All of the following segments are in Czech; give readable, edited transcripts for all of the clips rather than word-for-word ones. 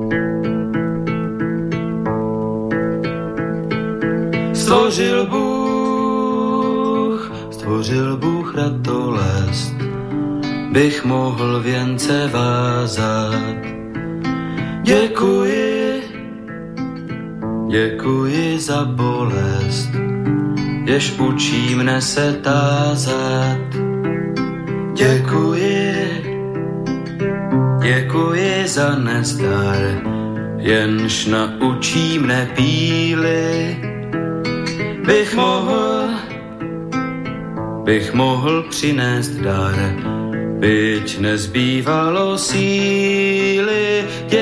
Stvořil Bůh ratolest, bych mohl věnce vázat. Děkuji za bolest, jež učí mne se tázat. Děkuji za nezdar, jenž naučí mne píly. Bych mohl přinést dar, byť nezbývalo síly.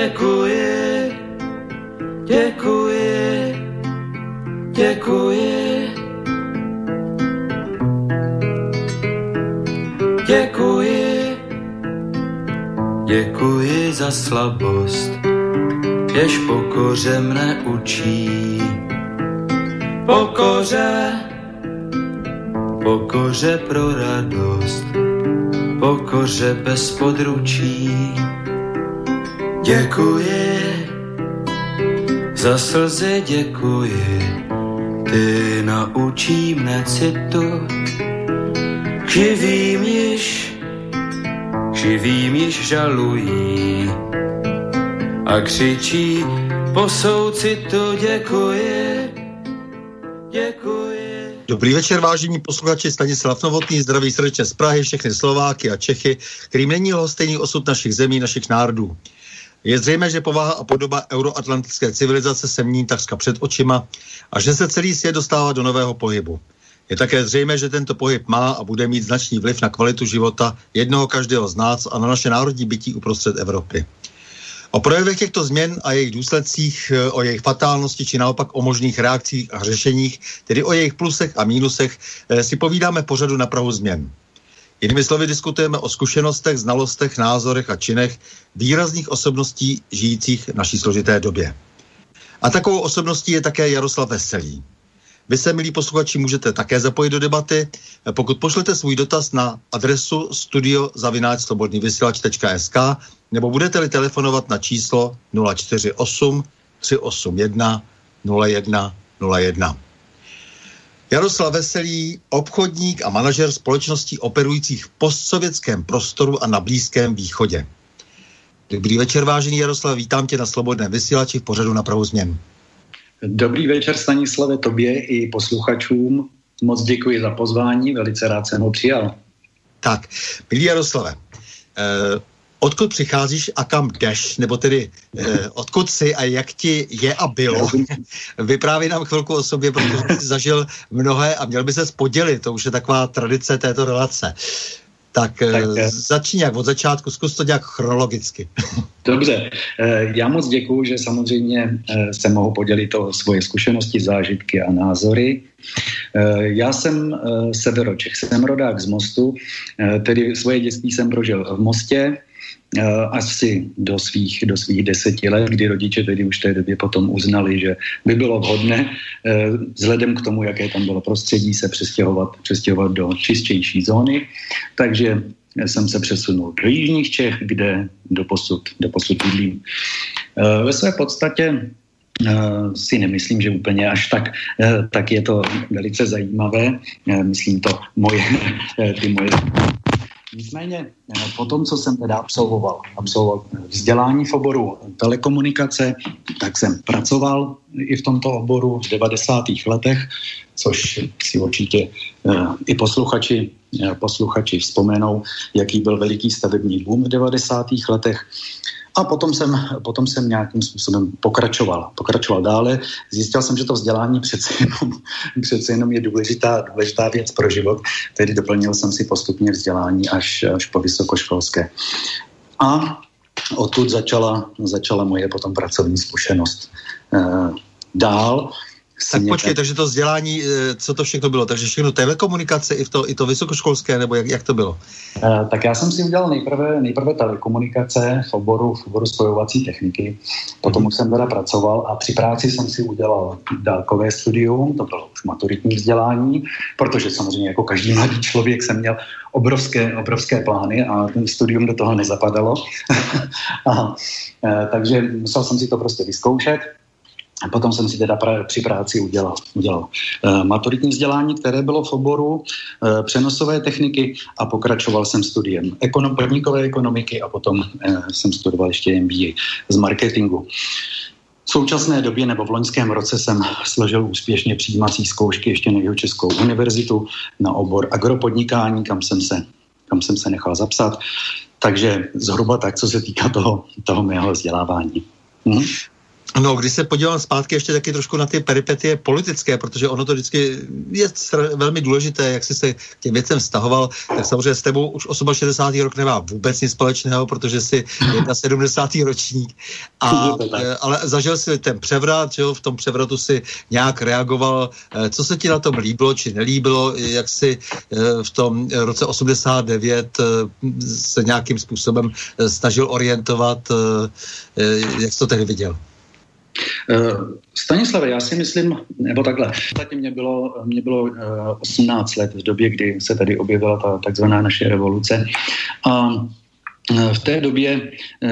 Děkuji za slabost, jež pokoře mne učí. Pokoře pro radost, pokoře bez područí. Děkuji za slzy, děkuji, ty naučí mne citu. Živým již žalují a křičí po soucitu. Děkuji. Dobrý večer, vážení posluchači, Stanislav Novotný zdraví srdečně z Prahy, všechny Slováky a Čechy, kterým není lhostejný osud našich zemí, našich národů. Je zřejmé, že povaha a podoba euroatlantické civilizace se mění takřka před očima a že se celý svět dostává do nového pohybu. Je také zřejmé, že tento pohyb má a bude mít značný vliv na kvalitu života jednoho každého z nás a na naše národní bytí uprostřed Evropy. O projevech těchto změn a jejich důsledcích, o jejich fatálnosti či naopak o možných reakcích a řešeních, tedy o jejich plusech a mínusech, si povídáme v pořadu Na prahu změn. Jinými slovy diskutujeme o zkušenostech, znalostech, názorech a činech výrazných osobností žijících v naší složité době. A takovou osobností je také Jaroslav Veselý. Vy se, milí posluchači, můžete také zapojit do debaty, pokud pošlete svůj dotaz na adresu studio@slobodnyvysielac.sk nebo budete-li telefonovat na číslo 048 381 0101. Jaroslav Veselý, obchodník a manažer společností operujících v postsovětském prostoru a na Blízkém východě. Dobrý večer, vážený Jaroslav, vítám tě na Slobodném vysílači v pořadu Na prahu změn. Dobrý večer, Stanislave, tobě i posluchačům. Moc děkuji za pozvání, velice rád jsem ho přijal. Tak, milý Jaroslave, odkud přicházíš a kam jdeš, nebo tedy odkud jsi a jak ti je a bylo? Vyprávěj nám chvilku o sobě, protože jsi zažil mnohé a měl by ses podělit, to už je taková tradice této relace. Tak začni jak od začátku, zkus to nějak chronologicky. Dobře, já moc děkuju, že samozřejmě se mohu podělit o svoje zkušenosti, zážitky a názory. Já jsem severočech, jsem rodák z Mostu, tedy svoje dětství jsem prožil v Mostě, asi do svých 10 let, kdy rodiče tedy už v té době potom uznali, že by bylo vhodné vzhledem k tomu, jaké tam bylo prostředí, se přestěhovat do čistější zóny. Takže jsem se přesunul do jižních Čech, kde doposud bydlím. Ve své podstatě si nemyslím, že úplně až tak je to velice zajímavé. Myslím to ty moje. Nicméně po tom, co jsem teda absolvoval vzdělání v oboru telekomunikace, tak jsem pracoval i v tomto oboru v 90. letech, což si určitě i posluchači vzpomenou, jaký byl veliký stavební boom v 90. letech. A potom jsem nějakým způsobem pokračoval dále. Zjistil jsem, že to vzdělání přece jenom je důležitá věc pro život, tedy doplnil jsem si postupně vzdělání až po vysokoškolské. A odtud začala moje potom pracovní zkušenost. Dál Tak počkej, takže to vzdělání, co to všechno bylo? Takže všechno telekomunikace i to vysokoškolské, nebo jak to bylo? Tak já jsem si udělal nejprve telekomunikace v oboru spojovací techniky. Potom už jsem teda pracoval a při práci jsem si udělal dálkové studium, to bylo už maturitní vzdělání, protože samozřejmě jako každý mladý člověk jsem měl obrovské plány a ten studium do toho nezapadalo. Takže musel jsem si to prostě vyzkoušet. A potom jsem si teda při práci udělal maturitní vzdělání, které bylo v oboru přenosové techniky a pokračoval jsem studiem podnikové ekonomiky a potom jsem studoval ještě MBA z marketingu. V současné době nebo v loňském roce jsem složil úspěšně přijímací zkoušky ještě na Jihočeskou univerzitu na obor agropodnikání, kam jsem se nechal zapsat. Takže zhruba tak, co se týká toho mého vzdělávání. No, když se podívám zpátky ještě taky trošku na ty peripetie politické, protože ono to vždycky je velmi důležité, jak jsi se k těm věcem vztahoval, tak samozřejmě s tebou už 68. rok nemá vůbec nic společného, protože jsi 71. ročník. Ale zažil si ten převrat, že jo? V tom převratu si nějak reagoval. Co se ti na tom líbilo, či nelíbilo, jak si v tom roce 89 se nějakým způsobem snažil orientovat, jak jsi to tehdy viděl? Stanislave, já si myslím, nebo takhle, zatím mě bylo 18 let v době, kdy se tady objevila ta takzvaná naše revoluce a v té době,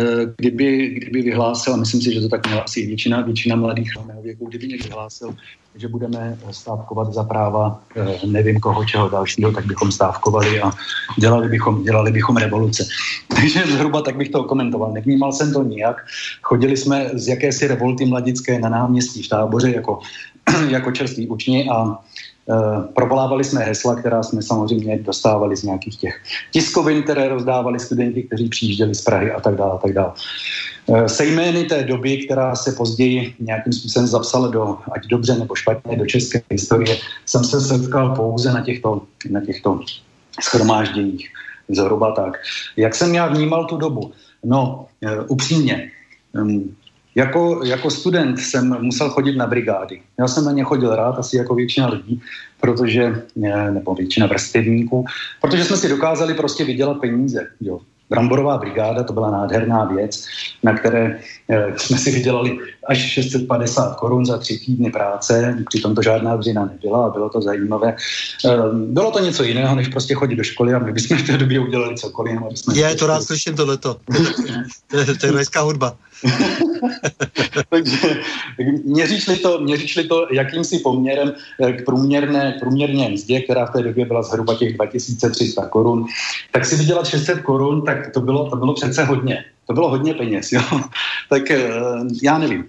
kdyby vyhlásil, a myslím si, že to tak měla asi většina mladých mého věku, kdyby někdo vyhlásil, že budeme stávkovat za práva nevím koho, čeho dalšího, tak bychom stávkovali a dělali bychom revoluce. Takže zhruba tak bych to komentoval. Nevnímal jsem to nijak. Chodili jsme z jakési revolty mladické na náměstí v Táboře jako čerství učni a provolávali jsme hesla, která jsme samozřejmě dostávali z nějakých těch tiskovin, které rozdávali studenti, kteří přijížděli z Prahy a tak dále. Se jmény té doby, která se později nějakým způsobem zapsala ať dobře nebo špatně, do české historie, jsem se setkal pouze na těchto shromážděních. Zhruba tak. Jak jsem já vnímal tu dobu? No, upřímně, jako student jsem musel chodit na brigády. Já jsem na ně chodil rád, asi jako většina lidí, nebo většina vrstevníků, protože jsme si dokázali prostě vydělat peníze. Jo. Bramborová brigáda, to byla nádherná věc, na které jsme si vydělali až 650 korun za 3 týdny práce, přitom to žádná dřina nebyla a bylo to zajímavé. Bylo to něco jiného, než prostě chodit do školy a my bychom v té době udělali cokoliv. To rád slyším tohleto. To je rajská hudba. Takže měříš-li to jakýmsi poměrem k průměrné mzdě, která v té době byla zhruba těch 2300 korun, tak si vydělat 600 korun, tak to bylo přece hodně. To bylo hodně peněz, jo. Tak já nevím,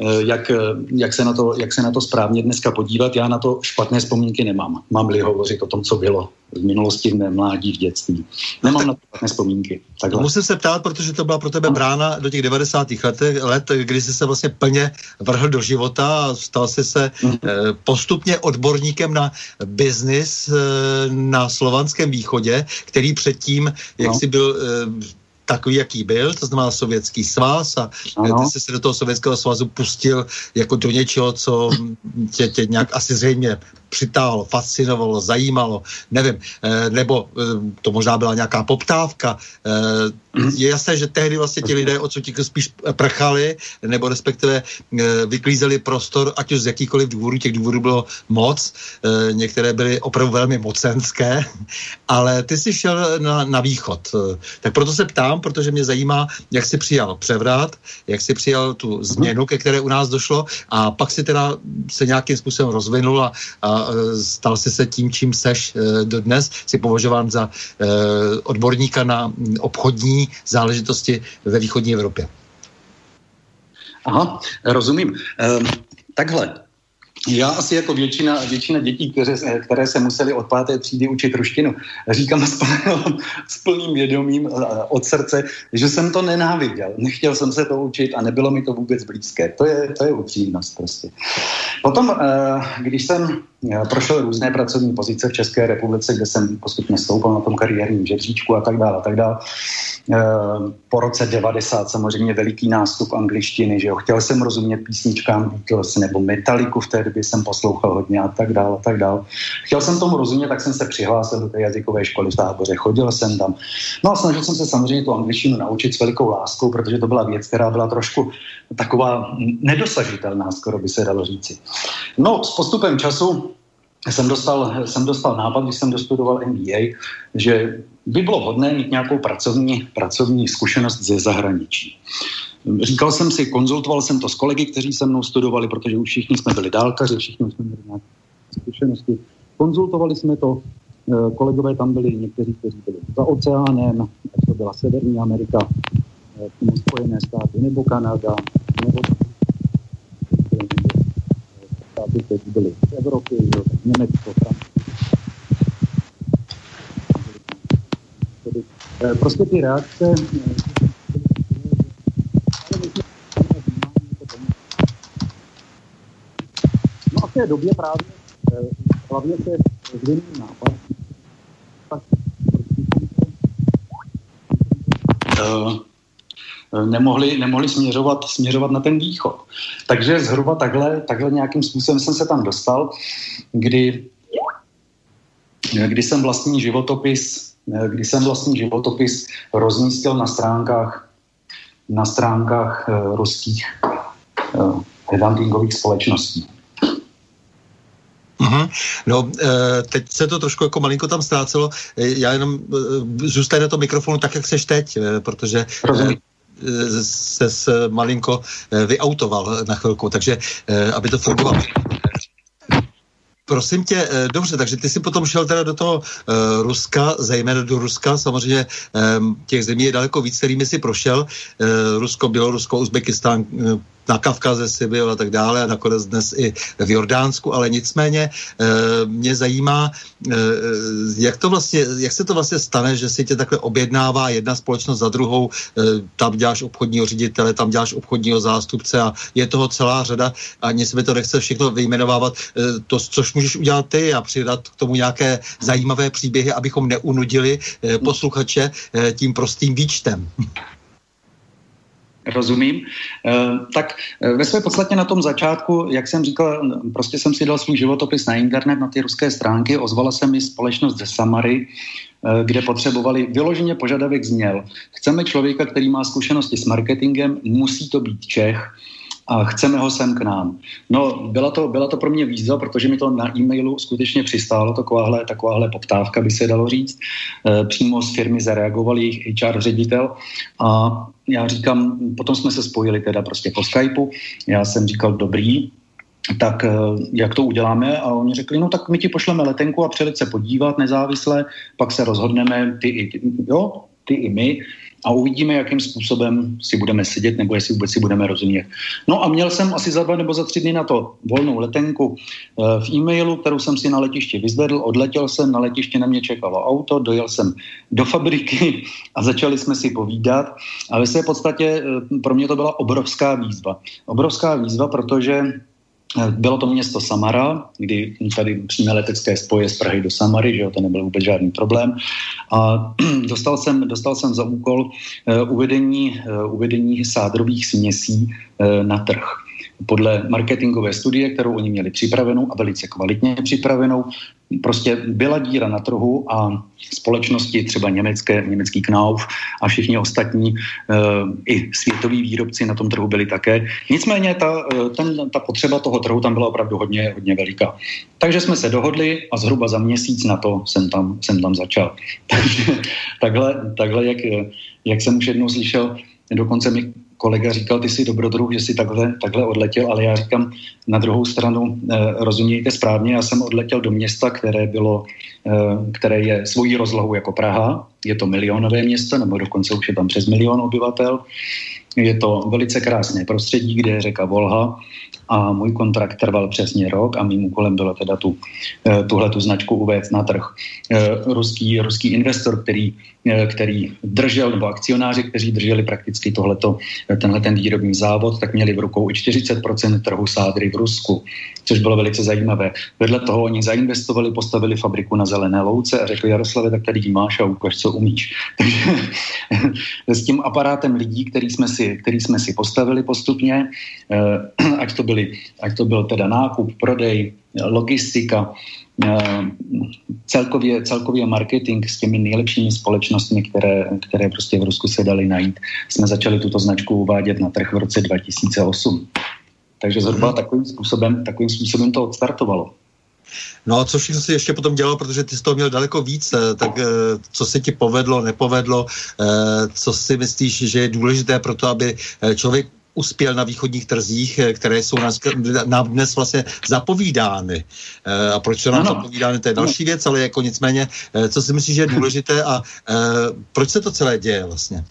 jak se na to správně dneska podívat. Já na to špatné vzpomínky nemám. Mám-li hovořit o tom, co bylo v minulosti, v mém mládí, v dětství. Nemám na to špatné vzpomínky. Takhle. Musím se ptát, protože to byla pro tebe brána do těch 90. let, kdy jsi se vlastně plně vrhl do života a stal jsi se postupně odborníkem na biznis na Slovanském východě, který předtím, jak jsi byl takový, jaký byl, to znamená Sovětský svaz a ty jsi se do toho Sovětského svazu pustil jako do něčeho, co tě nějak asi zřejmě přitáhlo, fascinovalo, zajímalo, nevím, nebo to možná byla nějaká poptávka. Je jasné, že tehdy vlastně ti lidé odsud spíš prchali, nebo respektive vyklízeli prostor, ať už z jakýkoliv důvodů, těch důvodů bylo moc, některé byly opravdu velmi mocenské, ale ty jsi šel na východ. Tak proto se ptám, protože mě zajímá, jak jsi přijal převrat, jak jsi přijal tu změnu, ke které u nás došlo a pak si teda se nějakým způsobem rozvinul a stal jsi se tím, čím seš dodnes, jsi považován za odborníka na obchodní záležitosti ve východní Evropě. Aha, rozumím. Takhle. Já asi jako většina dětí, které se museli od 5. třídy učit ruštinu, říkám s plným vědomím od srdce, že jsem to nenáviděl. Nechtěl jsem se to učit a nebylo mi to vůbec blízké. To je upřímnost prostě. Potom, když jsem prošel různé pracovní pozice v České republice, kde jsem postupně stoupal na tom kariérním žebříčku a tak dále, a tak dále. Po roce 90 samozřejmě veliký nástup angličtiny, že jo. Chtěl jsem rozumět písničkám Beatles nebo Metalliku, v té době jsem poslouchal hodně a tak dále, a tak dále. Chtěl jsem tomu rozumět, tak jsem se přihlásil do té jazykové školy v Táboře, chodil jsem tam. No a snažil jsem se samozřejmě tu angličtinu naučit s velikou láskou, protože to byla věc, která byla trošku taková nedosažitelná, skoro by se dalo říci. No, s postupem času jsem dostal nápad, když jsem dostudoval MBA, že by bylo hodné mít nějakou pracovní zkušenost ze zahraničí. Říkal jsem si, konzultoval jsem to s kolegy, kteří se mnou studovali, protože už všichni jsme byli dálkaři, všichni jsme měli nějaké zkušenosti. Konzultovali jsme to, kolegové tam byli někteří, kteří byli za oceánem, ať to byla Severní Amerika, Spojené státy, nebo Kanada, nebo státy, kteří byli v Evropě, Německo, Francie. Prostě ty reakce no a v té době právě hlavně se rozvinul nápad nemohli směřovat na ten východ. Takže zhruba takhle nějakým způsobem jsem se tam dostal, kdy jsem vlastní životopis rozmístil na stránkách ruských headhuntingových společností. No, teď se to trošku jako malinko tam ztrácelo. Já jenom zůstaň na tom mikrofonu tak, jak seš teď, protože se malinko vyautoval na chvilku, takže aby to fungovalo. Prosím tě, dobře, takže ty jsi potom šel teda do toho Ruska, zejména do Ruska, samozřejmě těch zemí je daleko víc, kterými jsi prošel, Rusko, Bělorusko, Uzbekistán, na Kavkaze si byl a tak dále a nakonec dnes i v Jordánsku, ale nicméně mě zajímá, jak se to vlastně stane, že si tě takhle objednává jedna společnost za druhou, tam děláš obchodního ředitele, tam děláš obchodního zástupce a je toho celá řada a ani se mi to nechce všechno vyjmenovávat, to, což můžeš udělat ty a přidat k tomu nějaké zajímavé příběhy, abychom neunudili posluchače tím prostým výčtem. Rozumím. Tak ve své podstatě na tom začátku, jak jsem říkal, prostě jsem si dal svůj životopis na internet, na ty ruské stránky, ozvala se mi společnost ze Samary, kde potřebovali, vyloženě požadavek zněl. Chceme člověka, který má zkušenosti s marketingem, musí to být Čech a chceme ho sem k nám. No, byla to pro mě výzva, protože mi to na e-mailu skutečně přistálo, takováhle poptávka, by se dalo říct. Přímo z firmy zareagoval jejich HR ředitel a já říkám, potom jsme se spojili teda prostě po Skypeu, já jsem říkal, dobrý, tak jak to uděláme? A oni řekli, no tak my ti pošleme letenku a přijet se podívat nezávisle, pak se rozhodneme, ty i my, a uvidíme, jakým způsobem si budeme sedět, nebo jestli vůbec si budeme rozumět. No a měl jsem asi za 2 nebo za 3 dny na to volnou letenku v e-mailu, kterou jsem si na letišti vyzvedl, odletěl jsem, na letišti na mě čekalo auto, dojel jsem do fabriky a začali jsme si povídat. A ve své podstatě pro mě to byla obrovská výzva. Obrovská výzva, protože bylo to město Samara, kdy tady přímé letecké spoje z Prahy do Samary, že jo, to nebyl vůbec žádný problém. A dostal jsem za úkol uvedení sádrových směsí na trh. Podle marketingové studie, kterou oni měli připravenou a velice kvalitně připravenou, prostě byla díra na trhu a společnosti, třeba německý Knauf a všichni ostatní, i světoví výrobci na tom trhu byli také. Nicméně ta potřeba toho trhu tam byla opravdu hodně, hodně veliká. Takže jsme se dohodli a zhruba za měsíc na to jsem tam začal. Takže takhle jak jsem už jednou slyšel, dokonce mi kolega říkal, ty jsi dobrodruh, že jsi takhle odletěl, ale já říkám na druhou stranu, rozumějte správně, já jsem odletěl do města, které je svojí rozlohou jako Praha, je to milionové město, nebo dokonce už je tam přes 1 milion obyvatel Je to velice krásné prostředí, kde je řeka Volha a můj kontrakt trval přesně rok a mým úkolem bylo teda tuhletu značku uvést na trh. Ruský investor, který držel, nebo akcionáři, kteří drželi prakticky tenhle výrobní závod, tak měli v rukou i 40% trhu sádry v Rusku, což bylo velice zajímavé. Vedle toho oni zainvestovali, postavili fabriku na Zelené louce a řekli: Jaroslave, tak tady máš a ukaž, co umíš. Takže s tím aparátem lidí, který jsme si postavili postupně, ať to byl teda nákup, prodej, logistika, celkově marketing s těmi nejlepšími společnostmi, které prostě v Rusku se daly najít, jsme začali tuto značku uvádět na trh v roce 2008. Takže zhruba takovým způsobem to odstartovalo. No a co všechno si ještě potom dělal, protože ty z toho měl daleko víc, tak co se ti povedlo, nepovedlo, co si myslíš, že je důležité pro to, aby člověk uspěl na východních trzích, které jsou nám dnes vlastně zapovídány. A proč jsou nám zapovídány, to je další věc, ale jako nicméně, co si myslíš, že je důležité a proč se to celé děje vlastně?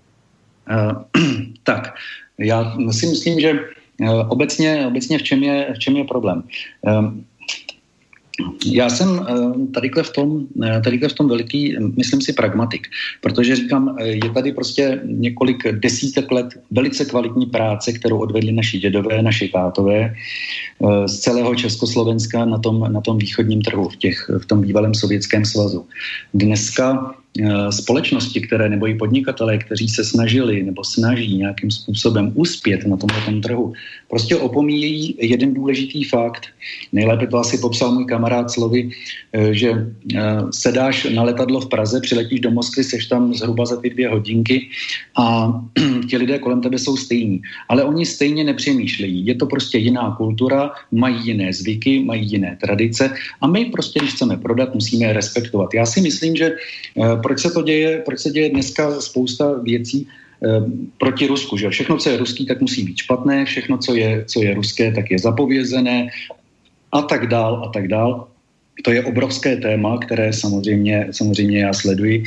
Tak, já si myslím, že obecně v čem je problém. Já jsem tadyhle v tom veliký, myslím si, pragmatik, protože říkám, je tady prostě několik desítek let velice kvalitní práce, kterou odvedli naši dědové, naši tátové z celého Československa na tom východním trhu, v tom bývalém Sovětském svazu. Dneska společnosti, nebo i podnikatelé, kteří se snažili nebo snaží nějakým způsobem uspět na tomto trhu, prostě opomíjejí jeden důležitý fakt. Nejlépe to asi popsal můj kamarád slovy, že sedáš na letadlo v Praze, přiletíš do Moskvy, seš tam zhruba za ty 2 hodinky a ti lidé kolem tebe jsou stejní. Ale oni stejně nepřemýšlejí. Je to prostě jiná kultura, mají jiné zvyky, mají jiné tradice a my prostě, když chceme prodat, musíme je respektovat. Já si myslím, že proč se děje dneska spousta věcí proti Rusku, že všechno, co je ruský, tak musí být špatné, všechno, co je ruské, tak je zapovězené a tak dál. To je obrovské téma, které samozřejmě já sleduji.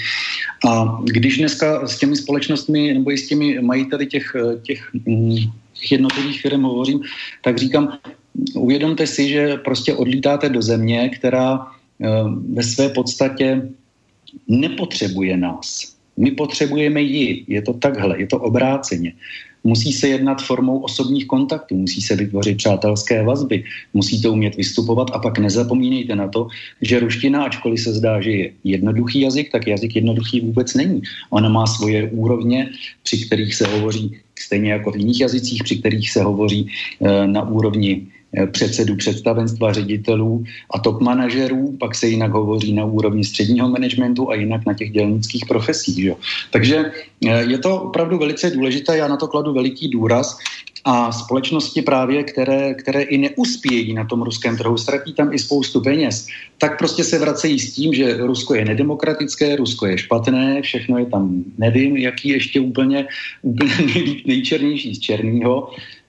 A když dneska s těmi společnostmi nebo i s těmi majiteli těch jednotlivých firm hovořím, tak říkám, uvědomte si, že prostě odlítáte do země, která ve své podstatě nepotřebuje nás. My potřebujeme ji. Je to takhle, je to obráceně. Musí se jednat formou osobních kontaktů, musí se vytvořit přátelské vazby, musí to umět vystupovat a pak nezapomínejte na to, že ruština, ačkoliv se zdá, že je jednoduchý jazyk, tak jazyk jednoduchý vůbec není. Ona má svoje úrovně, při kterých se hovoří stejně jako v jiných jazycích, při kterých se hovoří na úrovni předsedů představenstva, ředitelů a top manažerů, pak se jinak hovoří na úrovni středního managementu a jinak na těch dělnických profesích. Jo. Takže je to opravdu velice důležité, já na to kladu veliký důraz a společnosti právě, které i neuspějí na tom ruském trhu, ztratí tam i spoustu peněz, tak prostě se vracejí s tím, že Rusko je nedemokratické, Rusko je špatné, všechno je tam, nevím, jaký ještě úplně nejčernější z černýho.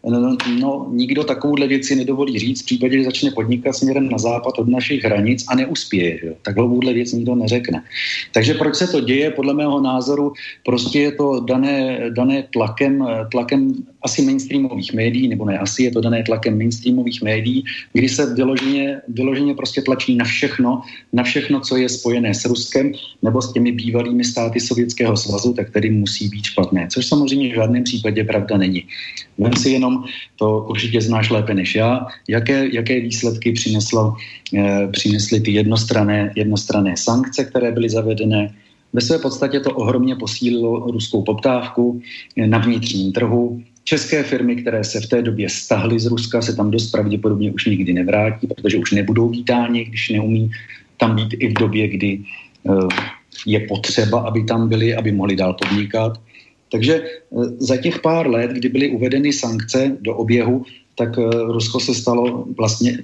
No, nikdo takovouhle věci nedovolí říct v případě, že začne podnikat směrem na západ od našich hranic a neuspěje. Že? Takovouhle věc nikdo neřekne. Takže proč se to děje? Podle mého názoru prostě je to dané tlakem asi mainstreamových médií, nebo ne asi, je to dané tlakem mainstreamových médií, kdy se vyloženě prostě tlačí na všechno, co je spojené s Ruskem nebo s těmi bývalými státy Sovětského svazu, tak tedy musí být špatné. Což samozřejmě v žádném případě pravda není. Vem si jenom, to určitě znáš lépe než já, jaké výsledky přinesly ty jednostranné sankce, které byly zavedené. Ve své podstatě to ohromně posílilo ruskou poptávku na vnitřním trhu. České firmy, které se v té době stahly z Ruska, se tam dost pravděpodobně už nikdy nevrátí, protože už nebudou vítáni, když neumí tam být i v době, kdy je potřeba, aby tam byli, aby mohli dál podnikat. Takže za těch pár let, kdy byly uvedeny sankce do oběhu, tak Rusko se stalo vlastně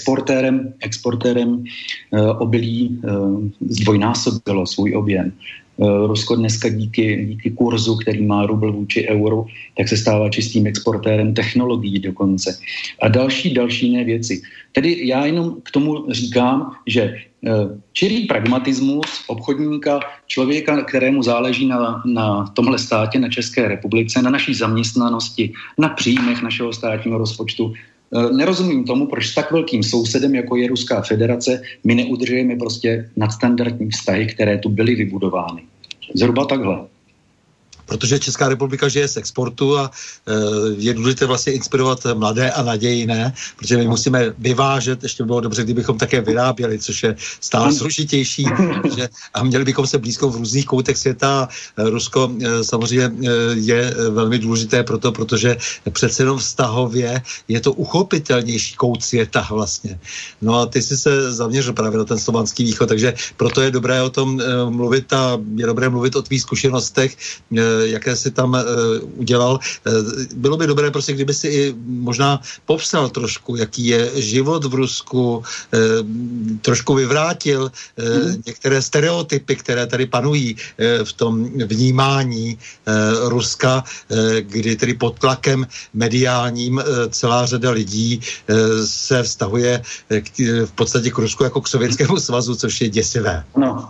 exportérem obilí, zdvojnásobilo svůj objem. Rusko dneska díky kurzu, který má rubl vůči euru, tak se stává čistým exportérem technologií dokonce. A další jiné věci. Tedy já jenom k tomu říkám, že čirý pragmatismus obchodníka, člověka, kterému záleží na tomhle státě, na České republice, na naší zaměstnanosti, na příjmech našeho státního rozpočtu. Nerozumím tomu, proč s tak velkým sousedem, jako je Ruská federace, my neudržujeme prostě nadstandardní vztahy, které tu byly vybudovány. Zhruba takhle. Protože Česká republika žije z exportu a je důležité vlastně inspirovat mladé a nadějné, protože my musíme vyvážet, ještě by bylo dobře, kdybychom také vyráběli, což je stále složitější, a měli bychom se blízko v různých koutech světa. Rusko samozřejmě je velmi důležité proto, protože přece jenom vztahově je to uchopitelnější kout světa vlastně. No a ty jsi se zaměřil právě na ten slovanský východ, takže proto je dobré o tom mluvit a je dobré mluvit o tvých zkušenostech, jaké jsi tam udělal. Bylo by dobré prostě, kdyby si i možná popsal trošku, jaký je život v Rusku, trošku vyvrátil některé stereotypy, které tady panují v tom vnímání Ruska, kdy tedy pod tlakem mediálním celá řada lidí se vztahuje v podstatě k Rusku jako k Sovětskému svazu, což je děsivé. Ano,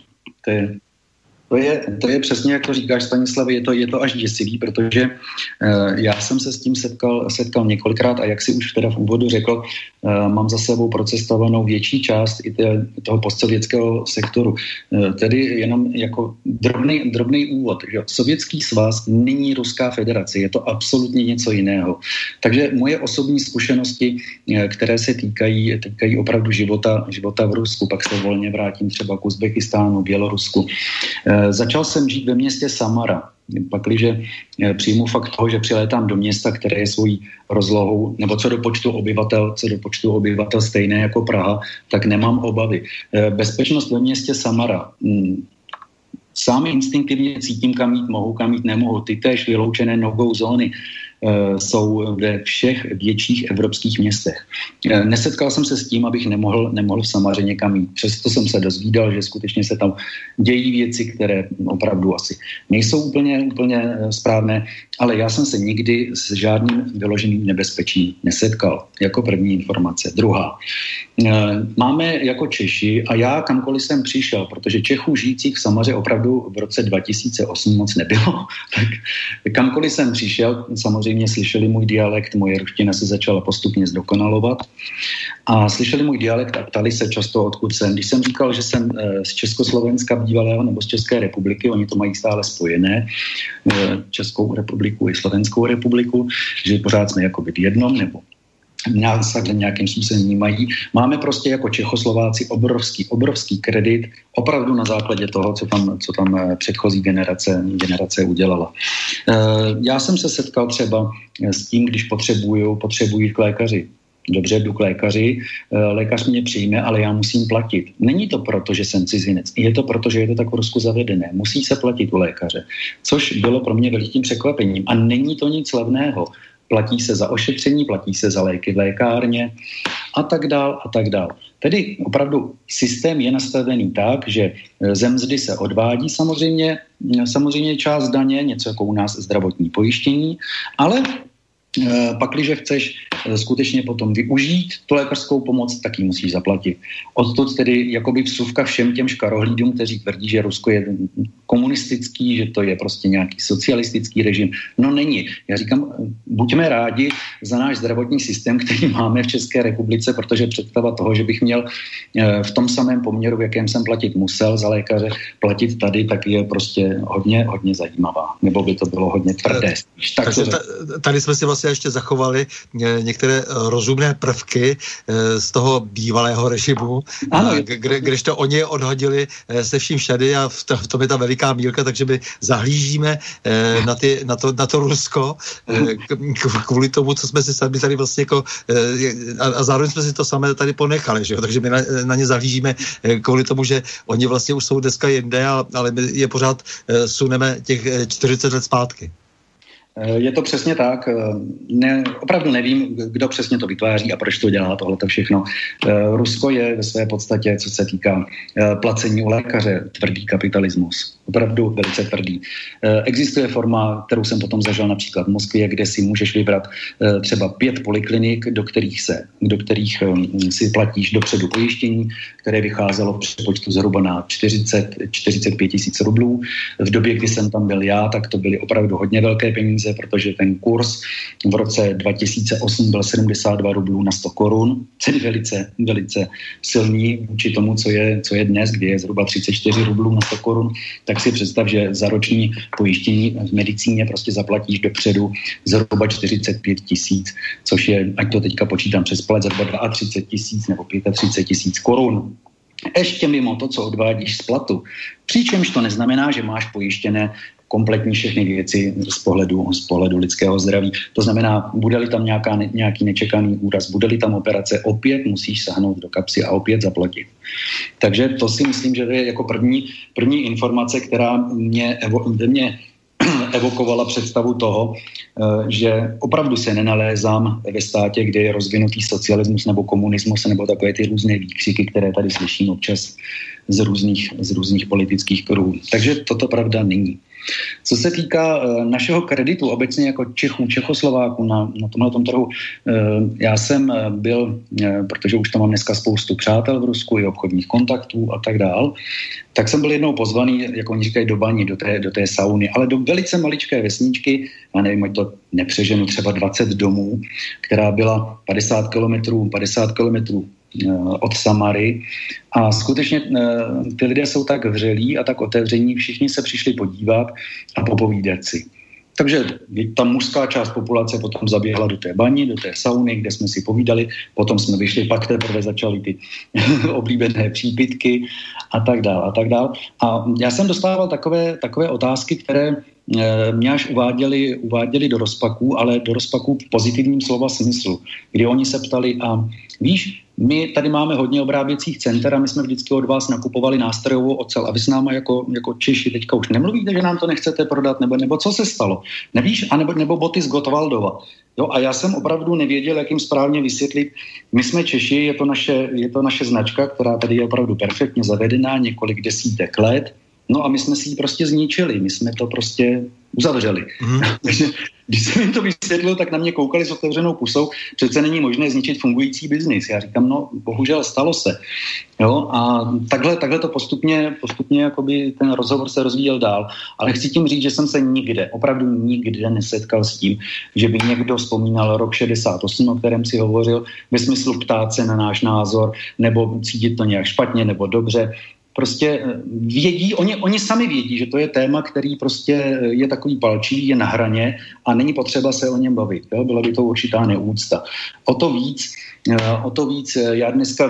To je přesně, jak to říkáš, Stanislav, je to až děsivý, protože já jsem se s tím setkal několikrát a jak si už teda v úvodu řekl, mám za sebou procestovanou větší část i toho postsovětského sektoru. Tedy jenom jako drobný úvod, že Sovětský svaz není Ruská federace, je to absolutně něco jiného. Takže moje osobní zkušenosti, které se týkají opravdu života v Rusku, pak se volně vrátím třeba k Uzbekistánu, Bělorusku. Začal jsem žít ve městě Samara. Pakliže přijmu fakt toho, že přilétám do města, které je svojí rozlohou, nebo co do počtu obyvatel stejné jako Praha, tak nemám obavy. Bezpečnost ve městě Samara. Sám instinktivně cítím, kam jít mohu, kam jít nemohu. Ty též vyloučené no-go zóny jsou ve všech větších evropských městech. Nesetkal jsem se s tím, abych nemohl v Samaře někam jít. Přesto jsem se dozvídal, že skutečně se tam dějí věci, které opravdu asi nejsou úplně správné, ale já jsem se nikdy s žádným vyloženým nebezpečím nesetkal. Jako první informace. Druhá. Máme jako Češi a já kamkoliv jsem přišel, protože Čechů žijících v Samaře opravdu v roce 2008 moc nebylo, tak kamkoliv jsem přišel, samozřejmě slyšeli můj dialekt, moje ruština se začala postupně zdokonalovat a slyšeli můj dialekt a ptali se často, odkud jsem. Když jsem říkal, že jsem z Československa bývalého nebo z České republiky, oni to mají stále spojené, Českou republiku i Slovenskou republiku, že pořád jsme jako být jednom nebo nás takhle nějakým způsobem vnímají. Máme prostě jako Čechoslováci obrovský kredit opravdu na základě toho, co tam předchozí generace udělala. Já jsem se setkal třeba s tím, když potřebuji k lékaři. Dobře, jdu k lékaři, lékař mě přijme, ale já musím platit. Není to proto, že jsem cizinec, je to proto, že je to tak v Rusku zavedené. Musí se platit u lékaře, což bylo pro mě velikým překvapením. A není to nic levného. Platí se za ošetření, platí se za léky v lékárně a tak dál. Tedy opravdu systém je nastavený tak, že ze mzdy se odvádí samozřejmě část daně, něco jako u nás zdravotní pojištění, ale pakliže chceš skutečně potom využít tu lékařskou pomoc, tak ji musíš zaplatit. Odtud tedy jakoby vsuvka všem těm škarohlídům, kteří tvrdí, že Rusko je komunistický, že to je prostě nějaký socialistický režim. No není. Já říkám, buďme rádi za náš zdravotní systém, který máme v České republice, protože představa toho, že bych měl v tom samém poměru, v jakém jsem platit musel za lékaře, platit tady, tak je prostě hodně zajímavá. Nebo by to bylo hodně tvrdé. Takže tady jsme si vlastně ještě zachovali některé rozumné prvky z toho bývalého režimu, když to oni odhodili se vším všady a v tom je ta veliká mílka, takže my zahlížíme na to Rusko kvůli tomu, co jsme si sami tady vlastně jako a zároveň jsme si to samé tady ponechali, že jo? Takže my na ně zahlížíme kvůli tomu, že oni vlastně už jsou dneska jinde, ale my je pořád suneme těch 40 let zpátky. Je to přesně tak. Opravdu nevím, kdo přesně to vytváří a proč to dělá tohleto všechno. Rusko je ve své podstatě, co se týká placení u lékaře, tvrdý kapitalismus. Opravdu velice tvrdý. Existuje forma, kterou jsem potom zažil například v Moskvě, kde si můžeš vybrat třeba 5 poliklinik, do kterých si platíš dopředu pojištění, které vycházelo v přepočtu zhruba na 45 tisíc rublů. V době, kdy jsem tam byl já, tak to byly opravdu hodně velké peníze, protože ten kurz v roce 2008 byl 72 rublů na 100 korun, tedy velice, velice silný vůči tomu, co je dnes, kdy je zhruba 34 rublů na 100 korun, tak si představ, že za roční pojištění v medicíně prostě zaplatíš dopředu zhruba 45 tisíc, což je, ať to teďka počítám přes palec, zhruba 32 tisíc nebo 35 tisíc korun. Ještě mimo to, co odvádíš z platu. Přičemž to neznamená, že máš pojištěné kompletní všechny věci z pohledu lidského zdraví. To znamená, bude-li tam nějaký nečekaný úraz, bude-li tam operace, opět musíš sahnout do kapsy a opět zaplatit. Takže to si myslím, že to je jako první informace, která mě evokovala představu toho, že opravdu se nenalézám ve státě, kde je rozvinutý socialismus nebo komunismus nebo takové ty různé výkřiky, které tady slyším občas z různých politických kruhů. Takže toto pravda není. Co se týká našeho kreditu obecně jako Čechů, Čechoslováků na tomhletom trhu, já jsem byl, protože už tam mám dneska spoustu přátel v Rusku i obchodních kontaktů a tak dál, tak jsem byl jednou pozvaný, jako oni říkají, do baní, do té sauny, ale do velice maličké vesničky, já nevím, ať to nepřeženu, třeba 20 domů, která byla 50 kilometrů od Samary a skutečně ty lidé jsou tak vřelí a tak otevření, všichni se přišli podívat a popovídat si. Takže ta mužská část populace potom zaběhla do té bani, do té sauny, kde jsme si povídali, potom jsme vyšli, pak teprve začaly ty oblíbené přípitky a tak dál a tak dál. A já jsem dostával takové otázky, které mě až uváděli do rozpaků, ale do rozpaků v pozitivním slova smyslu, kdy oni se ptali, a víš, my tady máme hodně obráběcích center a my jsme vždycky od vás nakupovali nástrojovou ocel a vy s náma jako Češi teďka už nemluvíte, že nám to nechcete prodat, nebo co se stalo? Nevíš? A nebo boty z Gottwaldova. Jo, a já jsem opravdu nevěděl, jak jim správně vysvětlit. My jsme Češi, je to naše značka, která tady je opravdu perfektně zavedená, několik desítek let. No a my jsme si ji prostě zničili, my jsme to prostě uzavřeli. Takže když jsem jim to vysvětlil, tak na mě koukali s otevřenou pusou, přece není možné zničit fungující biznis. Já říkám, no bohužel stalo se. Jo, a takhle to postupně jakoby ten rozhovor se rozvíjel dál. Ale chci tím říct, že jsem se opravdu nikde nesetkal s tím, že by někdo vzpomínal rok 68, o kterém si hovořil, ve smyslu ptát se na náš názor, nebo cítit to nějak špatně, nebo dobře. Prostě vědí, oni sami vědí, že to je téma, který prostě je takový palčivý, je na hraně a není potřeba se o něm bavit. Jo? Byla by to určitá neúcta. O to víc já dneska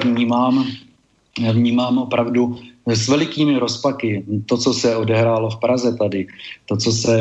vnímám opravdu s velikými rozpaky to, co se odehrálo v Praze tady, to,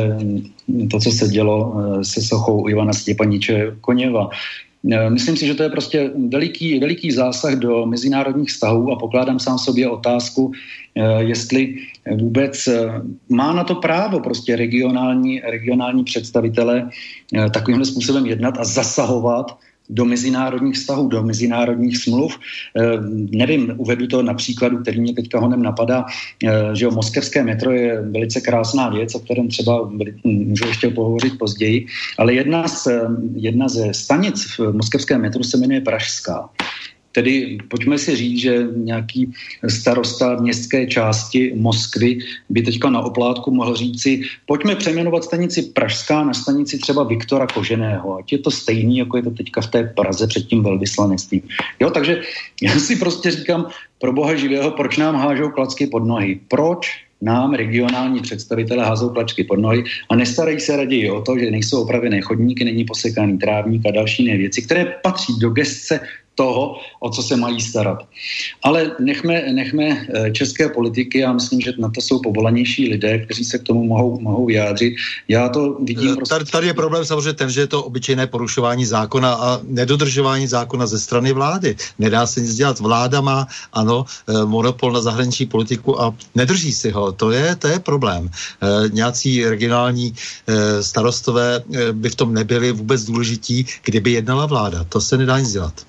co se dělo se sochou Ivana Stěpaniče Koněva. Myslím si, že to je prostě veliký zásah do mezinárodních vztahů a pokládám sám sobě otázku, jestli vůbec má na to právo prostě regionální představitelé takovýmhle způsobem jednat a zasahovat do mezinárodních vztahů, do mezinárodních smluv. Nevím, uvedu to na příkladu, který mě teďka honem napadá, že moskevské metro je velice krásná věc, o kterém třeba můžu ještě pohovořit později, ale jedna ze stanic v moskevském metru se jmenuje Pražská. Tedy pojďme si říct, že nějaký starosta městské části Moskvy by teďka na oplátku mohl říci, pojďme přejmenovat stanici Pražská na stanici třeba Viktora Koženého. Ať je to stejný, jako je to teďka v té Praze před tím velvyslanectvím. Jo, takže já si prostě říkám, pro boha živého, proč nám hážou klacky pod nohy? Proč nám regionální představitelé házou klačky pod nohy a nestarají se raději o to, že nejsou opravené chodníky, není posekaný trávník a další věci, které patří do gesce toho, o co se mají starat. Ale nechme české politiky, já myslím, že na to jsou povolanější lidé, kteří se k tomu mohou vyjádřit. Já to vidím Tady je problém samozřejmě ten, že je to obyčejné porušování zákona a nedodržování zákona ze strany vlády. Nedá se nic dělat. Vláda má, ano, monopol na zahraniční politiku a nedrží si ho. To je problém. Nějací regionální starostové by v tom nebyli vůbec důležití, kdyby jednala vláda. To se nedá nic dělat.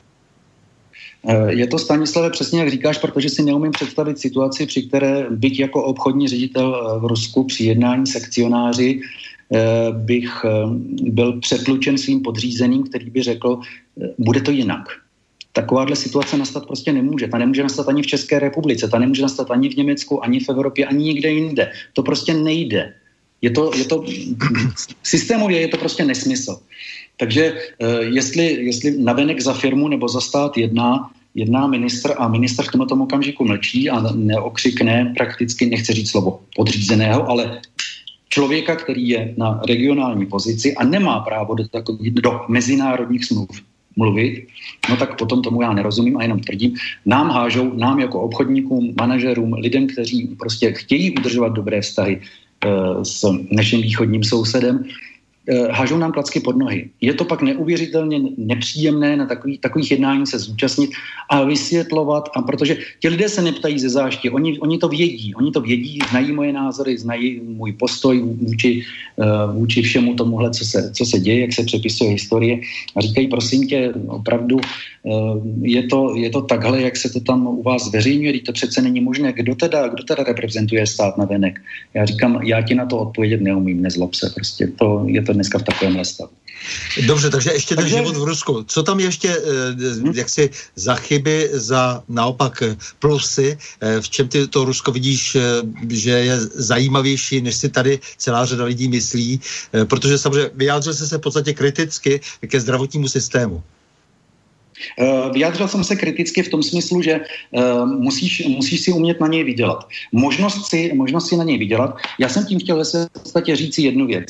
Je to, Stanislave, přesně jak říkáš, protože si neumím představit situaci, při které byť jako obchodní ředitel v Rusku při jednání s akcionáři bych byl přetlučen svým podřízeným, který by řekl, bude to jinak. Takováhle situace nastat prostě nemůže. Ta nemůže nastat ani v České republice, ta nemůže nastat ani v Německu, ani v Evropě, ani nikde jinde. To prostě nejde. Je to systémově je to prostě nesmysl. Takže jestli navenek za firmu nebo za stát jedná ministr a ministr v tomto okamžiku mlčí a neokřikne prakticky, nechce říct slovo podřízeného, ale člověka, který je na regionální pozici a nemá právo do mezinárodních smluv mluvit, no tak potom tomu já nerozumím a jenom tvrdím, nám jako obchodníkům, manažerům, lidem, kteří prostě chtějí udržovat dobré vztahy s naším východním sousedem, hážou nám klacky pod nohy. Je to pak neuvěřitelně nepříjemné na takových jednání se zúčastnit a vysvětlovat, a protože ti lidé se neptají ze záště, oni to vědí, znají moje názory, znají můj postoj vůči všemu tomuhle, co se děje, jak se přepisuje historie a říkají, prosím tě, opravdu je to takhle, jak se to tam u vás zveřejňuje, to přece není možné, kdo teda reprezentuje stát na venek. Já říkám, já ti na to odpovědět neumím, nezlob se, prostě je to dneska v takovémhle stavu. Dobře, takže ještě ten život v Rusku. Co tam ještě jaksi za chyby, za naopak plusy, v čem ty to Rusko vidíš, že je zajímavější, než si tady celá řada lidí myslí, protože samozřejmě vyjádřil jsi se v podstatě kriticky ke zdravotnímu systému. Vyjádřil jsem se kriticky v tom smyslu, že musíš si umět na něj vydělat. Možnost si na něj vydělat. Já jsem tím chtěl ve podstatě říct jednu věc.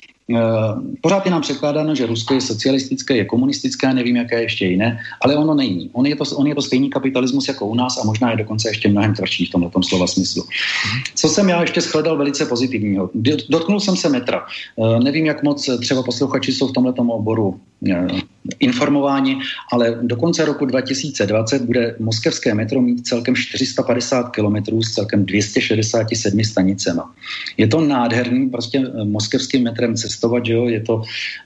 Pořád je nám překládáno, že Rusko je socialistické, je komunistické, nevím, jaké ještě jiné, ale ono není. On je to stejný kapitalismus jako u nás a možná je dokonce ještě mnohem tvrdší v tomto slova smyslu. Co jsem já ještě shledal velice pozitivního? Dotknul jsem se metra. Nevím, jak moc třeba posluchači jsou v tomhletom oboru informováni, ale do konce roku 2020 bude moskevské metro mít celkem 450 kilometrů s celkem 267 stanicema. Je to nádherný, prostě moskevským metrem cestovat, že jo, je to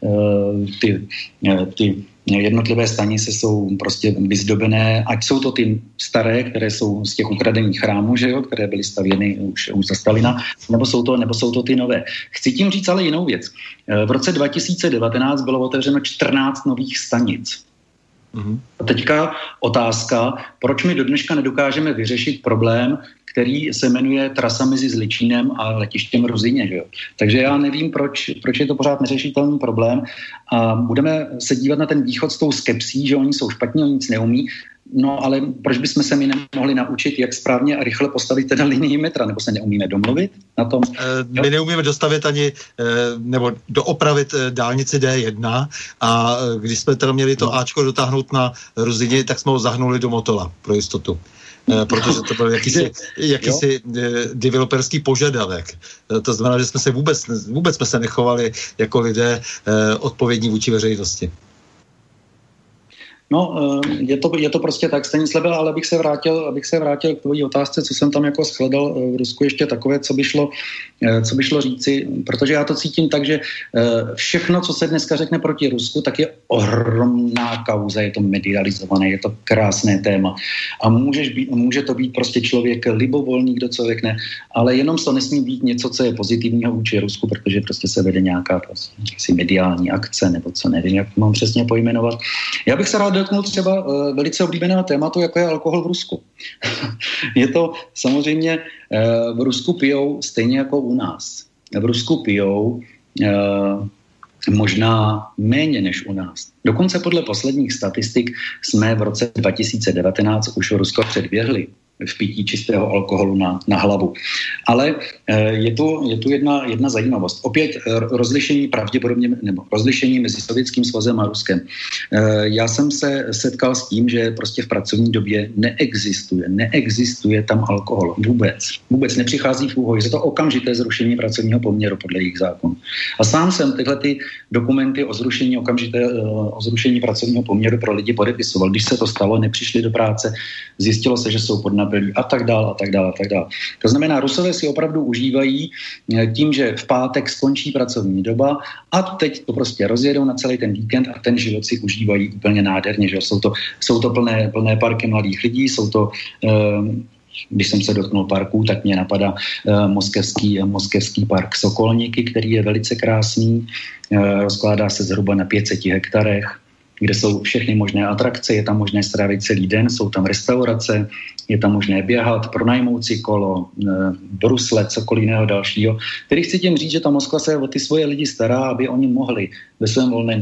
ty jednotlivé stanice jsou prostě vyzdobené, ať jsou to ty staré, které jsou z těch ukradených chrámů, že jo, které byly stavěny už za Stalina, nebo jsou to ty nové. Chci tím říct ale jinou věc. V roce 2019 bylo otevřeno 14 nových stanic. A teďka otázka, proč my do dneška nedokážeme vyřešit problém, který se jmenuje trasa mezi Zličínem a letištěm Ruzyně. Že jo? Takže já nevím, proč je to pořád neřešitelný problém a budeme se dívat na ten východ s tou skepsí, že oni jsou špatní, oni nic neumí. No ale proč bychom se mi nemohli naučit, jak správně a rychle postavit teda linii metra, nebo se neumíme domluvit na tom? My neumíme dostavit ani, nebo doopravit dálnici D1 a když jsme teda měli to Ačko dotáhnout na Ruzyni, tak jsme ho zahnuli do Motola pro jistotu. Protože to byl jakýsi developerský požadavek. To znamená, že jsme se vůbec jsme se nechovali jako lidé odpovědní vůči veřejnosti. No, je to prostě tak, Stanislave, ale abych se vrátil k tvojí otázce, co jsem tam jako shledal v Rusku ještě takové, co by šlo říci, protože já to cítím tak, že všechno, co se dneska řekne proti Rusku, tak je ohromná kauza, je to medializované, je to krásné téma a může to být prostě člověk libovolný, kdo co řekne, ale jenom to nesmí být něco, co je pozitivního vůči Rusku, protože prostě se vede nějaká prostě mediální akce, nebo co nevím, jak mám přesně pojmenovat. Já bych se rád dotknul třeba velice oblíbeného tématu, jako je alkohol v Rusku. Je to samozřejmě, v Rusku pijou stejně jako u nás. V Rusku pijou možná méně než u nás. Dokonce podle posledních statistik jsme v roce 2019 už Rusko předběhli. v pití čistého alkoholu na hlavu. Ale je tu jedna zajímavost. Opět rozlišení pravděpodobně, nebo rozlišení mezi Sovětským svazem a Ruskem. Já jsem se setkal s tím, že prostě v pracovní době neexistuje tam alkohol. Vůbec nepřichází v úvahu. Je to okamžité zrušení pracovního poměru podle jejich zákonů. A sám jsem tyhle ty dokumenty o zrušení pracovního poměru pro lidi podepisoval. Když se to stalo, nepřišli do práce, zjistilo se, že jsou podnapilí a tak dále. To znamená, Rusové si opravdu užívají tím, že v pátek skončí pracovní doba a teď to prostě rozjedou na celý ten víkend a ten život si užívají úplně nádherně. Že? Jsou to plné parky mladých lidí, jsou to když jsem se dotknul parků, tak mě napadá moskevský park Sokolníky, který je velice krásný, rozkládá se zhruba na 500 hektarech, kde jsou všechny možné atrakce, je tam možné strávit celý den, jsou tam restaurace, je tam možné běhat, pronajmout si kolo, bruslet, cokoliv jiného dalšího. Tedy chci tím říct, že ta Moskva se o ty svoje lidi stará, aby oni mohli ve svém volném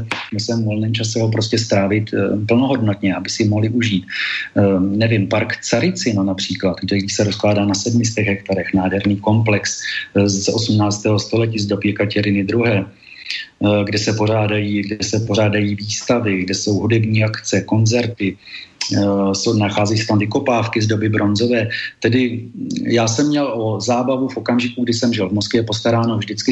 čase ho prostě strávit plnohodnotně, aby si mohli užít. Nevím, park Caricino například, kde se rozkládá na 700 hektarech, nádherný komplex z 18. století z doby Kateřiny II., kde se pořádají výstavy, kde jsou hudební akce, koncerty, nachází se tam vykopávky z doby bronzové. Tedy já jsem měl o zábavu v okamžiku, kdy jsem žil v Moskvě, postaráno vždycky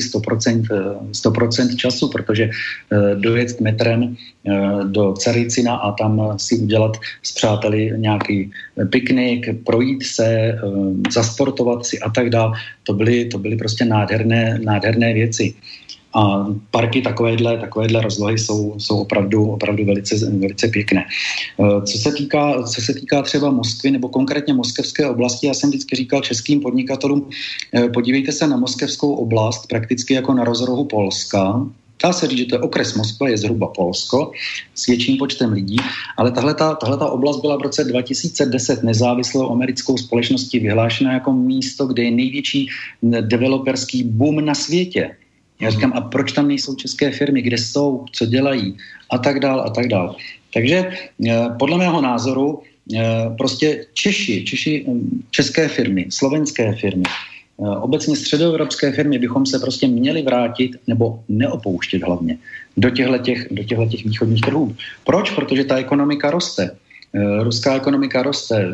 100% času, protože dojet metrem do Caricina a tam si udělat s přáteli nějaký piknik, projít se, zasportovat si a tak dále. To byly prostě nádherné věci. A parky takovéhle rozlohy jsou opravdu velice pěkné. Co se týká třeba Moskvy nebo konkrétně moskevské oblasti, já jsem vždycky říkal českým podnikatelům, podívejte se na moskevskou oblast prakticky jako na rozrohu Polska. Dá se říct, že to je okres Moskva, je zhruba Polsko s větším počtem lidí, ale tahleta oblast byla v roce 2010 nezávislou americkou společností vyhlášena jako místo, kde je největší developerský boom na světě. Já říkám, a proč tam nejsou české firmy, kde jsou, co dělají a tak dál. Takže podle mého názoru prostě Češi, české firmy, slovenské firmy, obecně středoevropské firmy bychom se prostě měli vrátit nebo neopouštět hlavně do těchto východních trhů. Proč? Protože ta ekonomika roste. Ruská ekonomika roste.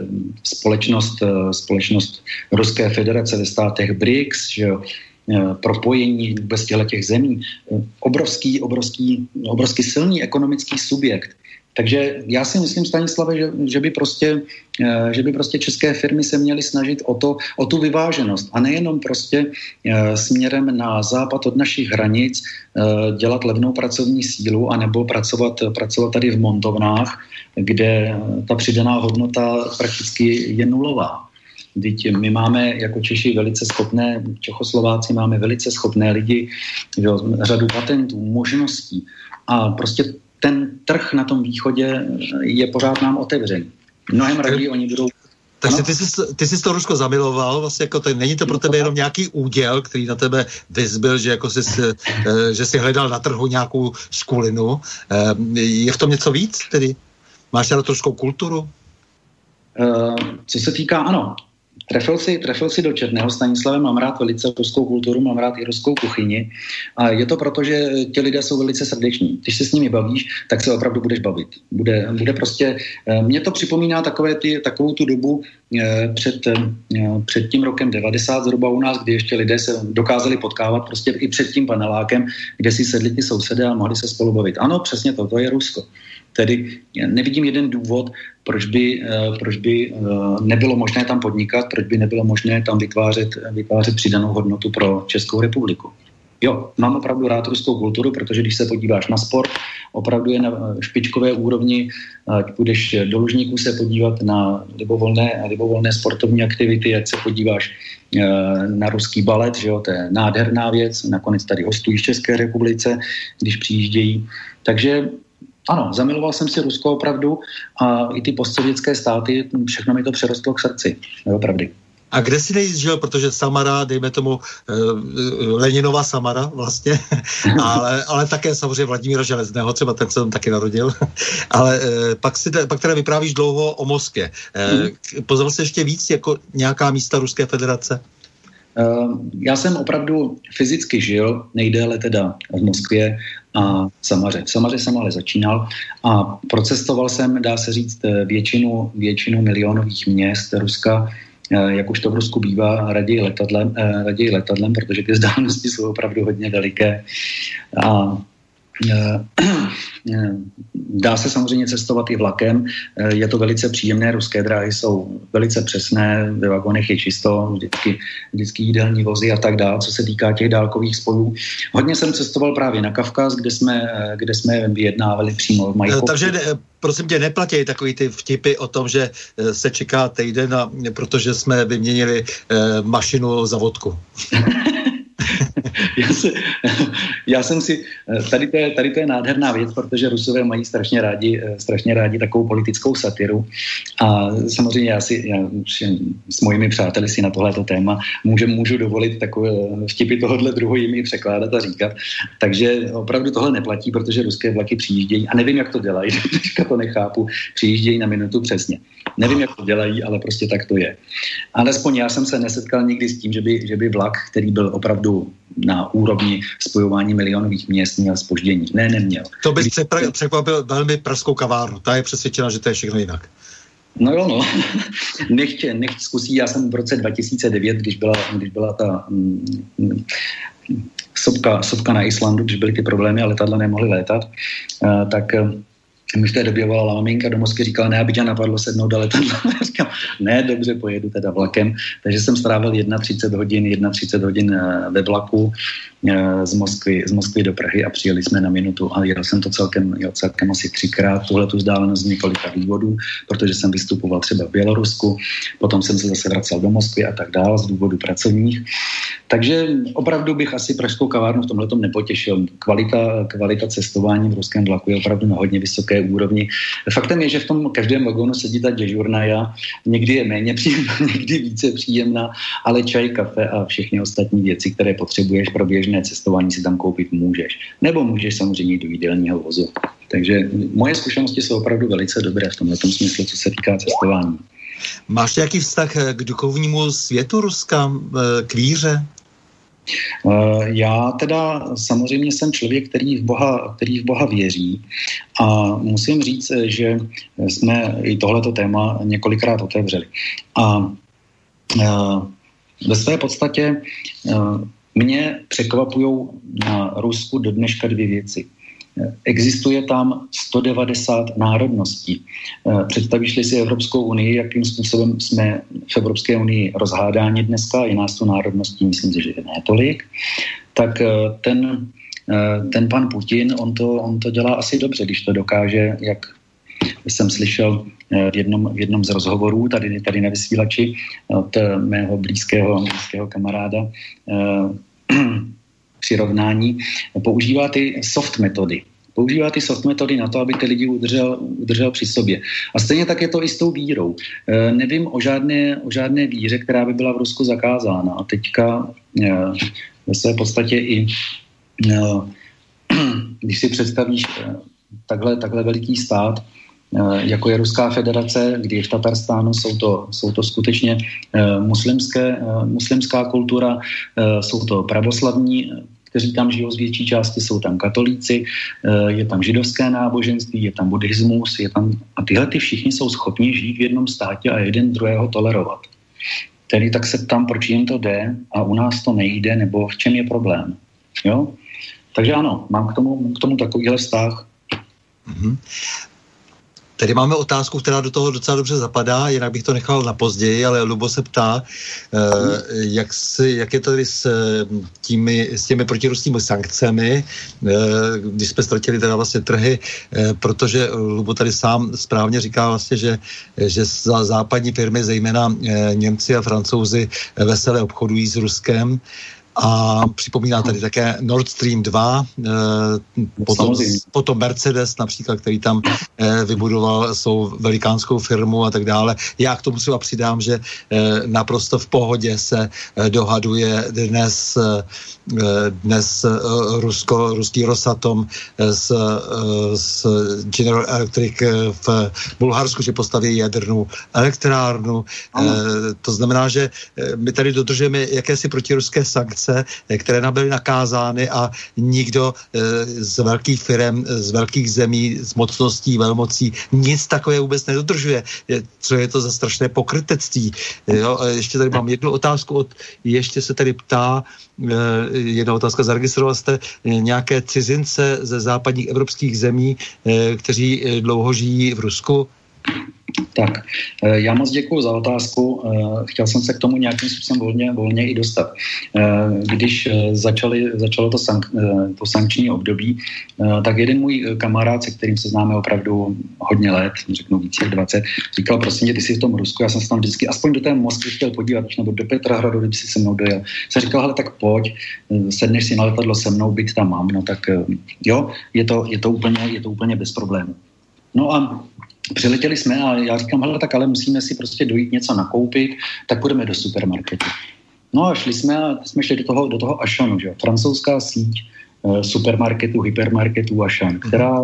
Společnost Ruské federace ve státech BRICS, že jo, propojení vůbec těch zemí, obrovský silný ekonomický subjekt. Takže já si myslím, Stanislave, že by prostě české firmy se měly snažit o tu vyváženost a nejenom prostě směrem na západ od našich hranic dělat levnou pracovní sílu anebo pracovat tady v montovnách, kde ta přidaná hodnota prakticky je nulová. Vždyť my máme jako Češi velice schopné, Čechoslováci máme velice schopné lidi, řadu patentů, možností a prostě ten trh na tom východě je pořád nám otevřený. Mnohem raději oni budou... Takže ty jsi to Rusko zamiloval, vlastně jako není to pro tebe jenom nějaký úděl, který na tebe vyzbyl, že jako že jsi hledal na trhu nějakou skulinu. Je v tom něco víc tedy? Máš na ruskou kulturu? Co se týká, ano. Trefil si do černého, Stanislave, mám rád velice ruskou kulturu, mám rád i ruskou kuchyni a je to proto, že ti lidé jsou velice srdeční. Když se s nimi bavíš, tak se opravdu budeš bavit. Bude prostě, mně to připomíná takovou tu dobu před tím rokem 90 zhruba u nás, kdy ještě lidé se dokázali potkávat prostě i před tím panelákem, kde si sedli ty sousedé a mohli se spolu bavit. Ano, přesně to je Rusko. Tedy nevidím jeden důvod, proč by nebylo možné tam podnikat, proč by nebylo možné tam vytvářet přidanou hodnotu pro Českou republiku. Jo, mám opravdu rád ruskou kulturu, protože když se podíváš na sport, opravdu je na špičkové úrovni, ať půjdeš do Lužníků se podívat na libovolné sportovní aktivity, ať se podíváš na ruský balet, že jo, to je nádherná věc, nakonec tady hostují v České republice, když přijíždějí. Takže ano, zamiloval jsem si Rusko opravdu a i ty postsovětské státy, všechno mi to přerostlo k srdci, opravdu. A kde si nejvíc žil, protože Samara, dejme tomu Leninova Samara vlastně, ale také samozřejmě Vladimíra Železného, třeba ten se tam taky narodil, ale pak teda vyprávíš dlouho o Moskvě. Poznal jsi ještě víc jako nějaká místa Ruské federace? Já jsem opravdu fyzicky žil nejdéle teda v Moskvě a v Samaře. V Samaře jsem ale začínal a procestoval jsem, dá se říct, většinu milionových měst Ruska, jak už to v Rusku bývá, raději letadlem, protože ty vzdálenosti jsou opravdu hodně veliké. A dá se samozřejmě cestovat i vlakem, je to velice příjemné, ruské dráhy jsou velice přesné, ve vagonech je čisto, vždycky jídelní vozy a tak dále, co se týká těch dálkových spojů. Hodně jsem cestoval právě na Kavkaz, kde jsme vyjednávali přímo v Majkově. Takže prosím tě, neplatí takový ty vtipy o tom, že se čeká týden, protože jsme vyměnili mašinu za vodku. Já jsem si, tady to je nádherná věc, protože Rusové mají strašně rádi takovou politickou satiru a samozřejmě já s mojimi přáteli si na tohleto téma můžu dovolit takové vtipy tohohle druhu jim i překládat a říkat, takže opravdu tohle neplatí, protože ruské vlaky přijíždějí a nevím, jak to dělají, teďka to nechápu, přijíždějí na minutu přesně. Nevím, jak to dělají, ale prostě tak to je. Alespoň já jsem se nesetkal nikdy s tím, že by vlak, který byl opravdu na úrovni spojování milionových měst, měl zpoždění. Ne, neměl. To bys překvapil velmi pražskou kavárnu. Ta je přesvědčena, že to je všechno jinak. No jo, no. Nechť zkusí. Já jsem v roce 2009, když byla ta sopka na Islandu, když byly ty problémy a letadla nemohly létat, tak mi v té době volala maminka do Moskvy, říkala, ne, aby tě napadlo sednout do letadla. Říkám, ne, dobře, pojedu teda vlakem. Takže jsem strávil 31 hodin ve vlaku z Moskvy do Prahy a přijeli jsme na minutu a jel jsem to celkem asi 3krát, tuhletu vzdálenost z několika důvodů, protože jsem vystupoval třeba v Bělorusku, potom jsem se zase vracel do Moskvy a tak dále z důvodu pracovních. Takže opravdu bych asi pražskou kavárnu v tomhletom nepotěšil. Kvalita cestování v ruském vlaku je opravdu na hodně vysoké úrovni. Faktem je, že v tom každém vagónu sedí ta dežurnaja, někdy je méně příjemná, někdy více příjemná, ale čaj, kafe a všechny ostatní věci, které potřebuješ pro běžné cestování, si tam koupit můžeš. Nebo můžeš samozřejmě do jídelního vozu. Takže moje zkušenosti jsou opravdu velice dobré v tomto smyslu, co se týká cestování. Máš nějaký vztah k duchovnímu světu Ruska, k víře? Já teda samozřejmě jsem člověk, který v Boha věří a musím říct, že jsme i tohleto téma několikrát otevřeli. A ve své podstatě mě překvapují na Rusku do dneška dvě věci. Existuje tam 190 národností. Představíš-li si Evropskou unii, jakým způsobem jsme v Evropské unii rozhádáni dneska, je nás tu národností, myslím si, že ne tolik, tak ten pan Putin, on to dělá asi dobře, když to dokáže, jak jsem slyšel v jednom z rozhovorů tady na vysílači od mého blízkého kamaráda přirovnání, používá ty soft metody. Používá ty soft metody na to, aby ty lidi udržel při sobě. A stejně tak je to i s tou vírou. Nevím o žádné víře, která by byla v Rusku zakázána. A teďka ve své podstatě i když si představíš takhle veliký stát, jako je Ruská federace, kdy v Tatarstánu jsou to skutečně muslimská kultura, jsou to pravoslavní, kteří tam žijou z větší části, jsou tam katolíci, je tam židovské náboženství, je tam buddhismus, a tyhle všichni jsou schopni žít v jednom státě a jeden druhého tolerovat. Tedy tak se ptám, proč jim to jde a u nás to nejde, nebo v čem je problém. Jo? Takže ano, mám k tomu takovýhle vztah. Mm-hmm. Tady máme otázku, která do toho docela dobře zapadá, jinak bych to nechal na později, ale Lubo se ptá, jak je to tady s těmi protiruskými sankcemi, když jsme ztratili teda vlastně trhy, protože Lubo tady sám správně říká vlastně, že západní firmy, zejména Němci a Francouzi, veselé obchodují s Ruskem. A připomíná tady také Nord Stream 2, potom Mercedes například, který tam vybudoval svou velikánskou firmu a tak dále. Já k tomu třeba přidám, že naprosto v pohodě se dohaduje dnes ruský Rosatom s General Electric v Bulharsku, že postaví jadernou elektrárnu. To znamená, že my tady dodržujeme jakési protiruské sankce, které nám byly nakázány a nikdo z velkých firem, z velkých zemí, z mocností, velmocí nic takové vůbec nedodržuje. Co je to za strašné pokrytectví? Jo? Ještě tady mám jednu otázku, ještě se tady ptá, jedna otázka, zaregistroval jste nějaké cizince ze západních evropských zemí, kteří dlouho žijí v Rusku? Tak, já moc děkuju za otázku. Chtěl jsem se k tomu nějakým způsobem volně i dostat. Když začalo to sankční období, tak jeden můj kamarád, se kterým se známe opravdu hodně let, řeknu víc jak 20, říkal, prosím tě, ty jsi v tom Rusku, já jsem se tam vždycky aspoň do té Moskvy chtěl podívat, nebo do Petrohradu, kdyby si se mnou dojel. Jsem říkal, hele, tak pojď, sedneš si na letadlo se mnou, byt tam mám, no tak jo, je to úplně bez problémů. No a přiletěli jsme a já říkám, hele, tak ale musíme si prostě dojít něco nakoupit, tak půjdeme do supermarketu. No a šli jsme do toho Auchanu, že? Francouzská síť supermarketů, hypermarketů Auchan, která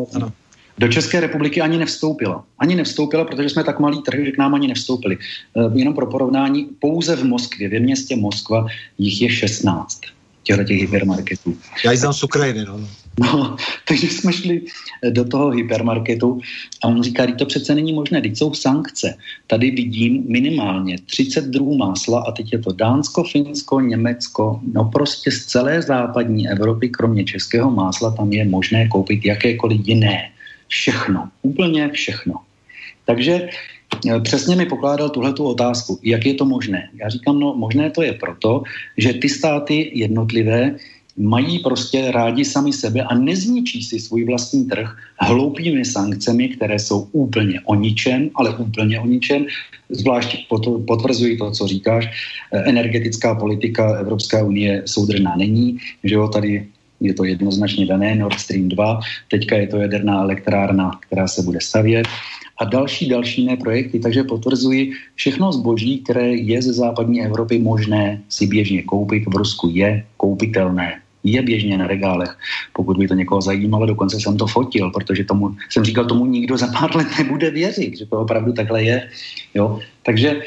do České republiky ani nevstoupila. Protože jsme tak malý trh, že k nám ani nevstoupili. Jenom pro porovnání, pouze v Moskvě, ve městě Moskva, jich je 16 těch hypermarketů. Já ji znám z Ukrajiny, No, takže jsme šli do toho hypermarketu a on říká, to přece není možné, teď jsou sankce. Tady vidím minimálně 30 druhů másla a teď je to Dánsko, Finsko, Německo, no prostě z celé západní Evropy, kromě českého másla, tam je možné koupit jakékoliv jiné. Všechno, úplně všechno. Takže přesně mi pokládal tuhletu otázku, jak je to možné. Já říkám, no možné to je proto, že ty státy jednotlivé mají prostě rádi sami sebe a nezničí si svůj vlastní trh hloupými sankcemi, které jsou úplně o ničem, ale úplně o ničem. Zvlášť potvrzují to, co říkáš. Energetická politika Evropské unie soudržná není, že jo, tady je to jednoznačně dané, Nord Stream 2, teďka je to jaderná elektrárna, která se bude stavět a další jiné projekty, takže potvrzuji, všechno zboží, které je ze západní Evropy možné si běžně koupit, v Rusku je koupitelné. Je běžně na regálech, pokud by to někoho zajímalo, dokonce jsem to fotil, protože jsem říkal, tomu nikdo za pár let nebude věřit, že to opravdu takhle je. Jo? Takže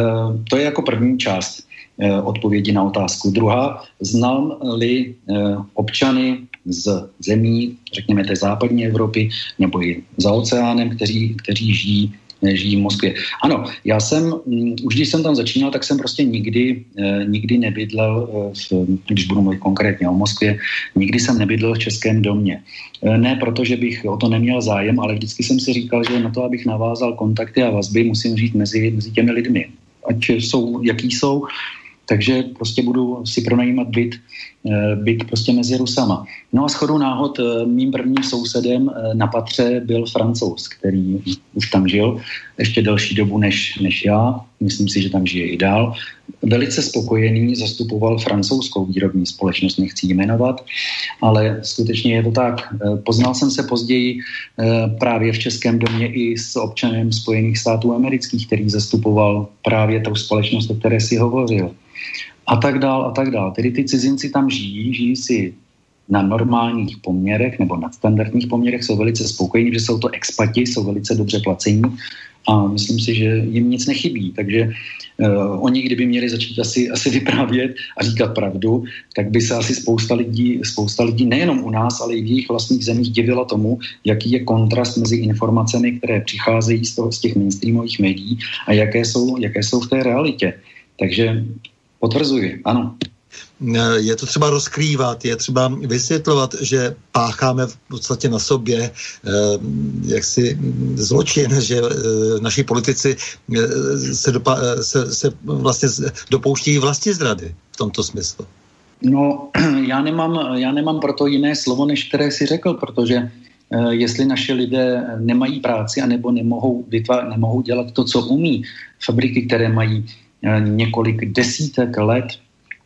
to je jako první část odpovědi na otázku. Druhá, znám-li občany z zemí, řekněme té západní Evropy, nebo i za oceánem, kteří žijí v Moskvě. Ano, já jsem, už když jsem tam začínal, tak jsem prostě nikdy nebydlel, když budu mluvit konkrétně o Moskvě, nikdy jsem nebydlel v českém domě. Ne proto, že bych o to neměl zájem, ale vždycky jsem si říkal, že na to, abych navázal kontakty a vazby, musím žít mezi těmi lidmi. Ať jsou, jaký jsou, takže prostě budu si pronajímat byt prostě mezi Rusama. No a shodou náhod mým prvním sousedem na patře byl Francouz, který už tam žil ještě delší dobu než já. Myslím si, že tam žije i dál. Velice spokojený, zastupoval francouzskou výrobní společnost, nechci ji jmenovat, ale skutečně je to tak. Poznal jsem se později právě v českém domě i s občanem Spojených států amerických, který zastupoval právě tou společnost, o které si hovořil. A tak dál. Tedy ty cizinci tam žijí si na normálních poměrech nebo nadstandardních poměrech, jsou velice spokojení, že jsou to expati, jsou velice dobře placení a myslím si, že jim nic nechybí. Takže oni, kdyby měli začít asi vyprávět a říkat pravdu, tak by se asi spousta lidí nejenom u nás, ale i v jejich vlastních zemích divila tomu, jaký je kontrast mezi informacemi, které přicházejí z těch mainstreamových médií a jaké jsou v té realitě. Takže potvrzuji, ano. Je to třeba rozkrývat, je třeba vysvětlovat, že pácháme v podstatě na sobě jaksi zločin, že naši politici se vlastně dopouštějí vlastizrady v tomto smyslu. No, já nemám proto jiné slovo, než které si řekl, protože jestli naše lidé nemají práci anebo nemohou dělat to, co umí, fabriky, které mají několik desítek let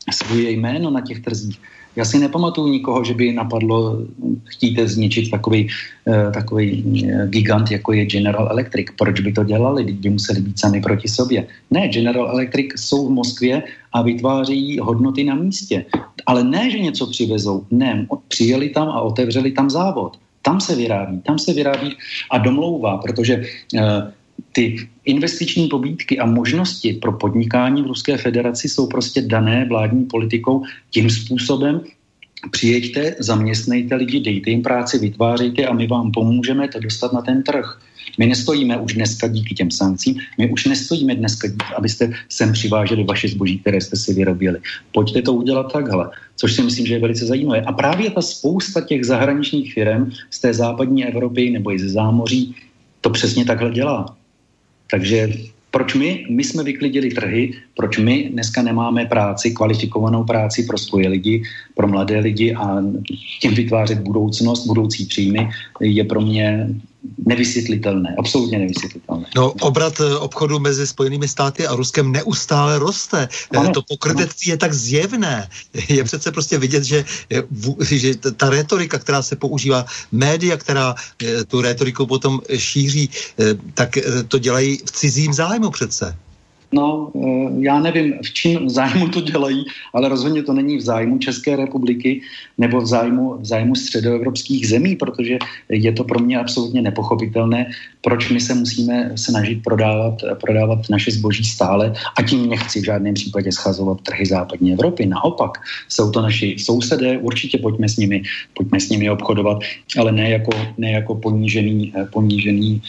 svoje jméno na těch trzích. Já si nepamatuju nikoho, že by napadlo chtíte zničit takový gigant, jako je General Electric. Proč by to dělali? Teď by museli být sami proti sobě. Ne, General Electric jsou v Moskvě a vytváří hodnoty na místě. Ale ne, že něco přivezou. Ne, přijeli tam a otevřeli tam závod. Tam se vyrábí a domlouvá, protože ty investiční pobídky a možnosti pro podnikání v Ruské federaci jsou prostě dané vládní politikou tím způsobem, přijeďte, zaměstnejte lidi, dejte jim práci, vytvářejte a my vám pomůžeme to dostat na ten trh. My nestojíme už dneska díky těm sankcím, my už nestojíme dneska díky, abyste sem přiváželi vaše zboží, které jste si vyrobili. Pojďte to udělat takhle, což si myslím, že je velice zajímavé. A právě ta spousta těch zahraničních firm z té západní Evropy nebo i ze zámoří to přesně takhle dělá. Takže proč my jsme vyklidili trhy, proč my dneska nemáme práci, kvalifikovanou práci pro svoje lidi, pro mladé lidi a tím vytvářet budoucnost, budoucí příjmy, je pro mě nevysvětlitelné, absolutně nevysvětlitelné. No, obrat obchodu mezi Spojenými státy a Ruskem neustále roste. Ano, to pokrytectví je tak zjevné. Je přece prostě vidět, že ta retorika, která se používá, média, která tu retoriku potom šíří, tak to dělají v cizím zájmu přece. No, já nevím, v čím zájmu to dělají, ale rozhodně to není v zájmu České republiky nebo v zájmu středoevropských zemí, protože je to pro mě absolutně nepochopitelné, proč my se musíme snažit prodávat naše zboží stále a tím nechci v žádném případě schazovat trhy západní Evropy. Naopak, jsou to naši sousedé, určitě pojďme s nimi obchodovat, ale ne jako ponížený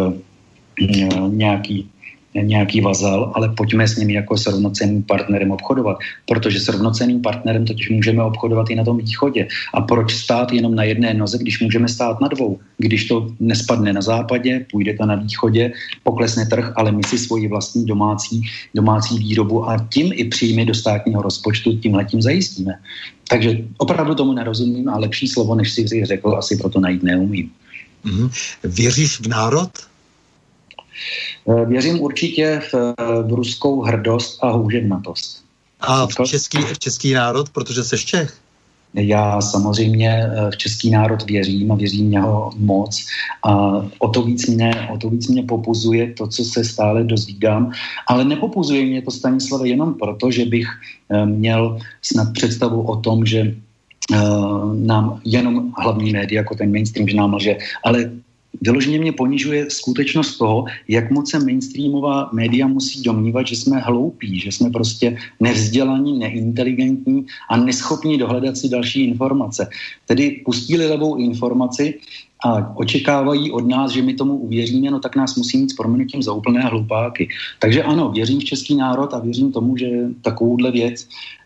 nějaký vazal, ale pojďme s nimi jako s rovnocenným partnerem obchodovat, protože s rovnocenným partnerem totiž můžeme obchodovat i na tom východě. A proč stát jenom na jedné noze, když můžeme stát na dvou? Když to nespadne na západě, půjde to na východě, poklesne trh, ale my si svoji vlastní domácí výrobu a tím i příjmy do státního rozpočtu tímhletím zajistíme. Takže opravdu tomu nerozumím a lepší slovo, než si řekl, asi proto najít neumím. Věříš v národ? Věřím určitě v ruskou hrdost a houževnatost. A v český národ, protože seš Čech? Já samozřejmě v český národ věřím a věřím v něho moc a o to víc mě popuzuje to, co se stále dozvídám, ale nepopuzuje mě to, Stanislave, jenom proto, že bych měl snad představu o tom, že nám jenom hlavní média jako ten mainstream, že nám lže, ale vyloženě mě ponižuje skutečnost toho, jak moc se mainstreamová média musí domnívat, že jsme hloupí, že jsme prostě nevzdělaní, neinteligentní a neschopní dohledat si další informace. Tedy pustili levou informaci a očekávají od nás, že my tomu uvěříme, no tak nás musí mít s prominutím za úplné hlupáky. Takže ano, věřím v český národ a věřím tomu, že takovouhle věc,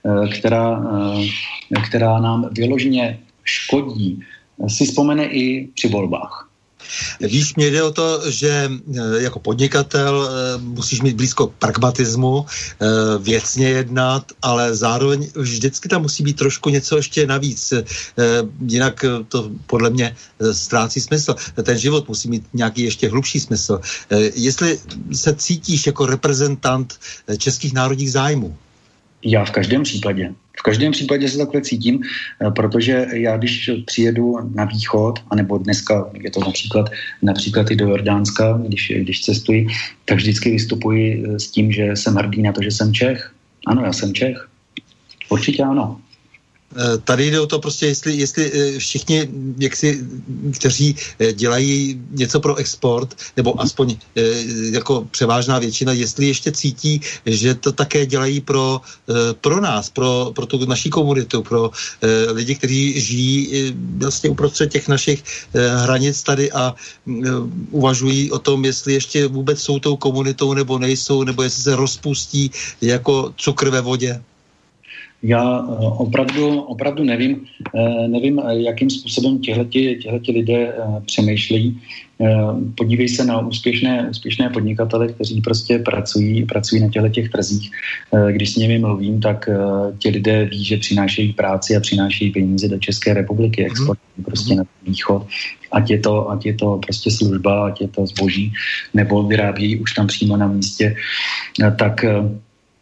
která nám vyloženě škodí, si vzpomene i při volbách. Víš, mě jde o to, že jako podnikatel musíš mít blízko pragmatismu, věcně jednat, ale zároveň vždycky tam musí být trošku něco ještě navíc. Jinak to podle mě ztrácí smysl. Ten život musí mít nějaký ještě hlubší smysl. Jestli se cítíš jako reprezentant českých národních zájmů? Já v každém případě se takhle cítím, protože já když přijedu na východ, anebo dneska je to například i do Jordánska, když cestuji, tak vždycky vystupuji s tím, že jsem hrdý na to, že jsem Čech. Ano, já jsem Čech. Určitě ano. Tady jde o to prostě, jestli všichni, kteří dělají něco pro export, nebo aspoň jako převážná většina, jestli ještě cítí, že to také dělají pro nás, pro tu naší komunitu, pro lidi, kteří žijí vlastně uprostřed těch našich hranic tady a uvažují o tom, jestli ještě vůbec jsou tou komunitou, nebo nejsou, nebo jestli se rozpustí jako cukr ve vodě. Já opravdu nevím, jakým způsobem tihleti lidé přemýšlejí. Podívej se na úspěšné podnikatele, kteří prostě pracují na těch trzích. Když s nimi mluvím, tak ti lidé ví, že přinášejí práci a přinášejí peníze do České republiky, exportují prostě na východ. Ať je to prostě služba, ať je to zboží, nebo vyrábějí už tam přímo na místě, tak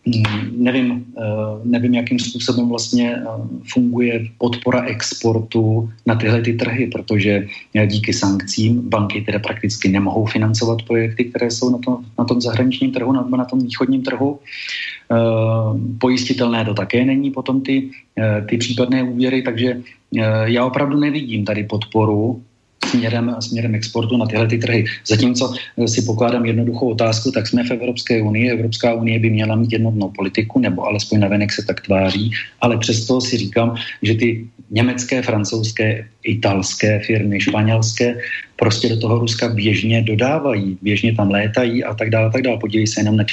Nevím, jakým způsobem vlastně funguje podpora exportu na tyhle ty trhy, protože díky sankcím banky teda prakticky nemohou financovat projekty, které jsou na tom zahraničním trhu nebo na tom východním trhu. Pojistitelné to také není potom ty případné úvěry, takže já opravdu nevidím tady podporu směrem exportu na tyhle ty trhy. Zatímco si pokládám jednoduchou otázku, tak jsme v Evropské unii. Evropská unie by měla mít jednotnou politiku, nebo alespoň navenek se tak tváří, ale přesto si říkám, že ty německé, francouzské, italské firmy, španělské prostě do toho Ruska běžně dodávají, běžně tam létají a tak dále, tak dále. Podívej se jenom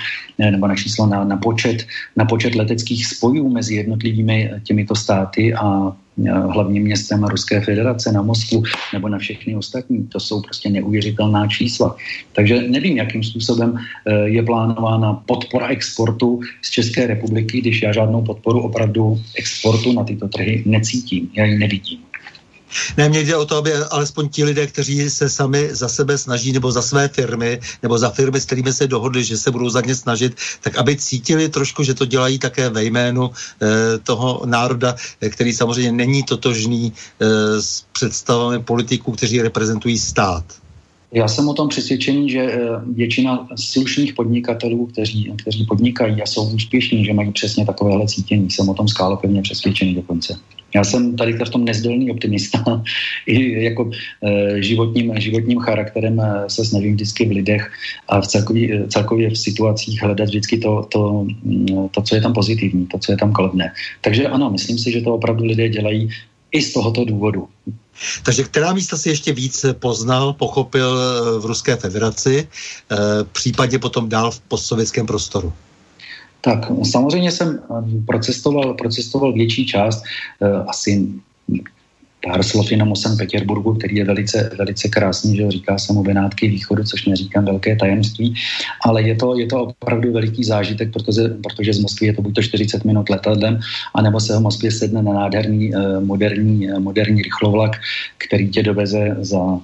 na počet leteckých spojů mezi jednotlivými těmito státy a hlavním městem Ruské federace, na Moskvu nebo na všechny ostatní. To jsou prostě neuvěřitelná čísla. Takže nevím, jakým způsobem je plánována podpora exportu z České republiky, když já žádnou podporu opravdu exportu na tyto trhy necítím. Já ji nevidím. Ne, mně jde o to, aby alespoň ti lidé, kteří se sami za sebe snaží, nebo za své firmy, nebo za firmy, s kterými se dohodli, že se budou za ně snažit, tak aby cítili trošku, že to dělají také ve jménu toho národa, který samozřejmě není totožný s představami politiků, kteří reprezentují stát. Já jsem o tom přesvědčený, že většina slušných podnikatelů, kteří podnikají a jsou úspěšní, že mají přesně takovéhle cítění. Jsem o tom skálopevně přesvědčený dokonce. Já jsem tady v tom nezdolný optimista. I jako životním charakterem se snažím vždycky v lidech a celkově v situacích hledat vždycky to, co je tam pozitivní, to, co je tam kladné. Takže ano, myslím si, že to opravdu lidé dělají i z tohoto důvodu. Takže která místa si ještě víc poznal, pochopil v Ruské federaci, případně potom dál v postsovětském prostoru? Tak, samozřejmě jsem procestoval větší část, asi pár slov jenom o Sankt Petěrburgu, který je velice, velice krásný, že říká se mu Benátky východu, což neříkám velké tajemství, ale je to opravdu veliký zážitek, protože z Moskvy je to buď to 40 minut letadlem, anebo se v Moskvě sedne na nádherný moderní rychlovlak, který tě doveze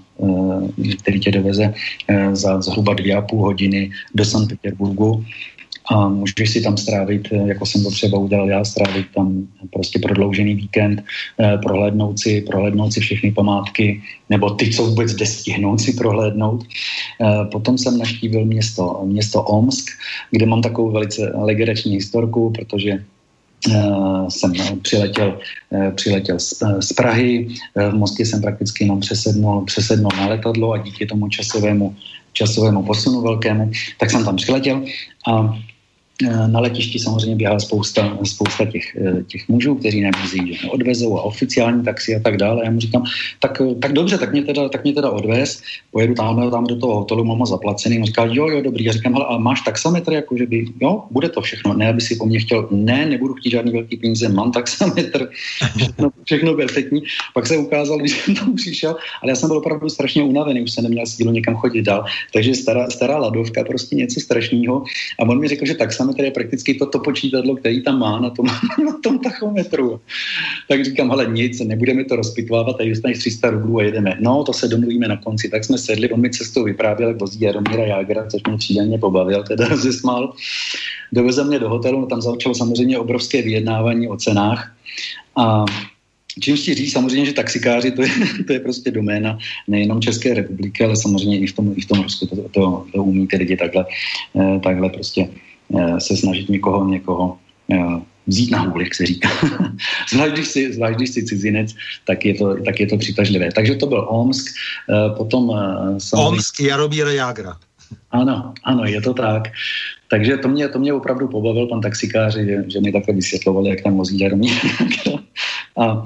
za zhruba 2,5 hodiny do Sankt Petěrburgu. A můžeš si tam strávit, jako jsem to třeba udělal já, strávit tam prostě prodloužený víkend, prohlédnout si všechny památky, nebo ty, co vůbec jde stihnout si prohlédnout. Potom jsem navštívil město Omsk, kde mám takovou velice legrační historku, protože jsem přiletěl z Prahy, v Moskvě jsem prakticky jenom přesednul na letadlo a díky tomu časovému posunu velkému, tak jsem tam přiletěl a na letišti samozřejmě běhá spousta těch mužů, kteří nabízejí, že mě odvezou a oficiální taxi a tak dále. Já mu říkám, tak dobře, tak mě teda odvez, pojedu tam do toho hotelu, mám ho zaplacený. On říká, jo, dobrý. Já říkám, hele, ale máš taxametr, jakože by, jo, bude to všechno. Ne, aby si po mně chtěl, ne, nebudu chtít žádný velký peníze, mám taxametr, všechno perfektní. Pak se ukázalo, když jsem tam přišel, ale já jsem byl opravdu strašně unavený, už jsem neměl sílu někam chodit dál. Takže stará ladovka, prostě něco strašného. A on mi řekl, že taxametr je prakticky to počítadlo, který tam má na tom tachometru. Tak říkám, hele, nic, nebudeme to rozpitvávat, tady dostaneš 300 rublů a jedeme. No, to se domluvíme na konci. Tak jsme sedli, on mi cestou vyprávěl, jak vozí Jaromíra Jágra, což mě příjemně pobavil, teda zesmál. Dovezl mě do hotelu, tam začalo samozřejmě obrovské vyjednávání o cenách a čím si říct, samozřejmě, že taxikáři, to je prostě doména nejenom České republiky, ale samozřejmě i v tom Rusku to umí ty lidi takhle prostě se snažit někoho vzít na hůl, jak se říká. zvlášť když jsi cizinec, tak je to přitažlivé. Takže to byl Omsk, potom... Omsk, Jaromíra Jágra. Ano, je to tak. Takže to mě opravdu pobavil pan taxikáři, že mi takhle vysvětlovali, jak tam vozí Jaromíra Jágra. A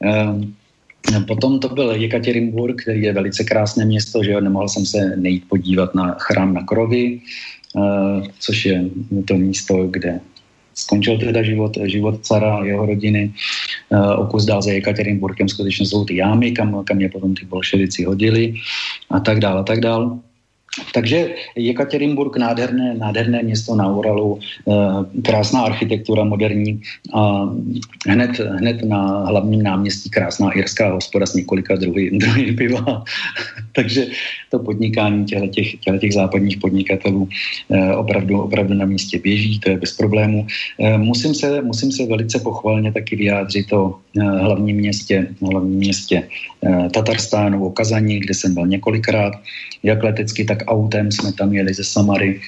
potom to byl Jekaterinburg, který je velice krásné město, že nemohl jsem se nejít podívat na chrám na Krovi, což je to místo, kde skončil teda život cara a jeho rodiny. O kus dál za Jekaterinburgem skutečně jsou ty jámy, kam je potom ty bolševici hodili a tak dál. Takže Jekaterinburg, nádherné město na Uralu, krásná architektura moderní a hned na hlavním náměstí krásná irská hospoda s několika druhy piva. Takže to podnikání těch západních podnikatelů opravdu na místě běží, to je bez problému. Musím se velice pochvalně taky vyjádřit o hlavním městě Tatarstánu, o Kazani, kde jsem byl několikrát, jak letecky, tak autem jsme tam jeli ze Samary.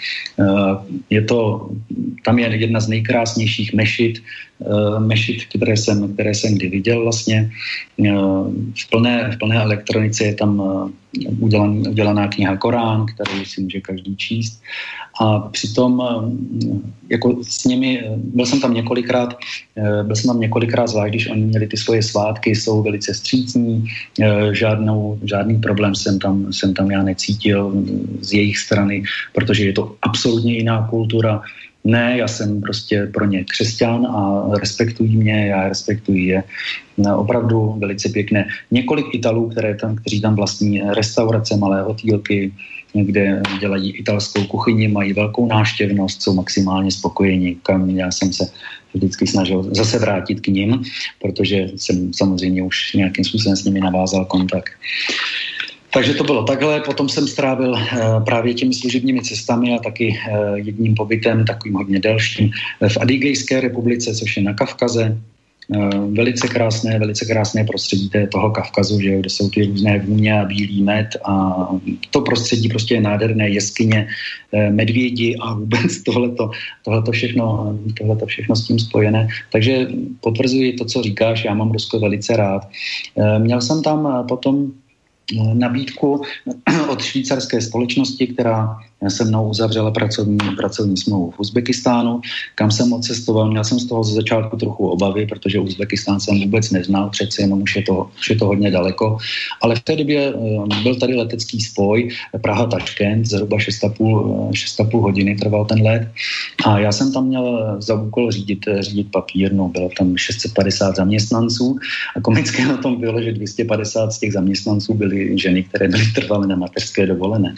Tam je jedna z nejkrásnějších mešit, které jsem kdy viděl vlastně. V plné elektronice je tam udělaná kniha Korán, kterou si může každý číst. A přitom jako s nimi, byl jsem tam několikrát, zvlášť když oni měli ty svoje svátky, jsou velice vstřícní, žádný problém jsem tam já necítil z jejich strany, protože je to absolutně jiná kultura. Ne, já jsem prostě pro ně křesťan a respektují mě, já respektuji je. Opravdu velice pěkné. Několik Italů, kteří tam vlastní restaurace, malé hotýlky, kde dělají italskou kuchyni, mají velkou návštěvnost, jsou maximálně spokojeni, kam já jsem se vždycky snažil zase vrátit k nim, protože jsem samozřejmě už nějakým způsobem s nimi navázal kontakt. Takže to bylo takhle, potom jsem strávil právě těmi služebními cestami a taky jedním pobytem, takovým hodně delším, v Adygejské republice, což je na Kavkaze. Velice krásné prostředí toho Kavkazu, že, kde jsou ty různé vůně a bílý med a to prostředí prostě je nádherné, jeskyně, medvědi a vůbec tohleto všechno s tím spojené. Takže potvrzuji to, co říkáš, já mám Rusko velice rád. Měl jsem tam potom nabídku od švýcarské společnosti, která se mnou uzavřela pracovní smlouvu v Uzbekistánu, kam jsem odcestoval. Měl jsem z toho ze začátku trochu obavy, protože Uzbekistán jsem vůbec neznal, přece jenom už je to hodně daleko. Ale v té době byl tady letecký spoj Praha-Taškent, zhruba 6,5 hodiny trval ten let. A já jsem tam měl za úkol řídit papírnu. Bylo tam 650 zaměstnanců a komické na tom bylo, že 250 z těch zaměstnanců byly ženy, které byly trvalé na mateřské dovolené.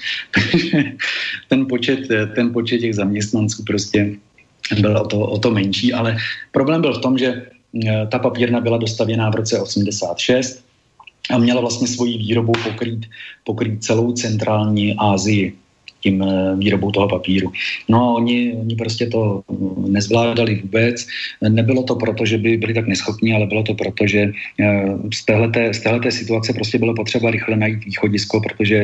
Ten počet těch zaměstnanců prostě byl o to menší, ale problém byl v tom, že ta papírna byla dostavěná v roce 86 a měla vlastně svoji výrobu pokrýt celou centrální Asii tím výrobou toho papíru. No a oni prostě to nezvládali vůbec. Nebylo to proto, že by byli tak neschopní, ale bylo to proto, že z téhleté situace prostě bylo potřeba rychle najít východisko, protože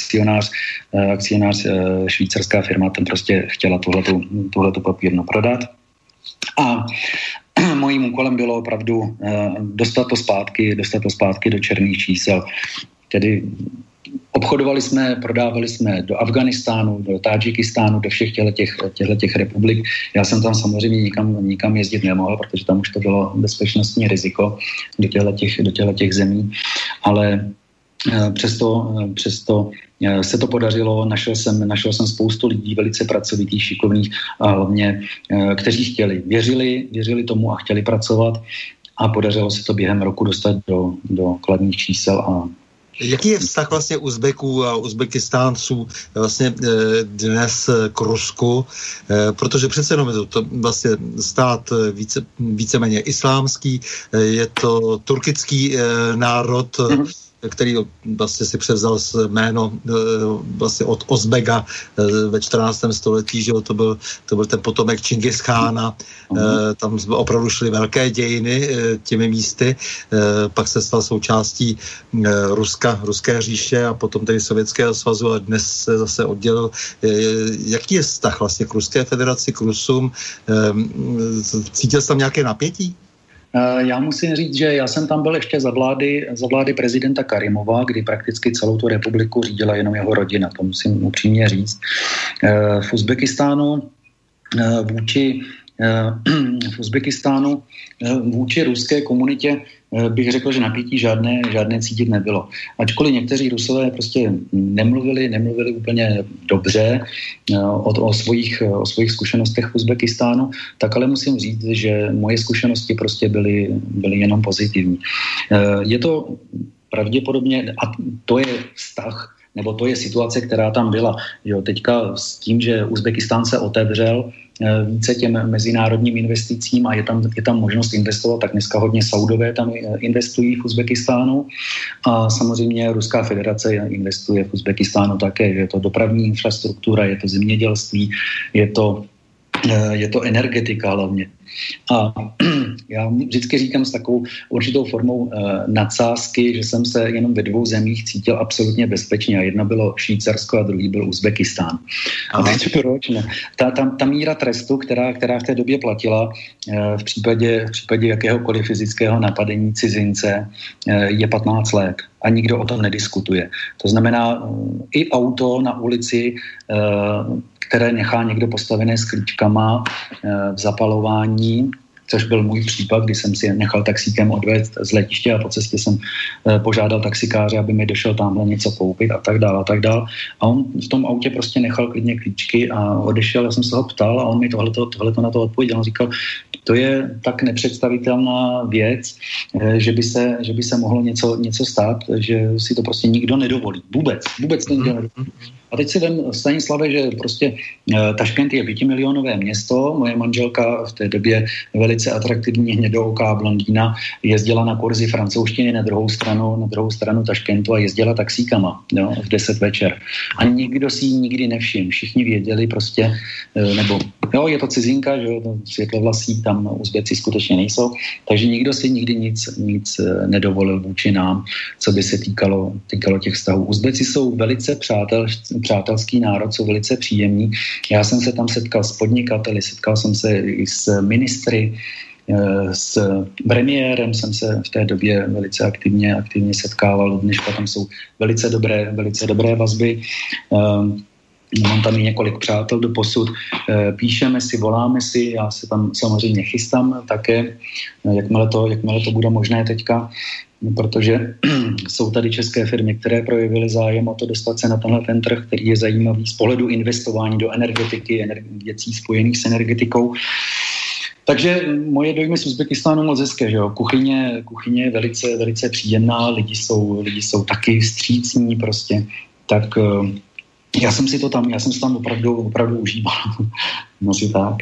akcionář švýcarská firma tam prostě chtěla tuhletu papírnu prodat. A mojím úkolem bylo opravdu dostat to zpátky do černých čísel. Tedy obchodovali jsme, prodávali jsme do Afghánistánu, do Tádžikistánu, do všech těchto republik. Já jsem tam samozřejmě nikam jezdit nemohl, protože tam už to bylo bezpečnostní riziko do těchto zemí, ale přesto se to podařilo, našel jsem spoustu lidí velice pracovitých, šikovných a hlavně, kteří věřili tomu a chtěli pracovat a podařilo se to během roku dostat do kladných čísel a jaký je vztah vlastně Uzbeků a Uzbekistánců vlastně dnes k Rusku, protože přece jenom je to vlastně stát víceméně islámský, je to turkický národ, který vlastně si převzal jméno vlastně od Ozbega ve 14. století, že to byl ten potomek Čingischána. Tam opravdu šly velké dějiny těmi místy. Pak se stal součástí ruské říše a potom tedy Sovětského svazu a dnes se zase oddělil. Jaký je vztah vlastně k Ruské federaci, k Rusům? Cítil jsi tam nějaké napětí? Já musím říct, že já jsem tam byl ještě za vlády prezidenta Karimova, kdy prakticky celou tu republiku řídila jenom jeho rodina, to musím upřímně říct. V Uzbekistánu vůči ruské komunitě bych řekl, že napětí žádné cítit nebylo. Ačkoliv někteří Rusové prostě nemluvili úplně dobře o svých zkušenostech v Uzbekistánu, tak ale musím říct, že moje zkušenosti prostě byly jenom pozitivní. Je to pravděpodobně, a to je vztah nebo to je situace, která tam byla. Jo, teďka s tím, že Uzbekistán se otevřel více těm mezinárodním investicím a je tam možnost investovat, tak dneska hodně Saudové tam investují v Uzbekistánu a samozřejmě Ruská federace investuje v Uzbekistánu také. Je to dopravní infrastruktura, je to zemědělství, je to energetika hlavně. A já vždycky říkám s takovou určitou formou nadsázky, že jsem se jenom ve 2 zemích cítil absolutně bezpečně. A jedna bylo Švýcarsko a druhý byl Uzbekistán. A teď proč ne? Ta míra trestu, která v té době platila v případě jakéhokoliv fyzického napadení cizince, je 15 let. A nikdo o tom nediskutuje. To znamená, i auto na ulici, které nechá někdo postavené s klíčkama v zapalování, což byl můj případ, kdy jsem si nechal taxíkem odvést z letiště a po cestě jsem požádal taxikáře, aby mi došel tamhle něco koupit a tak dál. A on v tom autě prostě nechal klidně klíčky a odešel, já jsem se ho ptal a on mi tohleto na to odpověděl. On říkal, to je tak nepředstavitelná věc, že by se mohlo něco stát, že si to prostě nikdo nedovolí. Vůbec to nikdo nedovolí. A teď si vem, Stanislave, že prostě Taškent je 5milionové město, moje manželka v té době velice atraktivní hnědooká blondýna jezdila na kurzy francouzštiny na druhou stranu Taškentu a jezdila taxíkama, jo, v 10 večer. A nikdo si ji nikdy nevšiml. Všichni věděli prostě, nebo jo, je to cizinka, že jo, světlovlasí, tam Uzbeci skutečně nejsou, takže nikdo si nikdy nic nedovolil vůči nám, co by se týkalo těch vztahů. Uzbeci jsou velice přátelský národ, jsou velice příjemní. Já jsem se tam setkal s podnikateli, setkal jsem se i s ministry, s premiérem jsem se v té době velice aktivně setkával. Dneška tam jsou velice dobré vazby. Mám tam i několik přátel do posud. Píšeme si, voláme si, já se tam samozřejmě chystám také, jakmile to bude možné teďka, protože jsou tady české firmy, které projevily zájem o to dostat se na tenhle ten trh, který je zajímavý z pohledu investování do energetiky, věcí spojených s energetikou. Takže moje dojmy z Uzbekistánu moc hezké, že jo. Kuchyně je velice příjemná, lidi jsou taky vstřícní prostě, tak já jsem si to tam opravdu užíval. No si tak.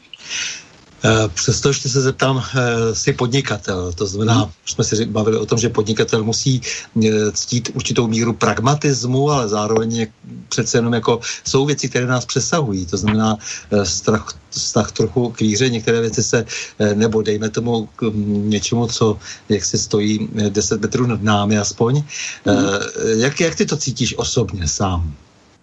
Přesto ještě se zeptám, jsi podnikatel, to znamená, jsme si bavili o tom, že podnikatel musí ctít určitou míru pragmatismu, ale zároveň přece jenom jako jsou věci, které nás přesahují, to znamená vztah trochu k víře, některé věci se, nebo dejme tomu k něčemu, co jak se stojí 10 metrů nad námi aspoň. Jak ty to cítíš osobně sám?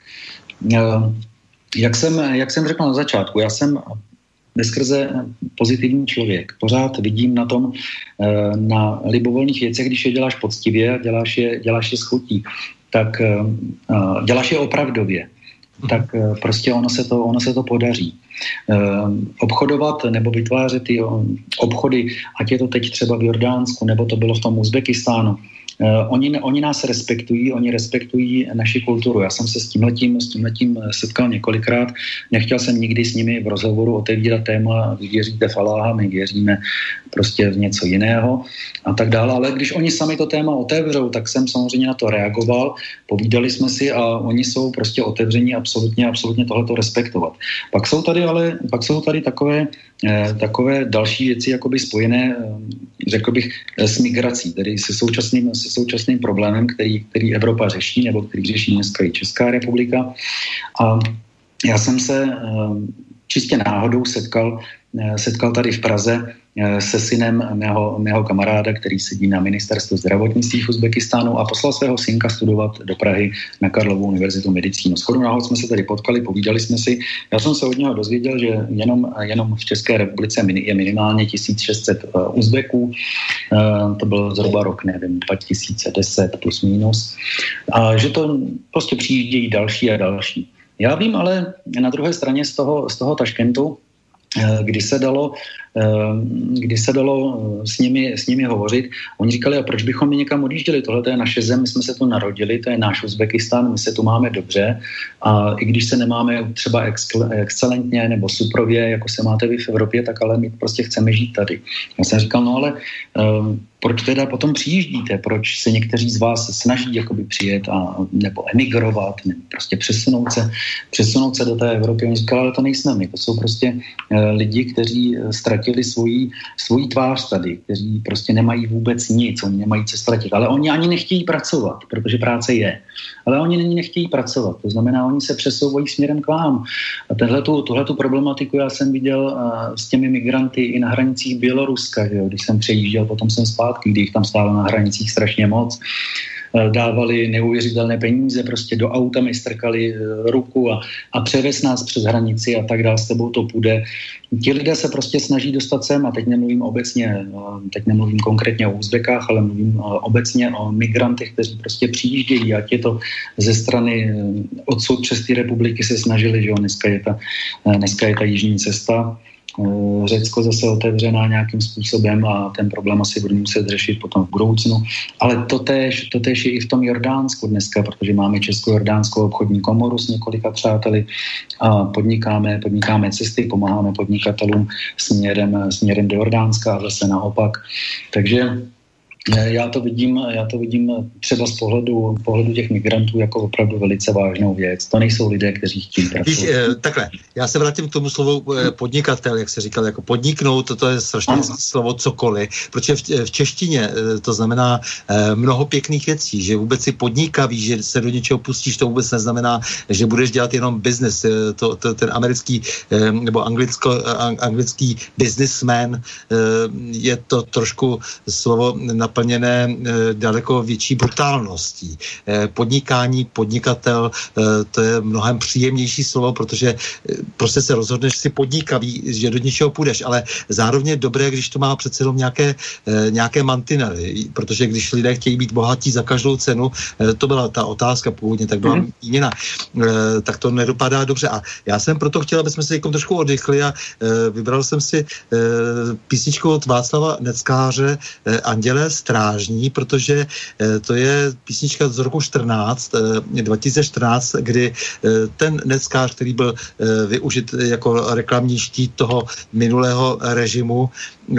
Jak jsem řekl na začátku, já jsem veskrze pozitivní člověk. Pořád vidím na tom, na libovolných věcech, když je děláš poctivě a děláš je s chutí, tak děláš je opravdově, tak prostě ono se to podaří. Obchodovat nebo vytvářet ty obchody, ať je to teď třeba v Jordánsku, nebo to bylo v tom Uzbekistánu, Oni nás respektují, oni respektují naši kulturu. Já jsem se s tímhletím setkal několikrát. Nechtěl jsem nikdy s nimi v rozhovoru otevírat téma, vy věříte v Aláha, my věříme prostě v něco jiného a tak dále. Ale když oni sami to téma otevřou, tak jsem samozřejmě na to reagoval, povídali jsme si a oni jsou prostě otevření absolutně tohleto respektovat. Pak jsou tady takové další věci jakoby spojené, řekl bych, s migrací, tedy se současným problémem, který Evropa řeší, nebo který řeší dneska i Česká republika. A já jsem se čistě náhodou setkal tady v Praze se synem mého kamaráda, který sedí na ministerstvu zdravotnictví v Uzbekistánu a poslal svého synka studovat do Prahy na Karlovu univerzitu medicínu. Shodou náhod jsme se tady potkali, povídali jsme si. Já jsem se od něho dozvěděl, že jenom v České republice je minimálně 1600 Uzbeků. To byl zhruba rok, nevím, 2010 plus minus. A že to prostě přijíždějí další a další. Já vím ale na druhé straně z toho Taškentu, kdy se dalo kdy se dalo s nimi hovořit. Oni říkali, a proč bychom my někam odjížděli? Tohle to je naše zem, my jsme se tu narodili, to je náš Uzbekistán, my se tu máme dobře a i když se nemáme třeba excelentně nebo suprově, jako se máte vy v Evropě, tak ale my prostě chceme žít tady. Já jsem říkal, no ale proč teda potom přijíždíte? Proč se někteří z vás snaží jakoby přijet a nebo emigrovat, nebo prostě přesunout se do té Evropy? Oni říkali, ale to nejsme my, to jsou prostě lidi, kteří ztratili svoji tvář tady, kteří prostě nemají vůbec nic, oni nemají co ztratit, ale oni ani nechtějí pracovat, protože práce je. Ale oni nyní nechtějí pracovat, to znamená, oni se přesouvají směrem k vám. A tuhletu problematiku já jsem viděl s těmi migranty i na hranicích Běloruska, že jo? Když jsem přejížděl, potom jsem zpátky, kdy jich tam stálo na hranicích strašně moc. Dávali neuvěřitelné peníze, prostě do auta mi strkali ruku a převez nás přes hranici a tak dál, s tebou to půjde. Ti lidé se prostě snaží dostat sem a teď nemluvím obecně, teď nemluvím konkrétně o Uzbekách, ale mluvím obecně o migrantech, kteří prostě přijíždějí, ať je to ze strany odsud České republiky se snažili, že jo, dneska je ta jižní cesta. Řecko zase otevřená nějakým způsobem a ten problém asi budeme muset řešit potom v budoucnu. Ale totéž je i v tom Jordánsku dneska, protože máme Česko-Jordánskou obchodní komoru s několika přáteli a podnikáme cesty, pomáháme podnikatelům směrem do Jordánska a zase naopak. Takže já to vidím třeba z pohledu těch migrantů jako opravdu velice vážnou věc. To nejsou lidé, kteří chtějí pracovat. Takhle, já se vrátím k tomu slovu podnikatel, jak se říkal, jako podniknout, to je strašně slovo cokoliv, protože v češtině to znamená mnoho pěkných věcí, že vůbec si podnikavý, že se do něčeho pustíš, to vůbec neznamená, že budeš dělat jenom business. Ten americký nebo anglický businessman je to trošku slovo naplněné daleko větší brutálností. Podnikání, podnikatel, to je mnohem příjemnější slovo, protože prostě se rozhodneš si podnikavý, že do něčeho půjdeš, ale zároveň je dobré, když to má přece jenom nějaké mantinely, protože když lidé chtějí být bohatí za každou cenu, to byla ta otázka původně, tak byla míněna, tak to nedopadá dobře. A já jsem proto chtěl, aby jsme se trošku oddychli a vybral jsem si písničku od Václava Neckáře Andělé strážní, protože to je písnička z roku 2014, kdy ten Neckář, který byl využit jako reklamní štít toho minulého režimu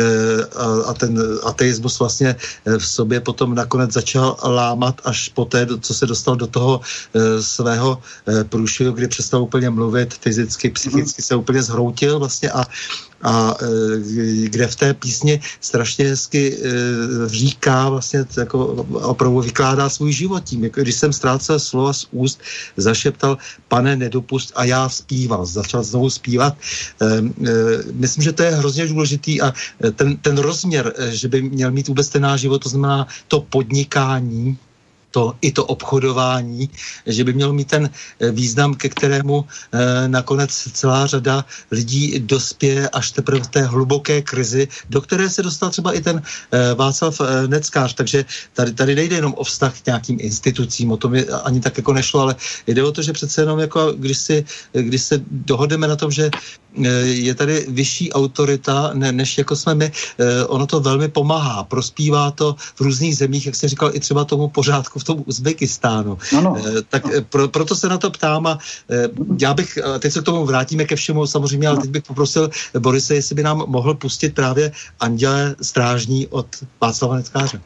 a ten ateismus vlastně v sobě potom nakonec začal lámat až poté, co se dostal do toho svého průšvihu, kdy přestal úplně mluvit fyzicky, psychicky se úplně zhroutil vlastně a kde v té písni strašně hezky říká vlastně, jako opravdu vykládá svůj život tím. Jako když jsem ztrácel slova z úst, zašeptal, Pane, nedopust, a já zpíval. Začal znovu zpívat. Myslím, že to je hrozně důležitý a ten rozměr, že by měl mít vůbec ten náš život, to znamená to podnikání, i to obchodování, že by mělo mít ten význam, ke kterému nakonec celá řada lidí dospěje až teprve v té hluboké krizi, do které se dostal třeba i ten Václav Neckář. Takže tady nejde jenom o vztah k nějakým institucím, o tom ani tak jako nešlo, ale jde o to, že přece jenom jako když se dohodneme na tom, že je tady vyšší autorita, než jako jsme my, ono to velmi pomáhá. Prospívá to v různých zemích, jak jsem říkal, i třeba tomu pořádku v tom Uzbekistánu. Tak proto se na to ptám a já bych, teď se k tomu vrátíme ke všemu samozřejmě, ale teď bych poprosil Borise, jestli by nám mohl pustit právě Andělé strážní od Václava Neckáře.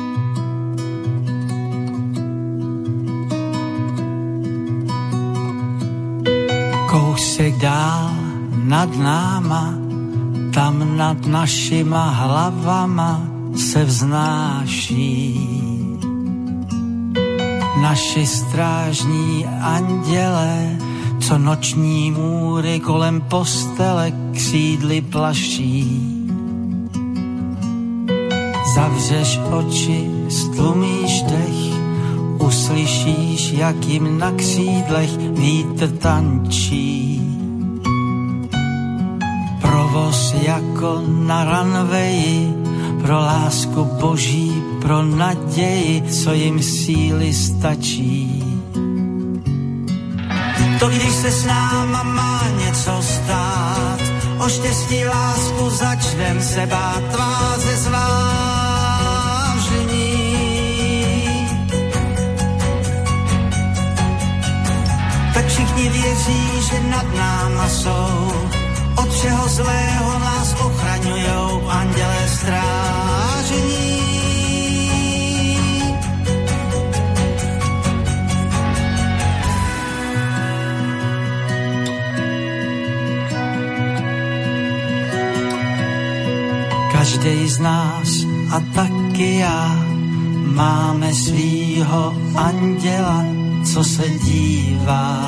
Kousek dál nad náma, tam nad našima hlavama se vznáší naši strážní anděle, co noční můry kolem postele křídly plaší. Zavřeš oči, stlumíš dech, uslyšíš, jak jim na křídlech vítr tančí. Provoz jako na ranveji, pro lásku boží, pro naději, co jim síly stačí. To, když se s náma má něco stát, o štěstí, lásku, začnem se bát tváře zvážení. Tak všichni věří, že nad náma jsou, od všeho zlého nás ochraňujou andělé strážení. Každej z nás a taky já máme svýho anděla, co se dívá.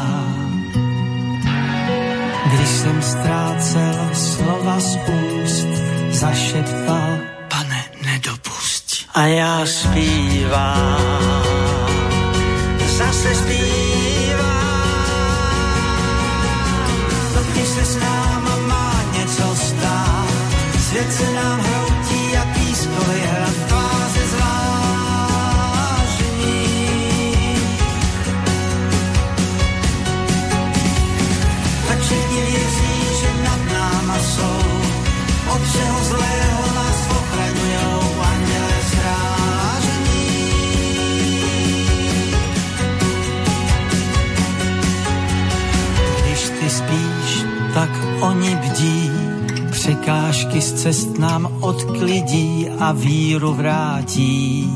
Když jsem ztrácel slova z úst, zašeptal: Pane, nedopusť. A já zpívám, zase zpívám. To když se s náma má něco stát, svět se nám hroutí a pískový hrad tváře zvážení. Tak všichni věří, že nad náma jsou, od všeho zlého nás ochraňujou andělé strážení. Když ty spíš, tak oni bdí, překážky z cest nám odklidí a víru vrátí.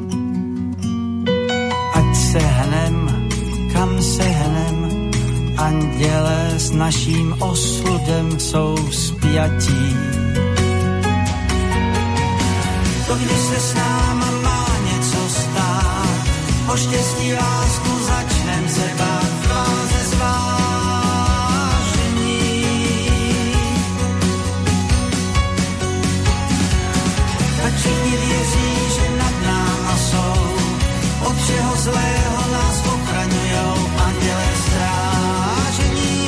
Ať se hnem, kam se hnem, andělé s naším osudem jsou spjatí. To když se s náma má něco stát, o štěstí, lásku, začnem se bát tváře zvážení. Tak všichni věří, že nad náma jsou, od všeho zlého nás ochraňujou andělé strážení.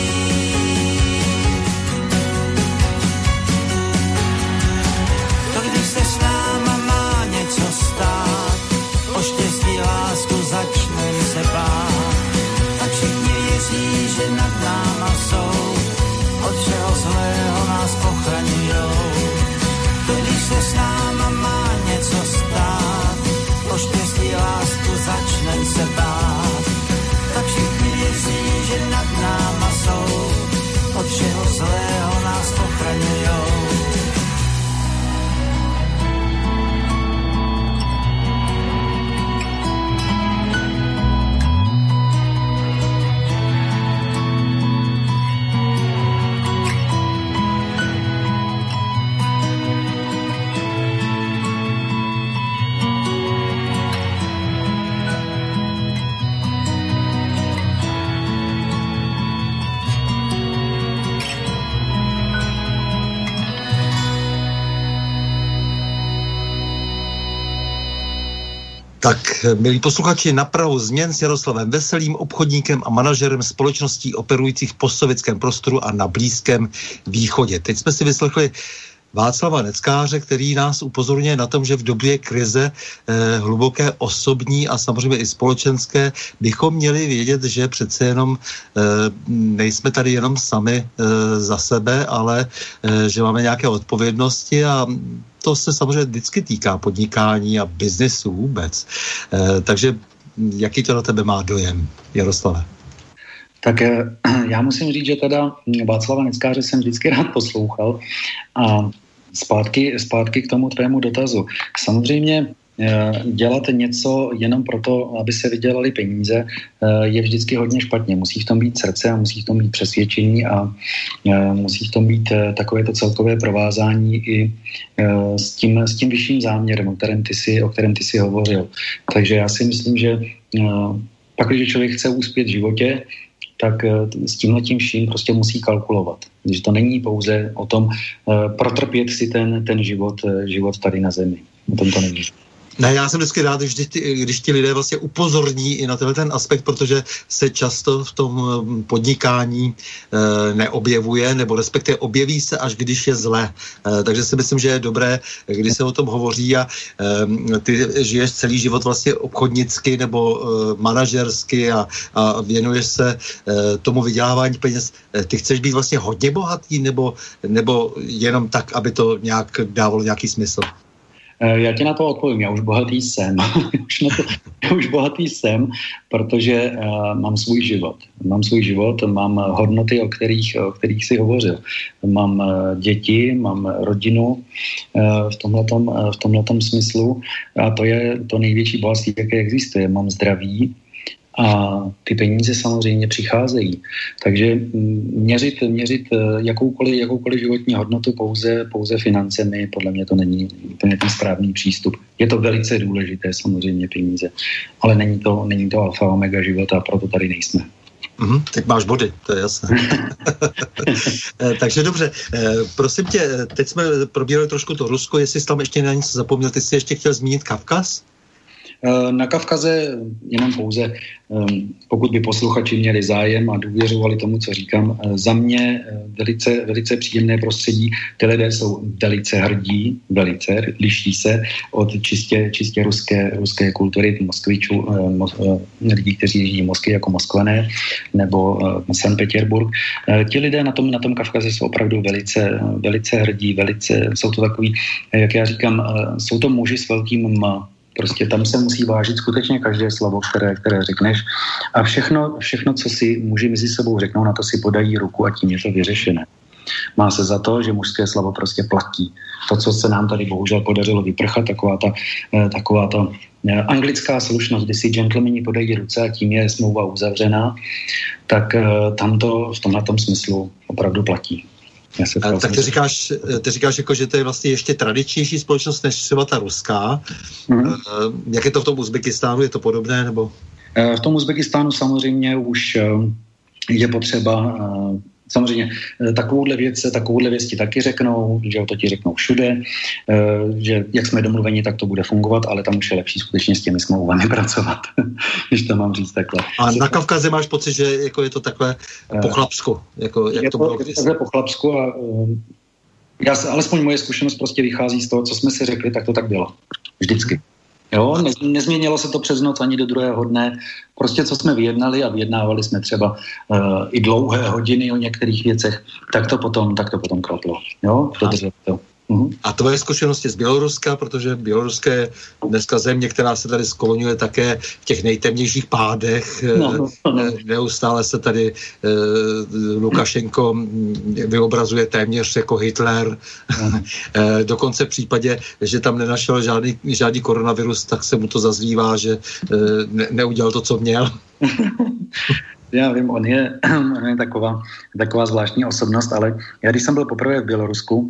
To když se s náma má něco stát, o štěstí, lásku, začnem se bát. Tak všichni věří, že nad náma jsou, od všeho zlého nás ochraňujou. To když se s náma má něco stát, o štěstí, lásku, začnem se bát. Tak všichni věří, že nad náma jsou, od všeho zlého nás ochraňujou. Tak, milí posluchači, na prahu změn s Jaroslavem Veselým, obchodníkem a manažerem společností operujících v postsovětském prostoru a na Blízkém východě. Teď jsme si vyslechli Václava Neckáře, který nás upozorňuje na tom, že v době krize hluboké osobní a samozřejmě i společenské bychom měli vědět, že přece jenom nejsme tady jenom sami za sebe, ale že máme nějaké odpovědnosti a to se samozřejmě vždycky týká podnikání a biznesu vůbec. Takže jaký to na tebe má dojem, Jaroslave? Tak já musím říct, že teda Václava Neckáře jsem vždycky rád poslouchal a zpátky k tomu tvému dotazu. Samozřejmě dělat něco jenom proto, aby se vydělali peníze, je vždycky hodně špatně. Musí v tom být srdce a musí v tom být přesvědčení a musí v tom být takové to celkové provázání i s tím vyšším záměrem, o kterém ty jsi hovořil. Takže já si myslím, že pak, když člověk chce uspět v životě, tak s tímhletím vším prostě musí kalkulovat. Že to není pouze o tom protrpět si ten život tady na zemi. O tom to není. Ne, já jsem vždycky rád, když ti lidé vlastně upozorní i na ten aspekt, protože se často v tom podnikání neobjevuje, nebo respektive objeví se, až když je zle. Takže si myslím, že je dobré, když se o tom hovoří a ty žiješ celý život vlastně obchodnicky nebo manažersky a věnuješ se tomu vydělávání peněz. Ty chceš být vlastně hodně bohatý, nebo jenom tak, aby to nějak dávalo nějaký smysl? Já ti na to odpovím, já už bohatý jsem. Já už bohatý jsem, protože mám svůj život. Mám hodnoty, o kterých si hovořil. Mám děti, mám rodinu v tomhletom smyslu a to je to největší bohatství, jaké existuje. Mám zdraví a ty peníze samozřejmě přicházejí. Takže měřit jakoukoliv životní hodnotu pouze financemi, podle mě to není úplně ten správný přístup. Je to velice důležité, samozřejmě peníze, ale není to alfa omega života, proto tady nejsme. Tak máš body, to je jasné. Takže dobře, prosím tě, teď jsme probírali trošku to Rusko, jestli jsi tam ještě na něco zapomněl, ty jsi ještě chtěl zmínit Kavkaz? Na Kavkaze jenom pouze, pokud by posluchači měli zájem a důvěřovali tomu, co říkám, za mě velice příjemné prostředí. Ty lidé jsou velice hrdí, liší se od čistě ruské kultury, Moskvičů, lidí, kteří žijí v Moskvě jako Moskvané, nebo Sankt Petěrburg. Ti lidé na tom Kavkaze jsou opravdu velice hrdí, jsou to takový, jak já říkám, jsou to muži s velkým M. Prostě tam se musí vážit skutečně každé slovo, které řekneš. A všechno, co si muži mezi sebou řeknou, na to si podají ruku a tím je to vyřešené. Má se za to, že mužské slovo prostě platí. To, co se nám tady bohužel podařilo vyprchat, taková ta anglická slušnost, kdy si gentlemani podají ruce a tím je smlouva uzavřená, tak tam to v tomhletom smyslu opravdu platí. Tak ty říkáš jako, že to je vlastně ještě tradičnější společnost než třeba ta ruská. Jak je to v tom Uzbekistánu? Je to podobné? Nebo? V tom Uzbekistánu samozřejmě už je potřeba samozřejmě takovouhle věc ti taky řeknou, že to ti řeknou všude, že jak jsme domluveni, tak to bude fungovat, ale tam už je lepší skutečně s těmi smlouvami pracovat, když to mám říct takhle. A na Kavkaze máš pocit, že jako je to takhle po chlapsku? Jak to bylo takhle po chlapsku a alespoň moje zkušenost prostě vychází z toho, co jsme si řekli, tak to tak bylo. Vždycky. Jo, nezměnilo se to přes noc ani do druhého dne. Prostě co jsme vyjednali a vyjednávali jsme třeba i dlouhé hodiny o některých věcech, tak to potom klaplo. Jo, dodržet to. A tvoje zkušenosti z Běloruska, protože Bělorusko je dneska země, která se tady skloňuje také v těch nejtemnějších pádech. Neustále se tady Lukašenko vyobrazuje téměř jako Hitler. Dokonce v případě, že tam nenašel žádný koronavirus, tak se mu to zazlívá, že neudělal to, co měl. Já vím, on je taková zvláštní osobnost, ale já když jsem byl poprvé v Bělorusku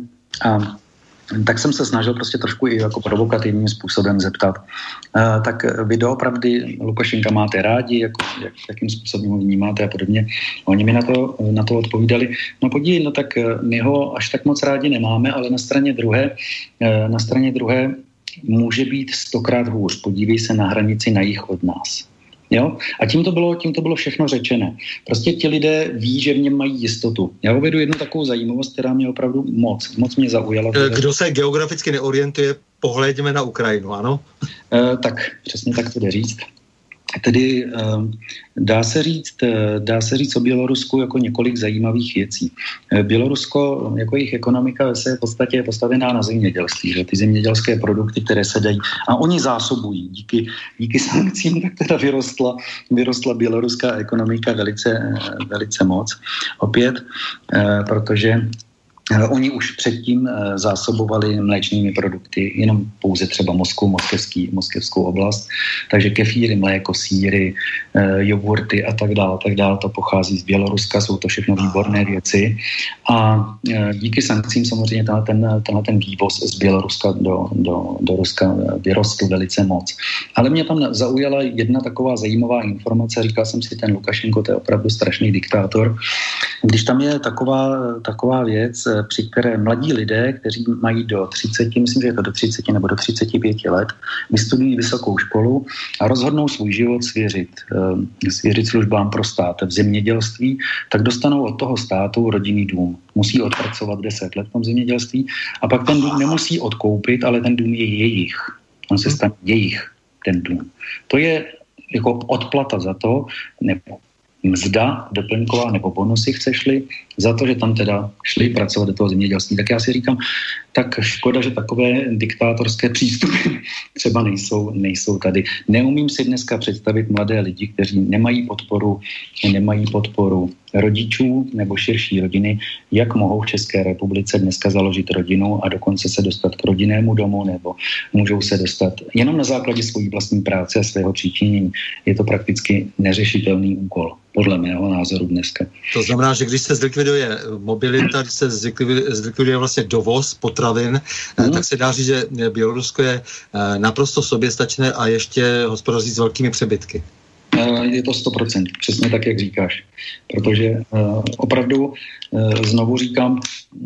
tak jsem se snažil prostě trošku i jako provokativním způsobem zeptat. Tak vy doopravdy Lukašenka máte rádi, jakým způsobem ho vnímáte a podobně. Oni mi na to odpovídali, no podívej, no tak my ho až tak moc rádi nemáme, ale na straně druhé může být 100krát hůř. Podívej se na hranici na jih od nás. Jo? A tím to bylo všechno řečené. Prostě ti lidé ví, že v něm mají jistotu. Já uvedu jednu takovou zajímavost, která mě opravdu moc mě zaujala. Kdo se geograficky neorientuje, pohlédněme na Ukrajinu, ano? Tak, přesně tak to jde říct. Tedy dá se říct o Bělorusku jako několik zajímavých věcí. Bělorusko, jako jejich ekonomika, se v podstatě je postavená na zemědělství, že ty zemědělské produkty, které se dají, a oni zásobují. Díky sankcím tak teda vyrostla běloruská ekonomika velice moc. Opět, protože oni už předtím zásobovali mléčnými produkty jenom pouze třeba moskevskou oblast, takže kefíry, mléko, sýry, jogurty a tak dále, to pochází z Běloruska, jsou to všechno výborné věci a díky sankcím samozřejmě ten vývoz z Běloruska do Ruska vyrostl velice moc. Ale mě tam zaujala jedna taková zajímavá informace, říkal jsem si, ten Lukašenko, to je opravdu strašný diktátor, Když tam je taková věc, při které mladí lidé, kteří mají do 30, myslím, že je to do 30 nebo do 35 let, vystudují vysokou školu a rozhodnou svůj život svěřit službám pro stát v zemědělství, tak dostanou od toho státu rodinný dům. Musí odpracovat 10 let v tom zemědělství a pak ten dům nemusí odkoupit, ale ten dům je jejich. On se stane jejich, ten dům. To je jako odplata za to, nebo mzda doplňková nebo bonusy chceš-li, za to, že tam teda šli pracovat do toho zemědělství. Tak já si říkám, tak škoda, že takové diktátorské přístupy třeba nejsou tady. Neumím si dneska představit mladé lidi, kteří nemají podporu rodičů nebo širší rodiny, jak mohou v České republice dneska založit rodinu a dokonce se dostat k rodinnému domu, nebo můžou se dostat jenom na základě svojí vlastní práce a svého příčinění. Je to prakticky neřešitelný úkol, podle mého názoru dneska. To znamená, že když se zlikviduje mobilita, když se zlikviduje vlastně dovoz potravin, tak se dá říct, že Bělorusko je naprosto soběstačné a ještě hospodaří s velkými přebytky. Je to 100%, přesně tak, jak říkáš. Protože opravdu, znovu říkám,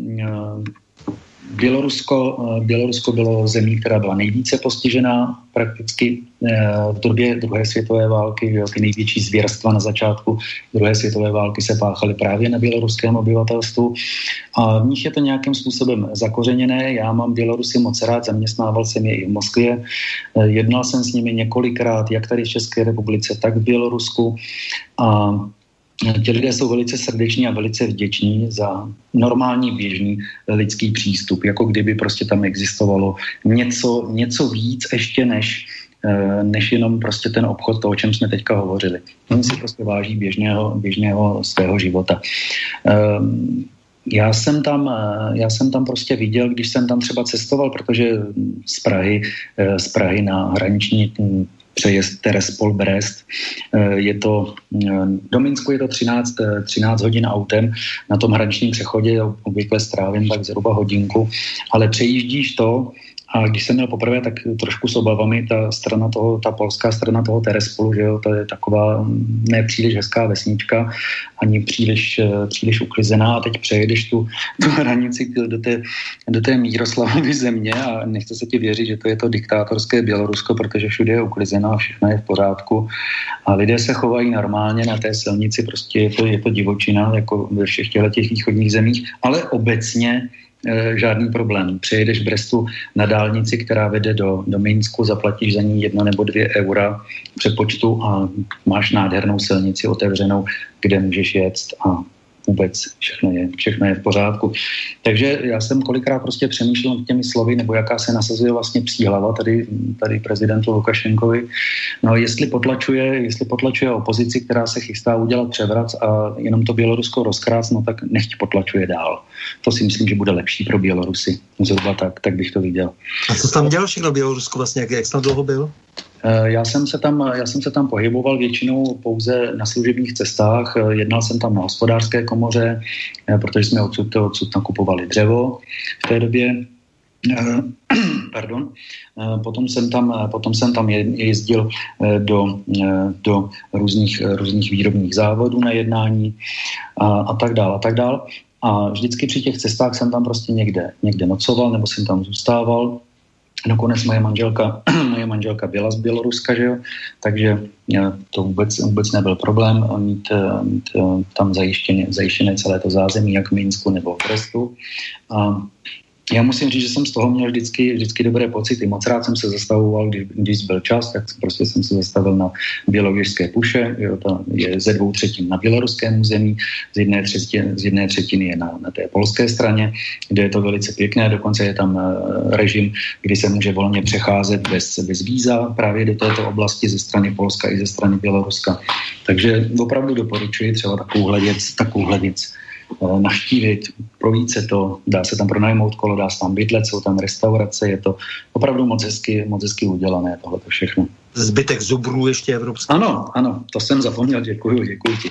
Bělorusko bylo zemí, která byla nejvíce postižená prakticky v době druhé světové války. Ty největší zvěrstva na začátku druhé světové války se páchaly právě na běloruském obyvatelstvu. A v nich je to nějakým způsobem zakořeněné. Já mám Bělorusy moc rád, zaměstnával jsem je i v Moskvě. Jednal jsem s nimi několikrát, jak tady v České republice, tak v Bělorusku. A ti lidé jsou velice srdeční a velice vděční za normální běžný lidský přístup, jako kdyby prostě tam existovalo něco víc ještě než jenom prostě ten obchod, to, o čem jsme teďka hovořili. Oni si prostě váží běžného svého života. Já jsem tam prostě viděl, když jsem tam třeba cestoval, protože z Prahy na hraniční přejezd Terespol-Brest. Do Minsku je to 13 hodin autem, na tom hraničním přechodě obvykle strávím tak zhruba hodinku, ale přejíždíš to a když jsem měl poprvé, tak trošku s obavami ta polská strana toho Terespolu, že jo, to je taková nepříliš hezká vesnička, ani příliš uklizená a teď přejedeš tu hranici do té Míroslavovy země a nechce se ti věřit, že to je to diktátorské Bělorusko, protože všude je uklizená, všechno je v pořádku a lidé se chovají normálně na té silnici, prostě je to divočina, jako ve všech těch východních zemích, ale obecně žádný problém. Přejedeš v Brestu na dálnici, která vede do Minsku, zaplatíš za ní 1 nebo 2 eura přepočtu a máš nádhernou silnici otevřenou, kde můžeš jet a vůbec všechno je v pořádku. Takže já jsem kolikrát prostě přemýšlel nad těmi slovy, nebo jaká se nasazuje vlastně psí hlava tady prezidentu Lukašenkovi. No jestli potlačuje opozici, která se chystá udělat převrat a jenom to Bělorusko rozkrác, no tak nechť potlačuje dál. To si myslím, že bude lepší pro Bělorusy. Zhruba tak bych to viděl. A co tam dělal všechno Bělorusko vlastně? Jak tam dlouho byl? Já jsem se tam pohyboval většinou pouze na služebních cestách. Jednal jsem tam na hospodářské komoře, protože jsme odsud nakupovali dřevo v té době. Pardon. Potom jsem tam jezdil do různých výrobních závodů na jednání a tak dál. A vždycky při těch cestách jsem tam prostě někde nocoval nebo jsem tam zůstával. Nakonec moje manželka byla z Běloruska, že jo? Takže to vůbec nebyl problém mít tam zajištěné celé to zázemí, jak v Minsku nebo v Brestu. A já musím říct, že jsem z toho měl vždycky dobré pocity. Moc rád jsem se zastavoval, když byl čas, tak prostě jsem se zastavil na Bělověžské puše, jo, to je ze 2/3 na běloruském území, z jedné třetiny je na té polské straně, kde je to velice pěkné, dokonce je tam režim, kdy se může volně přecházet bez víza právě do této oblasti ze strany Polska i ze strany Běloruska. Takže opravdu doporučuji třeba takovouhle věc navštívit, projít se to, dá se tam pronajmout kolo, dá se tam bydlet, jsou tam restaurace, je to opravdu moc hezky udělané tohleto všechno. Zbytek zubrů ještě evropský. Ano, to jsem zapomněl, děkuji ti.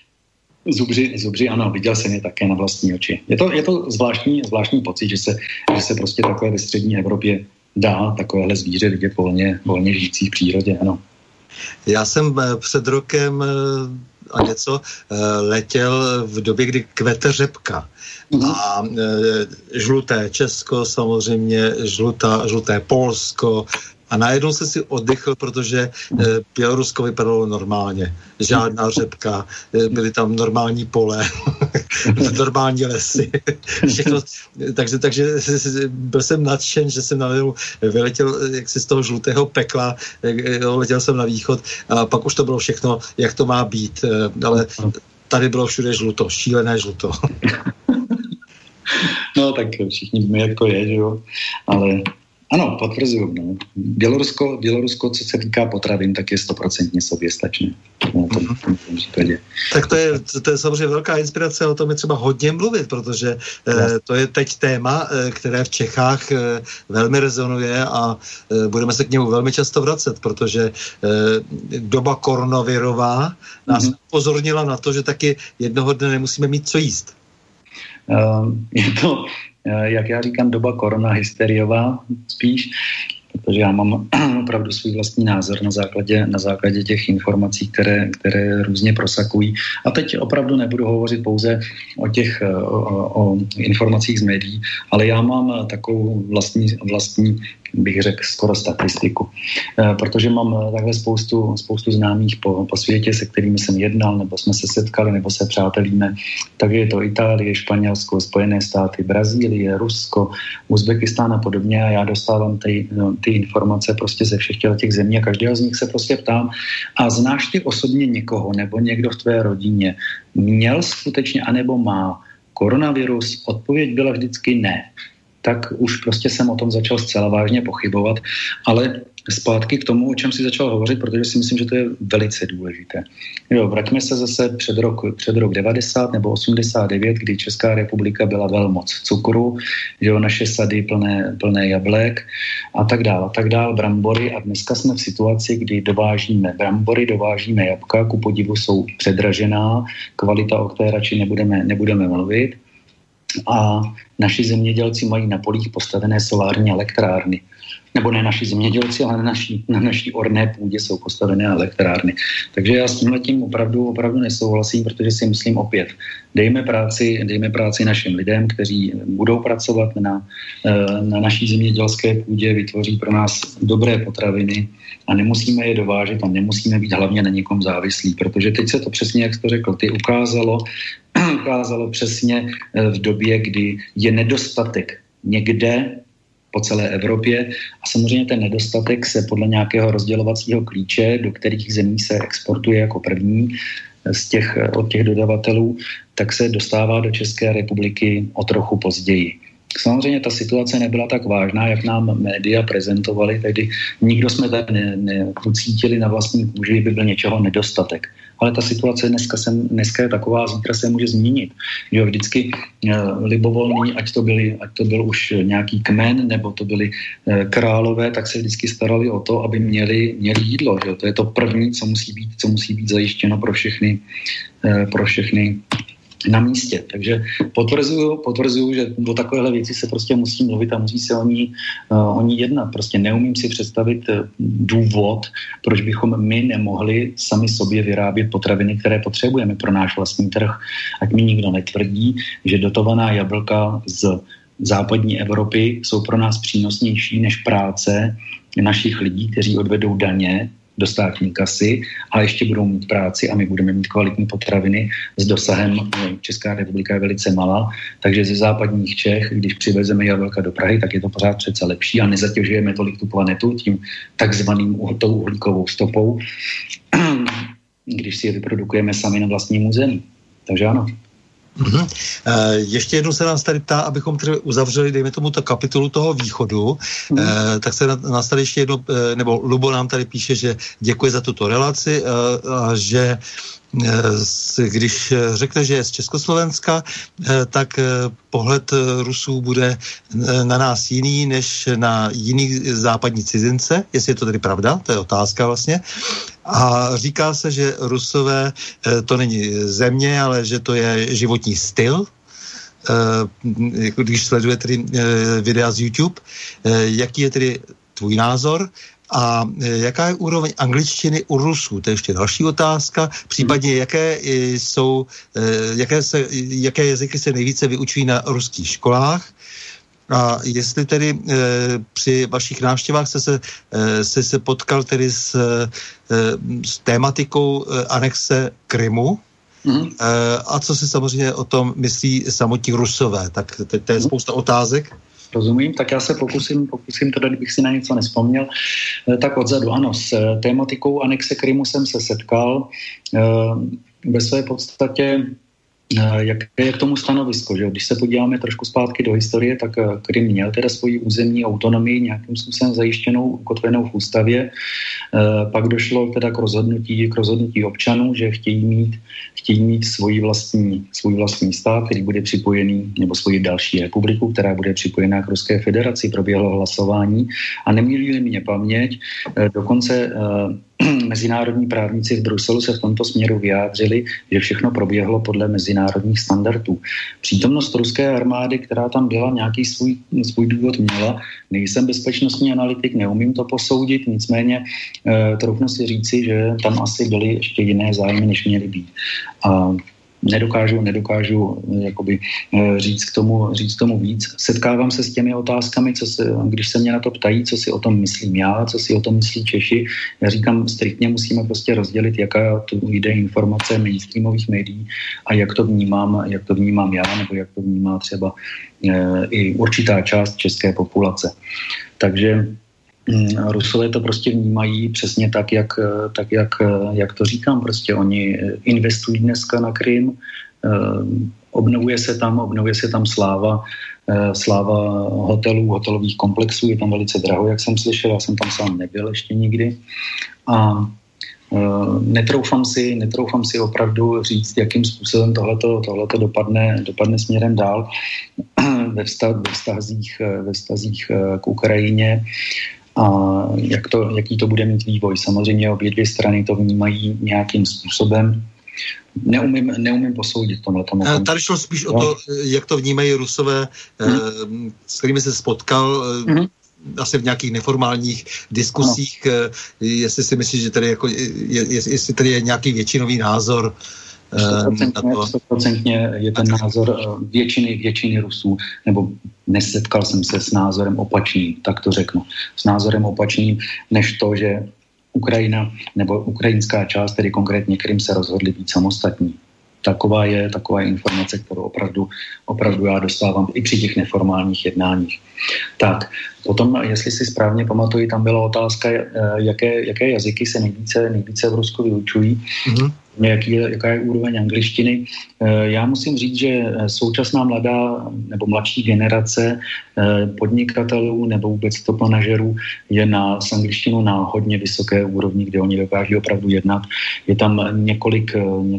Zubři, ano, viděl jsem je také na vlastní oči. Je to zvláštní pocit, že se prostě takové ve střední Evropě dá takovéhle zvíře vidět volně žijící v přírodě, ano. Já jsem před rokem a něco letěl v době, kdy kvete řepka. A žluté Česko, samozřejmě žluté Polsko. A najednou se si oddychl, protože Bělorusko vypadalo normálně. Žádná řepka, byly tam normální pole, normální lesy. Všechno, takže byl jsem nadšen, že jsem najednou vyletěl jaksi z toho žlutého pekla, letěl jsem na východ a pak už to bylo všechno, jak to má být. Ale tady bylo všude žluto, šílené žluto. No tak všichni víme, jak to je, že jo, ale ano, potvrzuju. No. Bělorusko, co se týká potravin, tak je 100% soběstačné. No, v tom případě. Tak to je samozřejmě velká inspirace, o tom je třeba hodně mluvit, protože to je teď téma, které v Čechách velmi rezonuje a budeme se k němu velmi často vracet, protože doba koronavirová nás upozornila na to, že taky jednoho dne nemusíme mít co jíst. Je to, jak já říkám, doba koronahysteriová spíš, protože já mám opravdu svůj vlastní názor na základě těch informací, které různě prosakují. A teď opravdu nebudu hovořit pouze o informacích z médií, ale já mám takovou vlastní bych řekl, skoro statistiku. Protože mám takhle spoustu známých po světě, se kterými jsem jednal, nebo jsme se setkali, nebo se přátelíme. Takže je to Itálie, Španělsko, Spojené státy, Brazílie, Rusko, Uzbekistán a podobně. A já dostávám ty informace prostě ze všech těch zemí a každého z nich se prostě ptám. A znáš ty osobně někoho, nebo někdo v tvé rodině měl skutečně, anebo má koronavirus? Odpověď byla vždycky ne. Tak už prostě jsem o tom začal zcela vážně pochybovat, ale zpátky k tomu, o čem si začal hovořit, protože si myslím, že to je velice důležité. Jo, vraťme se zase před rok 90 nebo 89, kdy Česká republika byla velmoc cukru, jo, naše sady plné jablek a tak dále, brambory a dneska jsme v situaci, kdy dovážíme brambory, dovážíme jabka, ku podivu jsou předražená, kvalita, o které radši nebudeme mluvit. A naši zemědělci mají na polích postavené solární elektrárny. Nebo ne naši zemědělci, ale na naší orné půdě jsou postavené elektrárny. Takže já s tímhletím opravdu nesouhlasím, protože si myslím opět, dejme práci našim lidem, kteří budou pracovat na naší zemědělské půdě, vytvoří pro nás dobré potraviny a nemusíme je dovážet a nemusíme být hlavně na někom závislí, protože teď se to přesně, jak jsi to řekl, ty ukázalo přesně v době, kdy je nedostatek někde po celé Evropě a samozřejmě ten nedostatek se podle nějakého rozdělovacího klíče, do kterých zemí se exportuje jako první od těch dodavatelů, tak se dostává do České republiky o trochu později. Samozřejmě ta situace nebyla tak vážná, jak nám média prezentovali, tedy nikdo jsme tady neucítili na vlastní kůži, by byl něčeho nedostatek. Ale ta situace dneska je taková, zítra se může změnit. Jo, vždycky libovolní, ať to byl už nějaký kmen, nebo to byli králové, tak se vždycky starali o to, aby měli jídlo. Jo. To je to první, co musí být zajištěno pro všechny na místě. Takže potvrzuju, že do takovéhle věci se prostě musí mluvit a musí se o ní jednat. Prostě neumím si představit důvod, proč bychom my nemohli sami sobě vyrábět potraviny, které potřebujeme pro náš vlastní trh. Ať mi nikdo netvrdí, že dotovaná jablka z západní Evropy jsou pro nás přínosnější než práce našich lidí, kteří odvedou daně do státní kasy a ještě budou mít práci a my budeme mít kvalitní potraviny s dosahem, Česká republika je velice malá, takže ze západních Čech, když přivezeme jablka do Prahy, tak je to pořád přece lepší a nezatěžujeme tolik tu planetu tím takzvaným tou uhlíkovou stopou, když si je vyprodukujeme sami na vlastním území. Takže ano. Mm-hmm. Ještě jednou se nás tady ptá, abychom tedy uzavřeli, dejme tomu, ta kapitolu toho východu, tak se nás tady ještě jedno, nebo Lubo nám tady píše, že děkuje za tuto relaci a že když řekne, že je z Československa, tak pohled Rusů bude na nás jiný než na jiný západní cizince, jestli je to tedy pravda, to je otázka vlastně. A říká se, že Rusové to není země, ale že to je životní styl, když sleduje tedy videa z YouTube. Jaký je tedy tvůj názor A jaká je úroveň angličtiny u Rusů? To je ještě další otázka. Případně jaké jazyky se nejvíce vyučují na ruských školách? A jestli tedy při vašich návštěvách jste se potkal tedy s tématikou anexe Krymu, a co si samozřejmě o tom myslí samotní Rusové? Tak to je spousta otázek. Rozumím, tak já se pokusím to, kdybych si na něco nespomněl. Tak odzadu, ano, s tématikou anexe Krymu jsem se setkal. Ve své podstatě jaké je k tomu stanovisko, že když se podíváme trošku zpátky do historie, tak Krym měl teda svoji územní autonomii nějakým způsobem zajištěnou, ukotvenou v ústavě. Pak došlo teda k rozhodnutí občanů, že chtějí mít svůj vlastní stát, který bude připojený, nebo svoji další republiku, která bude připojená k Ruské federaci. Proběhlo hlasování a nemýlí mě paměť, dokonce mezinárodní právníci v Bruselu se v tomto směru vyjádřili, že všechno proběhlo podle mezinárodních standardů. Přítomnost ruské armády, která tam byla, nějaký svůj důvod měla. Nejsem bezpečnostní analytik, neumím to posoudit, nicméně troufnu si říci, že tam asi byly ještě jiné zájmy, než měly být. A nedokážu jakoby říct k tomu víc. Setkávám se s těmi otázkami, když se mě na to ptají, co si o tom myslím já, co si o tom myslí Češi. Já říkám, striktně musíme prostě rozdělit, jaká tu jde informace mainstreamových médií a jak to vnímám já, nebo jak to vnímá třeba i určitá část české populace. Takže Rusové to prostě vnímají přesně tak, jak to říkám. Prostě oni investují dneska na Krym, obnovuje se tam sláva hotelových komplexů, je tam velice draho, jak jsem slyšel, já jsem tam sám nebyl ještě nikdy. A netroufám si opravdu říct, jakým způsobem tohleto dopadne směrem dál ve vztazích k Ukrajině. A jaký to bude mít vývoj. Samozřejmě obě dvě strany to vnímají nějakým způsobem. Neumím posoudit tomhletom. Tady šlo spíš o to, jak to vnímají Rusové, s kterými se spotkal, asi v nějakých neformálních diskusích, jestli si myslíš, že tady jestli tady je nějaký většinový názor. 100% je ten názor většiny Rusů, nebo nesetkal jsem se s názorem opačným, tak to řeknu. S názorem opačným, než to, že Ukrajina nebo ukrajinská část, tedy konkrétně Krym, se rozhodli být samostatní. Taková je informace, kterou opravdu já dostávám i při těch neformálních jednáních. Tak, potom, jestli si správně pamatuju, tam byla otázka, jaké jazyky se nejvíce v Rusku vyučují. Jaká je úroveň angličtiny. Já musím říct, že současná mladá nebo mladší generace podnikatelů nebo vůbec top manažerů je s angličtinou na hodně vysoké úrovni, kde oni dokáží opravdu jednat. Je tam několik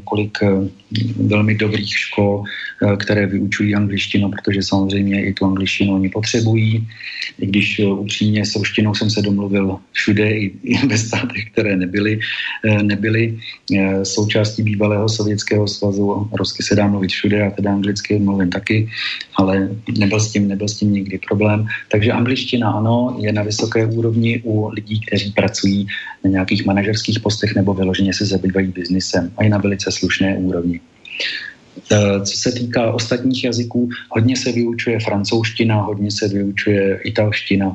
velmi dobrých škol, které vyučují angličtinu, protože samozřejmě i tu angličtinu oni potřebují. I když upřímně s ruštinou jsem se domluvil všude, i ve státech, které nebyly součástí bývalého Sovětského svazu. Rusky se dá mluvit všude, já teda anglicky mluvím taky, ale nebyl s tím nikdy problém. Takže angličtina ano, je na vysoké úrovni u lidí, kteří pracují na nějakých manažerských postech nebo vyloženě se zabývají biznisem a i na velice slušné úrovni. Co se týká ostatních jazyků, hodně se vyučuje francouzština, hodně se vyučuje italština.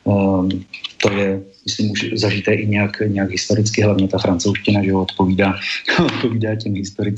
To je, myslím, už zažité i nějak historicky, hlavně ta francouzština, že odpovídá těm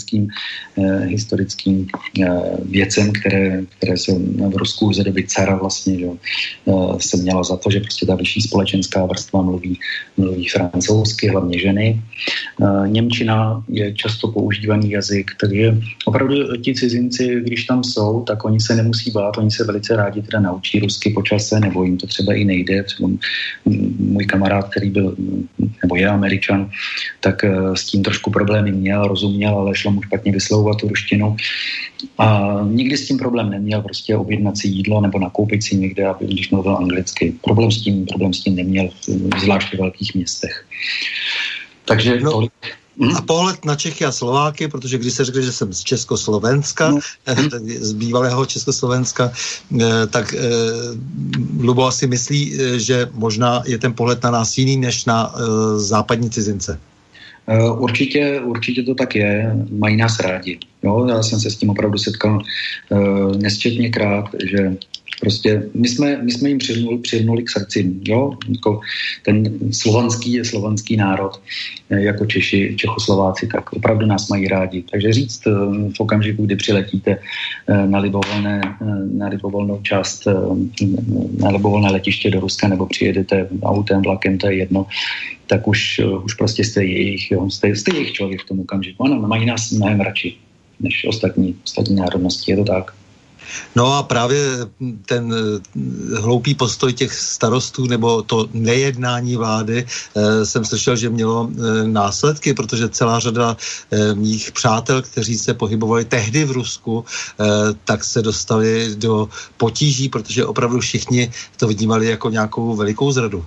historickým věcem, které se v Rusku ze doby cara vlastně, že se měla za to, že prostě ta vyšší společenská vrstva mluví francouzsky, hlavně ženy. Němčina je často používaný jazyk, takže opravdu ti cizinci, když tam jsou, tak oni se nemusí bát, oni se velice rádi teda naučí rusky po čase, nebo jim to třeba i nejde. Třeba můj kamarád, který byl, nebo je Američan, tak s tím trošku problémy měl, rozuměl, ale šlo mu špatně vyslovovat tu ruštinu. A nikdy s tím problém neměl, prostě objednat si jídlo nebo nakoupit si někde, když mluvil anglicky. Problém s tím neměl, zvlášť v velkých městech. Takže A pohled na Čechy a Slováky, protože když se řekne, že jsem z Československa, z bývalého Československa, tak Lubo asi myslí, že možná je ten pohled na nás jiný než na západní cizince. Určitě to tak je, mají nás rádi. Jo? Já jsem se s tím opravdu setkal nesčetněkrát, že prostě my jsme jim přilnuli k srdci, jo? Jako ten slovanský národ, jako Češi, Čechoslováci, tak opravdu nás mají rádi. Takže říct v okamžiku, kdy přiletíte na libovolnou část, na libovolné letiště do Ruska, nebo přijedete autem, vlakem, to je jedno, tak už prostě jste jejich člověk v tom okamžiku. Ano, mají nás mnohem radši než ostatní národnosti, je to tak. No a právě ten hloupý postoj těch starostů nebo to nejednání vlády jsem slyšel, že mělo následky, protože celá řada mých přátel, kteří se pohybovali tehdy v Rusku, tak se dostali do potíží, protože opravdu všichni to vnímali jako nějakou velikou zradu.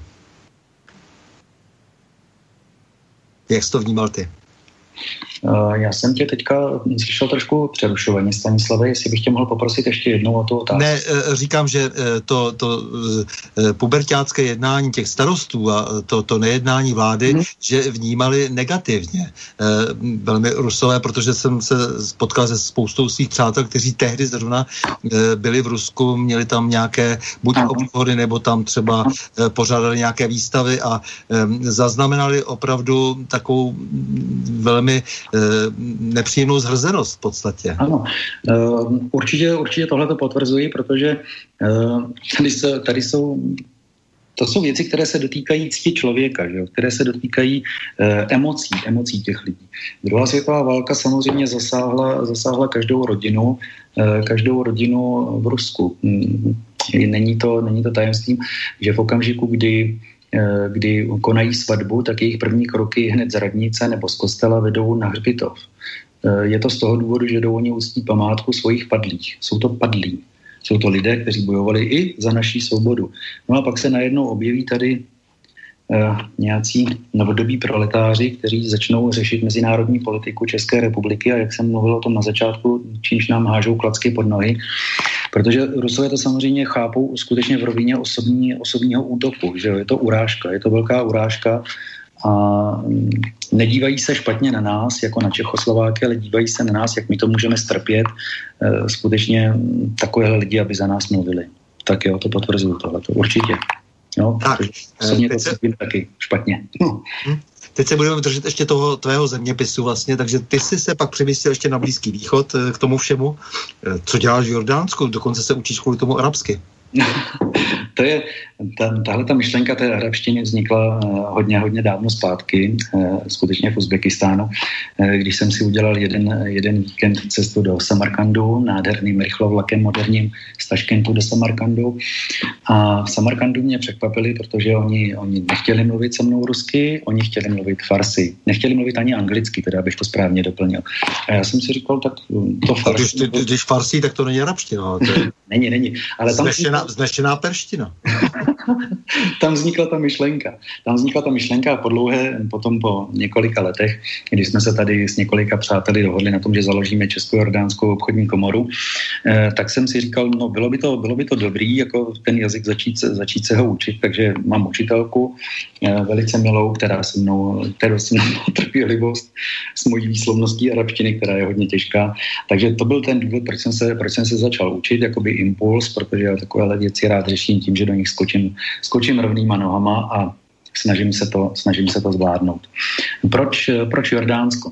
Jak jsi to vnímal ty? Já jsem tě teďka slyšel trošku přerušovaně, Stanislave, jestli bych tě mohl poprosit ještě jednou o tu otázku. Ne, říkám, že to puberťácké jednání těch starostů a to nejednání vlády, že vnímali negativně velmi Rusové, protože jsem se potkal se spoustou svých přátel, kteří tehdy zrovna byli v Rusku, měli tam nějaké buď obchody, nebo tam třeba pořádali nějaké výstavy a zaznamenali opravdu takovou velmi nepříjemnou zhrzenost v podstatě. Ano, určitě tohle to potvrzuji, protože tady jsou to jsou věci, které se dotýkají cti člověka, že? Které se dotýkají emocí těch lidí. Druhá světová válka samozřejmě zasáhla každou rodinu v Rusku. Není to tajemstvím, že v okamžiku, kdy konají svatbu, tak jejich první kroky hned z radnice nebo z kostela vedou na hřbitov. Je to z toho důvodu, že jdou oni uctít památku svých padlých. Jsou to padlí. Jsou to lidé, kteří bojovali i za naší svobodu. No a pak se najednou objeví tady nějací novodobí proletáři, kteří začnou řešit mezinárodní politiku České republiky a jak jsem mluvil o tom na začátku, čímž nám hážou klacky pod nohy. Protože Rusové to samozřejmě chápou skutečně v rovině osobního útoku, že je to urážka, je to velká urážka a nedívají se špatně na nás, jako na Čechoslováky, ale dívají se na nás, jak my to můžeme strpět, skutečně takovéhle lidi, aby za nás mluvili. Tak jo, to potvrzuju tohleto, určitě. No, tak, osobně to cítím taky špatně. No. Teď se budeme držet ještě toho tvého zeměpisu vlastně, takže ty jsi se pak přemístil ještě na Blízký východ k tomu všemu. Co děláš v Jordánsku? Dokonce se učíš kvůli tomu arabsky. To je, tahleta myšlenka té arabštiny vznikla hodně dávno zpátky, skutečně v Uzbekistánu, když jsem si udělal jeden víkend cestu do Samarkandu, nádherným rychlovlakem moderním z Taškentu do Samarkandu. A v Samarkandu mě překvapili, protože oni nechtěli mluvit se mnou rusky, oni chtěli mluvit farsi. Nechtěli mluvit ani anglicky, teda abych to správně doplnil. A já jsem si říkal, tak to farsi... Když farsi, tak to není arabština. To je... Není. Ale tam znešená perština. Tam vznikla ta myšlenka a potom po několika letech, když jsme se tady s několika přáteli dohodli na tom, že založíme Česko-jordánskou obchodní komoru, tak jsem si říkal, no bylo by to dobrý, jako ten jazyk začít se ho učit, takže mám učitelku velice milou, kterou se mnou trpělivost s mojí výslovností arabštiny, která je hodně těžká. Takže to byl ten důvod, proč jsem se začal učit, jakoby impuls, protože já takovéhle věci rád řeším tím, že do nich skočím rovnýma nohama a snažím se to zvládnout. Proč Jordánsko?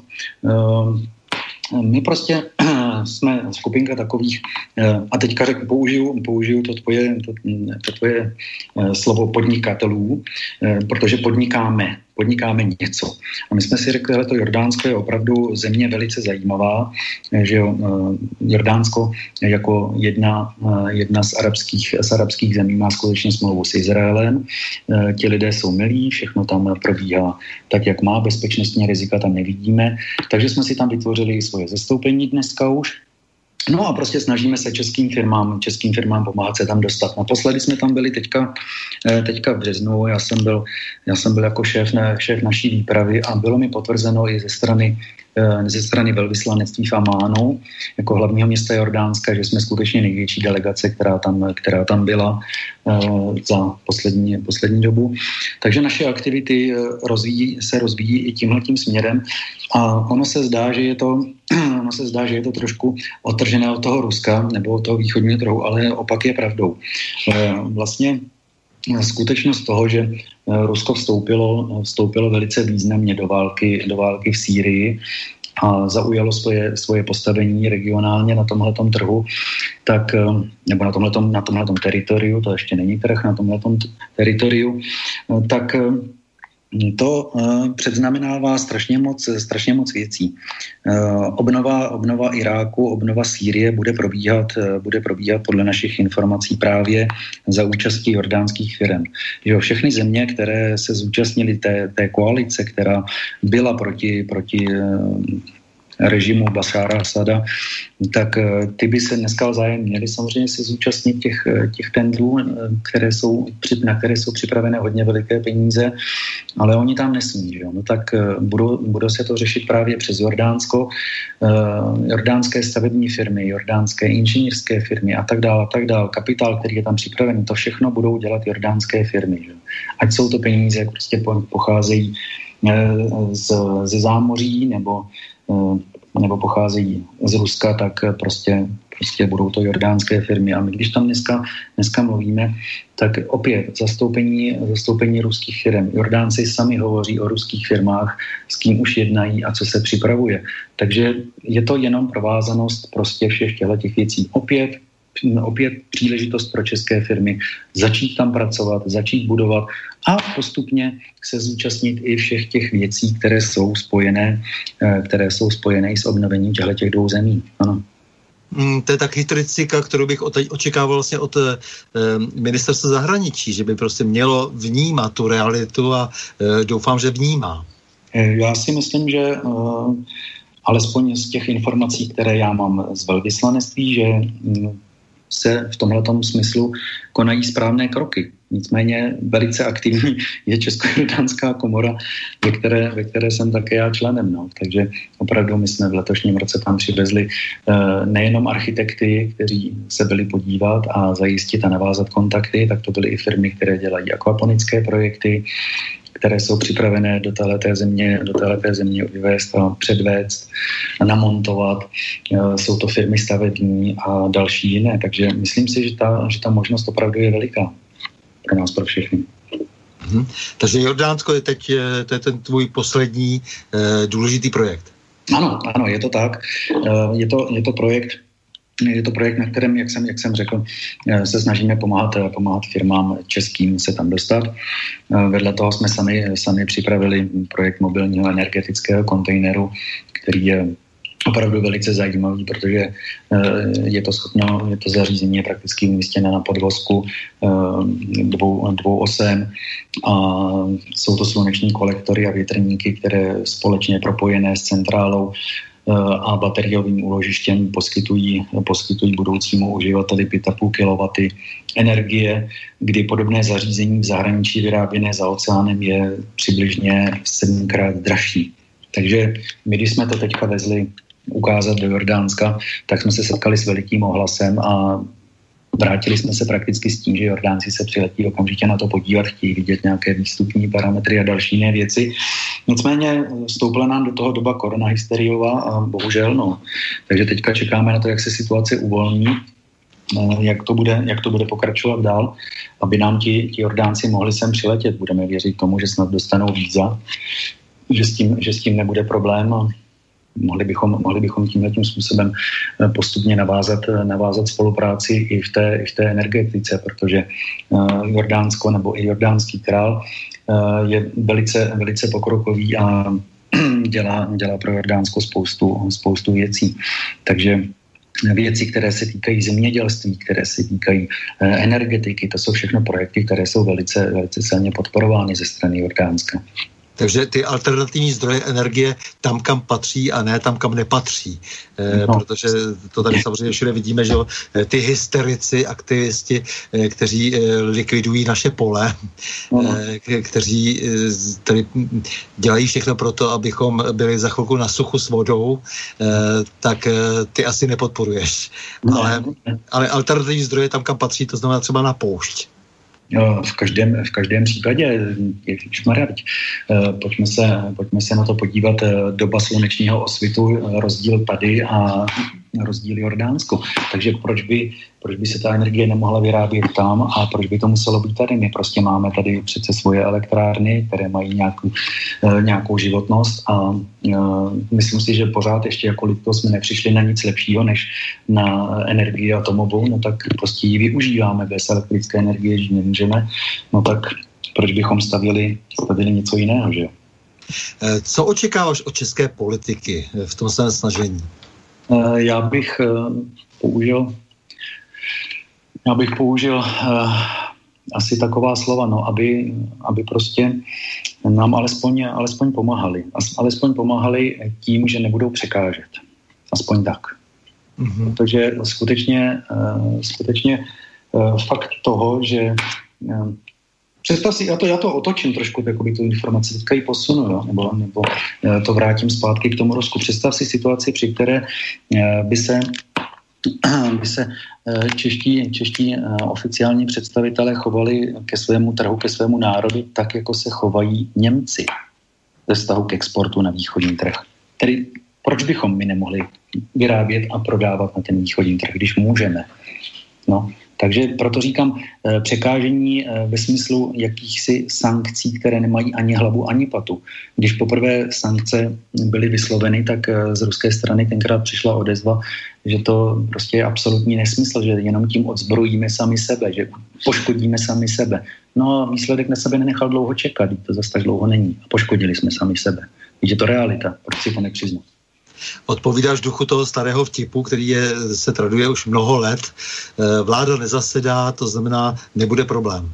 My prostě jsme skupinka takových, a teďka použiju to tvoje slovo podnikatelů, protože podnikáme něco. A my jsme si řekli, že to Jordánsko je opravdu země velice zajímavá, že Jordánsko jako jedna z arabských zemí má skutečně smlouvu s Izraelem. Ti lidé jsou milí, všechno tam probíhá tak, jak má, bezpečnostní rizika tam nevidíme. Takže jsme si tam vytvořili svoje zastoupení dneska už. No a prostě snažíme se českým firmám pomáhat se tam dostat. Naposledy jsme tam byli teďka v březnu, já jsem byl jako šéf naší výpravy a bylo mi potvrzeno i ze strany velvyslanectví v Amánu, jako hlavního města Jordánska, že jsme skutečně největší delegace, která tam byla za poslední dobu. Takže naše aktivity se rozvíjí i tímhletím směrem a ono se zdá, že je to trošku odtržené od toho Ruska nebo od toho východního trhu, ale opak je pravdou. Vlastně skutečnost toho, že Rusko vstoupilo velice významně do války v Sýrii a zaujalo svoje postavení regionálně na tomhletom trhu, tak, nebo na tomhletom teritoriu, to ještě není trh, na tomhletom teritoriu, tak to předznamenává strašně moc věcí. Obnova Iráku, obnova Sýrie bude probíhat podle našich informací právě za účastí jordánských firem. Všechny země, které se zúčastnily té koalice, která byla proti režimu Bašára Asada, tak ty by se dneska vzájem měli samozřejmě se zúčastnit těch tendrů, na které jsou připravené hodně veliké peníze, ale oni tam nesmí. Že? No tak budou se to řešit právě přes Jordánsko, jordánské stavební firmy, jordánské inženýrské firmy a tak dále. Kapitál, který je tam připravený, to všechno budou dělat jordánské firmy. Že? Ať jsou to peníze, prostě pocházejí ze zámoří nebo pocházejí z Ruska, tak prostě budou to jordánské firmy. A my, když tam dneska mluvíme, tak opět zastoupení ruských firm. Jordánci sami hovoří o ruských firmách, s kým už jednají a co se připravuje. Takže je to jenom provázanost prostě všech těch věcí. Opět příležitost pro české firmy začít tam pracovat, začít budovat a postupně se zúčastnit i všech těch věcí, které jsou spojené s obnovením těch dvou zemí. Ano. To je tak historická, kterou bych očekával vlastně od ministerstva zahraničí, že by prostě mělo vnímat tu realitu a doufám, že vnímá. Já si myslím, že alespoň z těch informací, které já mám z velvyslanectví, že se v tomhletom smyslu konají správné kroky. Nicméně velice aktivní je Česko-jordánská komora, ve které jsem také já členem. No. Takže opravdu my jsme v letošním roce tam přivezli nejenom architekty, kteří se byli podívat a zajistit a navázat kontakty, tak to byly i firmy, které dělají akvaponické projekty, které jsou připravené do téhleté země vyvést a předvést a namontovat. Jsou to firmy stavební a další jiné. Takže myslím si, že ta možnost opravdu je veliká pro nás, pro všechny. Takže Jordánsko je teď to je ten tvůj poslední důležitý projekt. Ano, je to tak. Je to projekt, na kterém, jak jsem řekl, se snažíme pomáhat firmám českým se tam dostat. Vedle toho jsme sami připravili projekt mobilního energetického kontejneru, který je opravdu velice zajímavý, protože je to zařízení je prakticky umístěné na podvozku dvou osem a jsou to sluneční kolektory a větrníky, které společně propojené s centrálou a bateriovým úložištěm poskytují budoucímu uživateli 5,5 kW energie, kdy podobné zařízení v zahraničí vyráběné za oceánem je přibližně 7krát dražší. Takže my, když jsme to teďka vezli ukázat do Jordánska, tak jsme se setkali s velikým ohlasem a vrátili jsme se prakticky s tím, že Jordánci se přiletí okamžitě na to podívat, chtějí vidět nějaké výstupní parametry a další jiné věci. Nicméně vstoupila nám do toho doba koronahysteriová a bohužel, no. Takže teďka čekáme na to, jak se situace uvolní, jak to bude pokračovat dál, aby nám ti Jordánci mohli sem přiletět. Budeme věřit tomu, že snad dostanou víza, že s tím nebude problém a mohli bychom tímhletím způsobem postupně navázat spolupráci i v té energetice, protože Jordánsko nebo i jordánský král je velice pokrokový a dělá pro Jordánsko spoustu věcí. Takže věci, které se týkají zemědělství, které se týkají energetiky, to jsou všechno projekty, které jsou velice silně podporovány ze strany Jordánska. Takže ty alternativní zdroje energie tam, kam patří a ne tam, kam nepatří. Protože to tady samozřejmě všude vidíme, že ty hysterici, aktivisti, kteří likvidují naše pole, kteří tady dělají všechno pro to, abychom byli za chvilku na suchu s vodou, tak ty asi nepodporuješ. Ale alternativní zdroje tam, kam patří, to znamená třeba na poušť. V každém případě, ježišmarja, pojďme se na to podívat, doba slunečního osvitu, rozdíl tady a rozdíl Jordánsko. Takže proč by se ta energie nemohla vyrábět tam a proč by to muselo být tady? My prostě máme tady přece svoje elektrárny, které mají nějakou životnost a myslím si, že pořád ještě jako lidstvo jsme nepřišli na nic lepšího než na energii atomovou, no tak prostě ji využíváme, bez elektrické energie žít nemůžeme, no tak proč bychom stavili něco jiného, že jo? Co očekáváš od české politiky v tom svém snažení? Já bych použil asi taková slova, no, aby prostě nám alespoň pomáhali. Alespoň pomáhali tím, že nebudou překážet. Aspoň tak. Mm-hmm. Protože skutečně fakt toho, že představ si, já to otočím trošku, jakoby tu informaci, teďka ji posunu, jo? Nebo to vrátím zpátky k tomu Rusku. Představ si situaci, při které by se čeští oficiální představitelé chovali ke svému trhu, ke svému národu, tak, jako se chovají Němci ve vztahu k exportu na východní trh. Tedy proč bychom my nemohli vyrábět a prodávat na ten východní trh, když můžeme? No. Takže proto říkám překážení ve smyslu jakýchsi sankcí, které nemají ani hlavu, ani patu. Když poprvé sankce byly vysloveny, tak z ruské strany tenkrát přišla odezva, že to prostě je absolutní nesmysl, že jenom tím odzbrojíme sami sebe, že poškodíme sami sebe. No a výsledek na sebe nenechal dlouho čekat, to zase tak dlouho není. A poškodili jsme sami sebe. Je to realita, proč si to nepřiznat? Odpovídáš duchu toho starého vtipu, který se traduje už mnoho let. Vláda nezasedá, to znamená, nebude problém.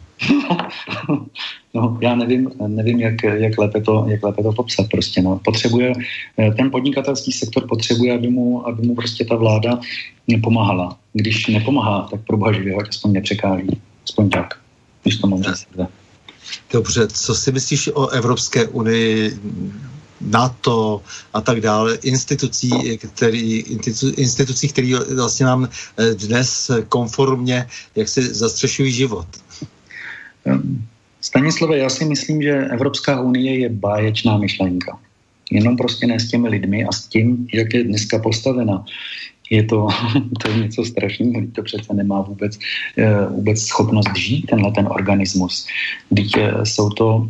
No, já nevím, jak lépe to popsat prostě. No. Ten podnikatelský sektor potřebuje, aby mu prostě ta vláda pomáhala. Když nepomáhá, tak pro boha živého aspoň nepřekáží. Aspoň tak, když to mám říct. Dobře, co si myslíš o Evropské unii, NATO a tak dále, institucí, které vlastně nám dnes konformně jak si zastřešují život? Stanislave, já si myslím, že Evropská unie je báječná myšlenka. Jenom prostě ne s těmi lidmi a s tím, jak je dneska postavena. Je to něco strašného, to přece nemá vůbec schopnost žít, ten organismus. Když jsou to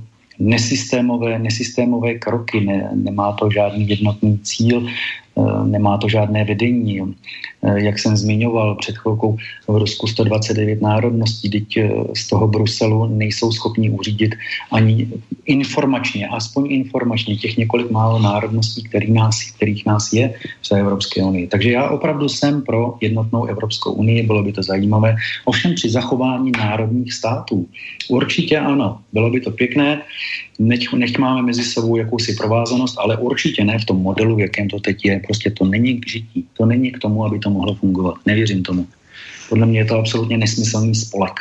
nesystémové kroky, nemá to žádný jednotný cíl, nemá to žádné vedení. Jak jsem zmiňoval před chvilkou, v Rusku 129 národností, teď z toho Bruselu nejsou schopni uřídit ani aspoň informačně těch několik málo národností, kterých nás je v Evropské unii. Takže já opravdu jsem pro jednotnou Evropskou unii, bylo by to zajímavé, ovšem při zachování národních států. Určitě ano, bylo by to pěkné, nech máme mezi sebou jakousi provázanost, ale určitě ne v tom modelu, v jakém to teď je. Prostě to není k žití, to není k tomu, aby to mohlo fungovat. Nevěřím tomu. Podle mě je to absolutně nesmyslný spolek.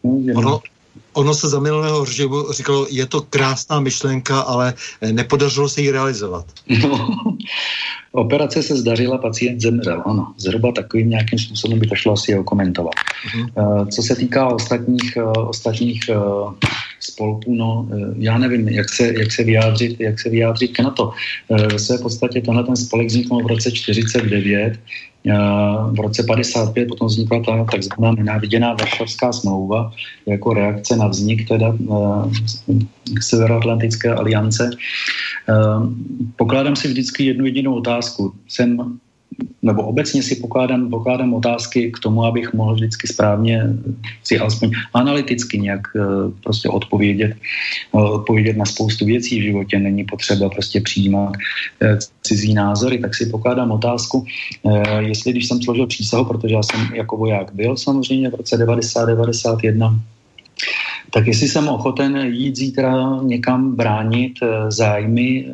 Ono se za minulého režimu říkalo, je to krásná myšlenka, ale nepodařilo se ji realizovat. No, operace se zdařila, pacient zemřel. Ano, zhruba takovým nějakým způsobem by to šlo asi okomentovat. Co se týká ostatních spolků, no, já nevím, jak se vyjádřit k NATO. Ve své podstatě tenhle ten spolek vzniknul v roce 49, v roce 55 potom vznikla ta takzvaná nenáviděná Varšavská smlouva jako reakce na vznik teda Severoatlantické aliance. Pokládám si vždycky jednu jedinou otázku. Nebo obecně si pokládám otázky k tomu, abych mohl vždycky správně si alespoň analyticky nějak prostě odpovědět na spoustu věcí v životě. Není potřeba prostě přijímat cizí názory, tak si pokládám otázku, jestli když jsem složil přísahu, protože já jsem jako voják byl samozřejmě v roce 90-91, Tak jestli jsem ochoten jít zítra někam bránit zájmy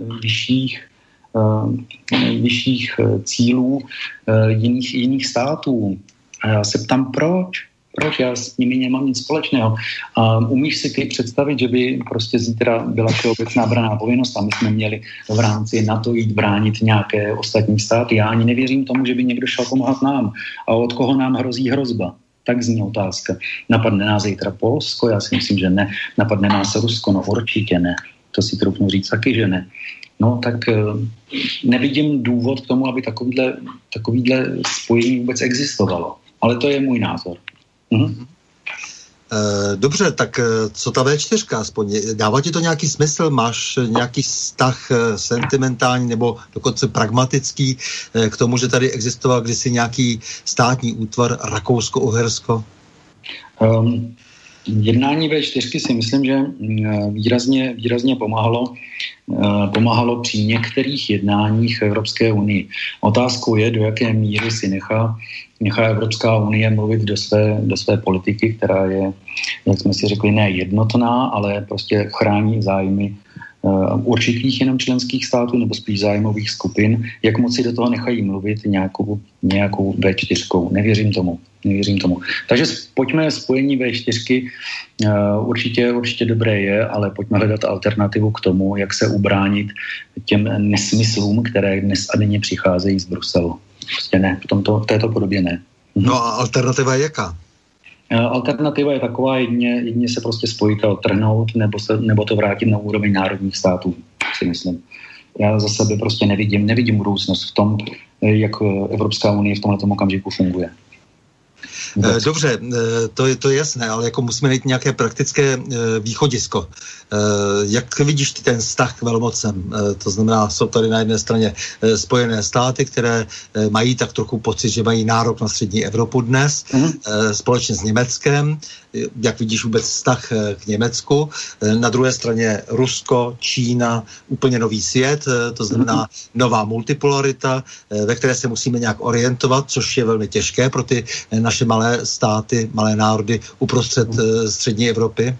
vyšších cílů jiných států. A já se ptám, proč? Proč? Já s nimi nemám nic společného. A umíš si ty představit, že by prostě zítra byla všeobecná branná povinnost a my jsme měli v rámci NATO jít bránit nějaké ostatní státy? Já ani nevěřím tomu, že by někdo šel pomáhat nám. A od koho nám hrozí hrozba? Tak zní otázka. Napadne nás zítra Polsko? Já si myslím, že ne. Napadne nás Rusko? No určitě ne. To si troufnu říct taky, že ne. No tak nevidím důvod k tomu, aby takovýhle spojení vůbec existovalo. Ale to je můj názor. Mhm. Dobře, tak co ta V4 aspoň? Dává ti to nějaký smysl? Máš nějaký vztah sentimentální nebo dokonce pragmatický k tomu, že tady existoval kdysi nějaký státní útvar Rakousko-Uhersko? Jednání V4 si myslím, že výrazně pomáhalo při některých jednáních Evropské unii. Otázkou je, do jaké míry si nechá Evropská unie mluvit do své politiky, která je, jak jsme si řekli, ne jednotná, ale prostě chrání zájmy určitých jenom členských států nebo spíš zájmových skupin, jak moc si do toho nechají mluvit nějakou V4. Nevěřím tomu. Takže pojďme spojení V4, určitě dobré je, ale pojďme hledat alternativu k tomu, jak se ubránit těm nesmyslům, které dnes a denně přicházejí z Bruselu. Prostě ne, v této podobě ne. No a alternativa je jaká? Alternativa je taková, jedině se prostě spojit a odtrhnout, nebo to vrátit na úroveň národních států, si myslím. Já za sebe prostě nevidím budoucnost v tom, jak Evropská unie v tomto okamžiku funguje. Dobře, to je jasné, ale jako musíme najít nějaké praktické východisko. Jak vidíš ty ten vztah k velmocem? To znamená, jsou tady na jedné straně Spojené státy, které mají tak trochu pocit, že mají nárok na střední Evropu dnes, společně s Německem. Jak vidíš vůbec vztah k Německu? Na druhé straně Rusko, Čína, úplně nový svět, to znamená nová multipolarita, ve které se musíme nějak orientovat, což je velmi těžké pro ty naše malé státy, malé národy uprostřed střední Evropy?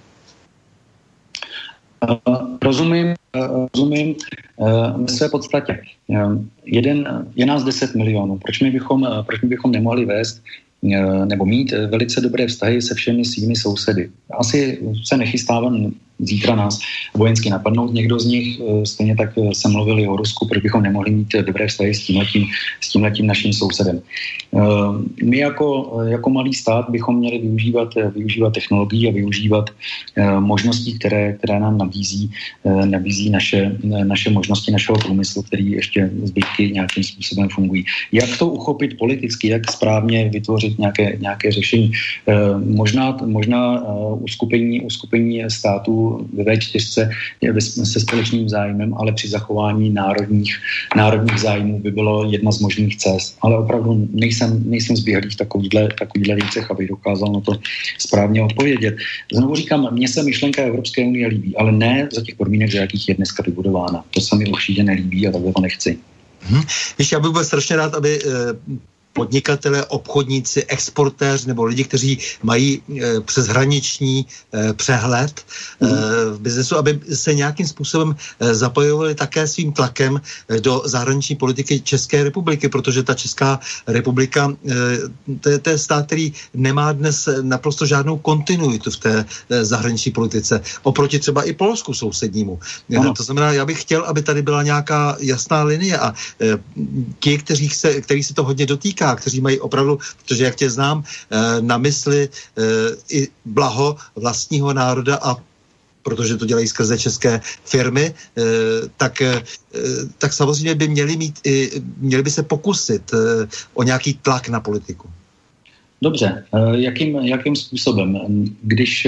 Rozumím ve své podstatě. Je nás 10 milionů. Proč my bychom nemohli vést nebo mít velice dobré vztahy se všemi svými sousedy? Asi se nechystávám zítra nás vojensky napadnout. Někdo z nich stejně tak se mluvili o Rusku, proč bychom nemohli mít dobré vztahy s tímhletím naším sousedem. My jako malý stát bychom měli využívat technologií a využívat možností, které nám nabízí naše možnosti našeho průmyslu, který ještě zbytky nějakým způsobem fungují. Jak to uchopit politicky, jak správně vytvořit nějaké řešení? Možná uskupení států ve V4 se společným zájmem, ale při zachování národních zájmů by bylo jedna z možných cest. Ale opravdu nejsem zběhlý v takovýchhle věcech, aby dokázal na to správně odpovědět. Znovu říkám, mně se myšlenka Evropské unie líbí, ale ne za těch podmínek, za jakých je dneska vybudována. To se mi určitě nelíbí a takhle to nechci. Víš, já bych byl strašně rád, aby podnikatelé, obchodníci, exportéři nebo lidi, kteří mají přeshraniční přehled v biznesu, aby se nějakým způsobem zapojovali také svým tlakem do zahraniční politiky České republiky, protože ta Česká republika to je stát, který nemá dnes naprosto žádnou kontinuitu v té zahraniční politice. Oproti třeba i Polsku sousednímu. To znamená, já bych chtěl, aby tady byla nějaká jasná linie a ti, který se to hodně dotýká, kteří mají opravdu, protože jak tě znám, na mysli i blaho vlastního národa a protože to dělají skrze české firmy, tak samozřejmě by měli by se pokusit o nějaký tlak na politiku. Dobře, jakým způsobem? Když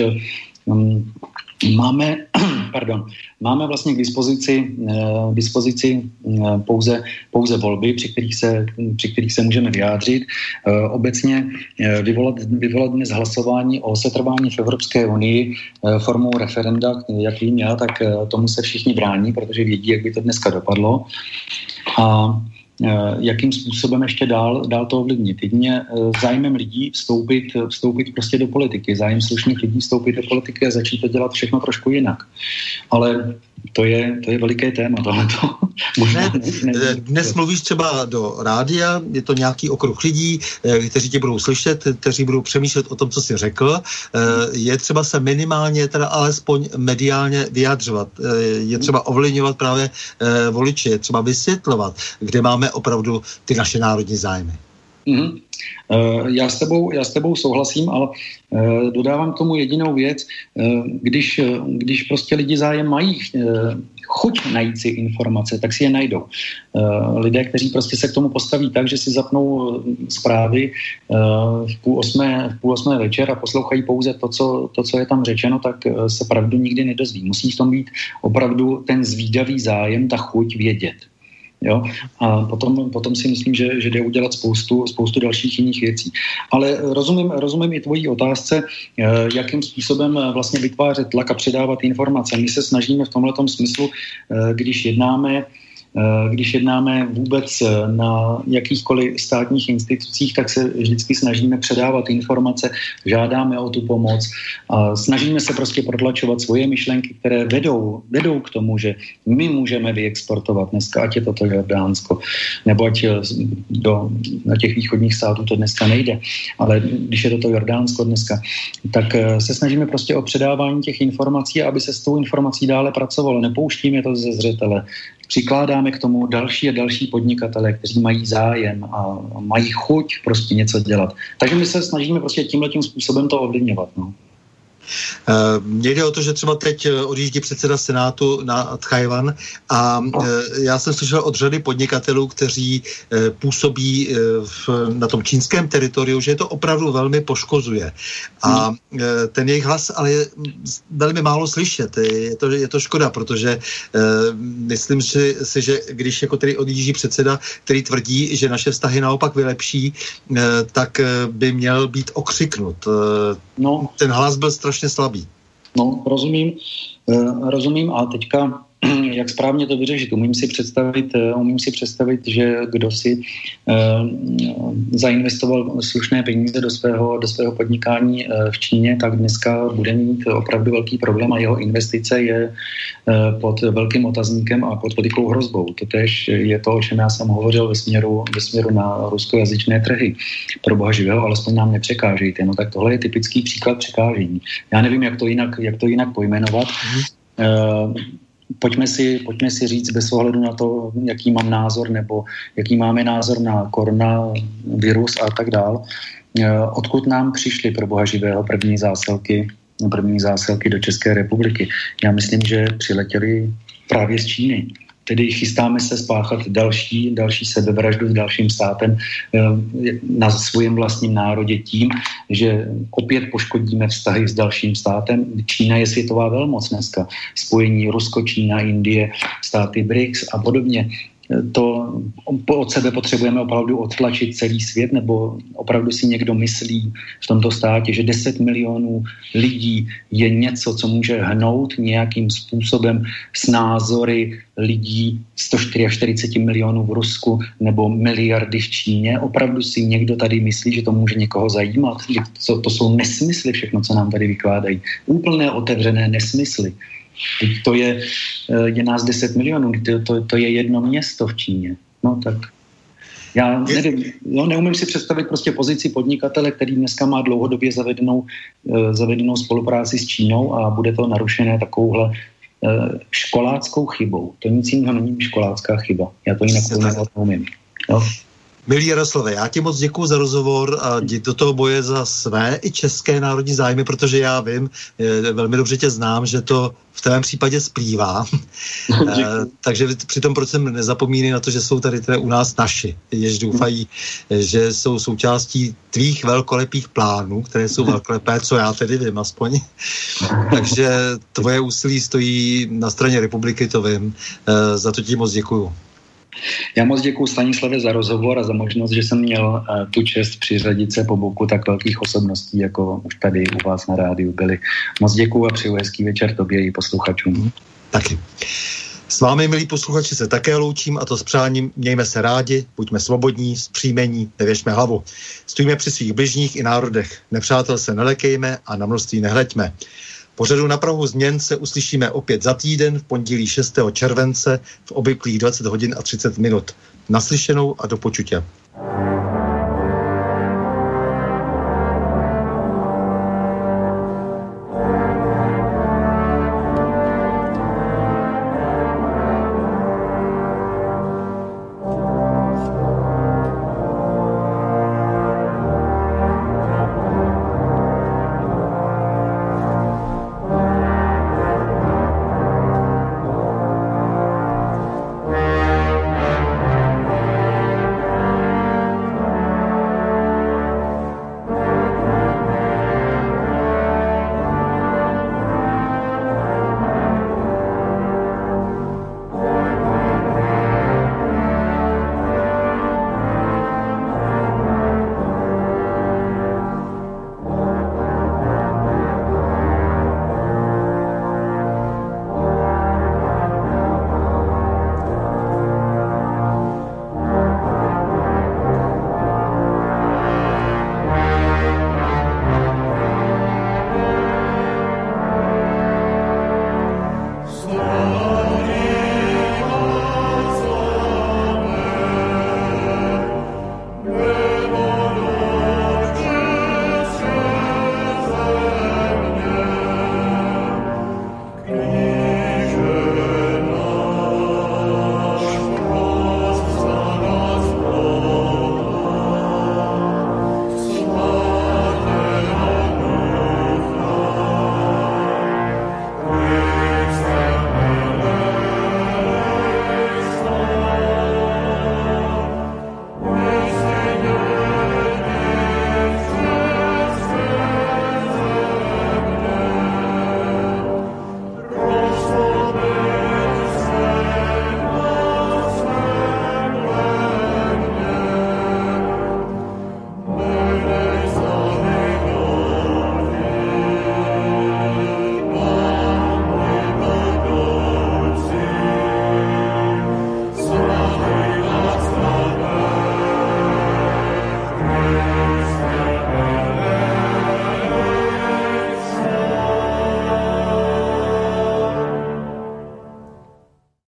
máme vlastně k dispozici pouze volby, při kterých se můžeme vyjádřit. Obecně vyvolat dnes hlasování o setrvání v Evropské unii formou referenda, jak vím já, tak tomu se všichni brání, protože vědí, jak by to dneska dopadlo. A jakým způsobem ještě dál to ovlivnit. Jedině zájmem lidí vstoupit prostě do politiky, zájem slušných lidí vstoupit do politiky a začít to dělat všechno trošku jinak. Ale to je veliké téma. Dnes mluvíš třeba do rádia, je to nějaký okruh lidí, kteří tě budou slyšet, kteří budou přemýšlet o tom, co jsi řekl. Je třeba se minimálně, teda alespoň mediálně vyjadřovat. Je třeba ovlivňovat právě voliče, je třeba vysvětlovat, kde máme opravdu ty naše národní zájmy. Mm-hmm. Já s tebou souhlasím, ale dodávám k tomu jedinou věc. Když prostě lidi zájem mají chuť najít si informace, tak si je najdou. Lidé, kteří prostě se k tomu postaví tak, že si zapnou zprávy v půl osmé večer a poslouchají pouze to, co je tam řečeno, tak se pravdu nikdy nedozví. Musí v tom být opravdu ten zvídavý zájem, ta chuť vědět. Jo? A potom si myslím, že jde udělat spoustu dalších jiných věcí. Ale rozumím i tvojí otázce, jakým způsobem vlastně vytvářet tlak a předávat informace. My se snažíme v tomhletom smyslu, když jednáme vůbec na jakýchkoliv státních institucích, tak se vždycky snažíme předávat informace, žádáme o tu pomoc a snažíme se prostě protlačovat svoje myšlenky, které vedou k tomu, že my můžeme vyexportovat dneska, ať je to Jordánsko, nebo ať na těch východních států to dneska nejde, ale když je to Jordánsko dneska, tak se snažíme prostě o předávání těch informací, aby se s tou informací dále pracovalo. Nepouštíme to ze zřetele. Přikládáme k tomu další a další podnikatele, kteří mají zájem a mají chuť prostě něco dělat. Takže my se snažíme prostě tímhletím způsobem to ovlivňovat. No. Mně jde o to, že třeba teď odjíždí předseda Senátu na Tchaj-wan a já jsem slyšel od řady podnikatelů, kteří působí na tom čínském teritoriu, že je to opravdu velmi poškozuje. A ten jejich hlas ale je velmi málo slyšet. Je to škoda, protože myslím si, že když jako tedy odjíždí předseda, který tvrdí, že naše vztahy naopak vylepší, tak by měl být okřiknut. No. Ten hlas byl strašně slabý. No, rozumím a teďka, jak správně to vyřešit. Umím si představit, že kdo si zainvestoval slušné peníze do svého podnikání v Číně, tak dneska bude mít opravdu velký problém a jeho investice je pod velkým otazníkem a pod velikou hrozbou. Totéž je to, o čem já jsem hovořil ve směru na ruskojazyčné trhy. Pro boha živého, alespoň nám nepřekážejte. No tak tohle je typický příklad překážení. Já nevím, jak to jinak pojmenovat. Pojďme si říct bez ohledu na to, jaký mám názor nebo jaký máme názor na koronavirus a tak dál. Odkud nám přišly pro boha živého první zásilky do České republiky? Já myslím, že přiletěly právě z Číny. Tedy chystáme se spáchat další sebevraždu s dalším státem na svém vlastním národě tím, že opět poškodíme vztahy s dalším státem. Čína je světová velmoc dneska. Spojení Rusko, Čína, Indie, státy BRICS a podobně. To od sebe potřebujeme opravdu odtlačit celý svět, nebo opravdu si někdo myslí v tomto státě, že 10 milionů lidí je něco, co může hnout nějakým způsobem s názory lidí 144 milionů v Rusku nebo miliardy v Číně. Opravdu si někdo tady myslí, že to může někoho zajímat? To jsou nesmysly všechno, co nám tady vykládají. Úplné otevřené nesmysly. To je nás 10 milionů, to je jedno město v Číně. No tak já nevím, neumím si představit prostě pozici podnikatele, který dneska má dlouhodobě zavedenou spolupráci s Čínou a bude to narušené takovouhle školáckou chybou. To nic jiného není školácká chyba. Já to jinak neumím. No. Milý Jaroslave, já ti moc děkuju za rozhovor a jdi do toho boje za své i české národní zájmy, protože já vím, velmi dobře tě znám, že to v tvém případě splývá. Takže přitom proč jsem nezapomínej na to, že jsou tady u nás naši, jež doufají, že jsou součástí tvých velkolepých plánů, které jsou velkolepé, co já tedy vím aspoň. Takže tvoje úsilí stojí na straně republiky, to vím. Za to ti moc děkuju. Já moc děkuji Stanislave za rozhovor a za možnost, že jsem měl tu čest přiřadit se po boku tak velkých osobností, jako už tady u vás na rádiu byli. Moc děkuji a přeju hezký večer tobě i posluchačům. Taky. S vámi, milí posluchači, se také loučím, a to s přáním: mějme se rádi, buďme svobodní, zpříjmení, nevěšme hlavu. Stojíme při svých bližních i národech. Nepřátel se nelekejme a na množství nehleďme. Pořadu Na prahu změn se uslyšíme opět za týden v pondělí 6. července v obvyklých 20 hodin a 30 minut. Naslyšenou a do počutě.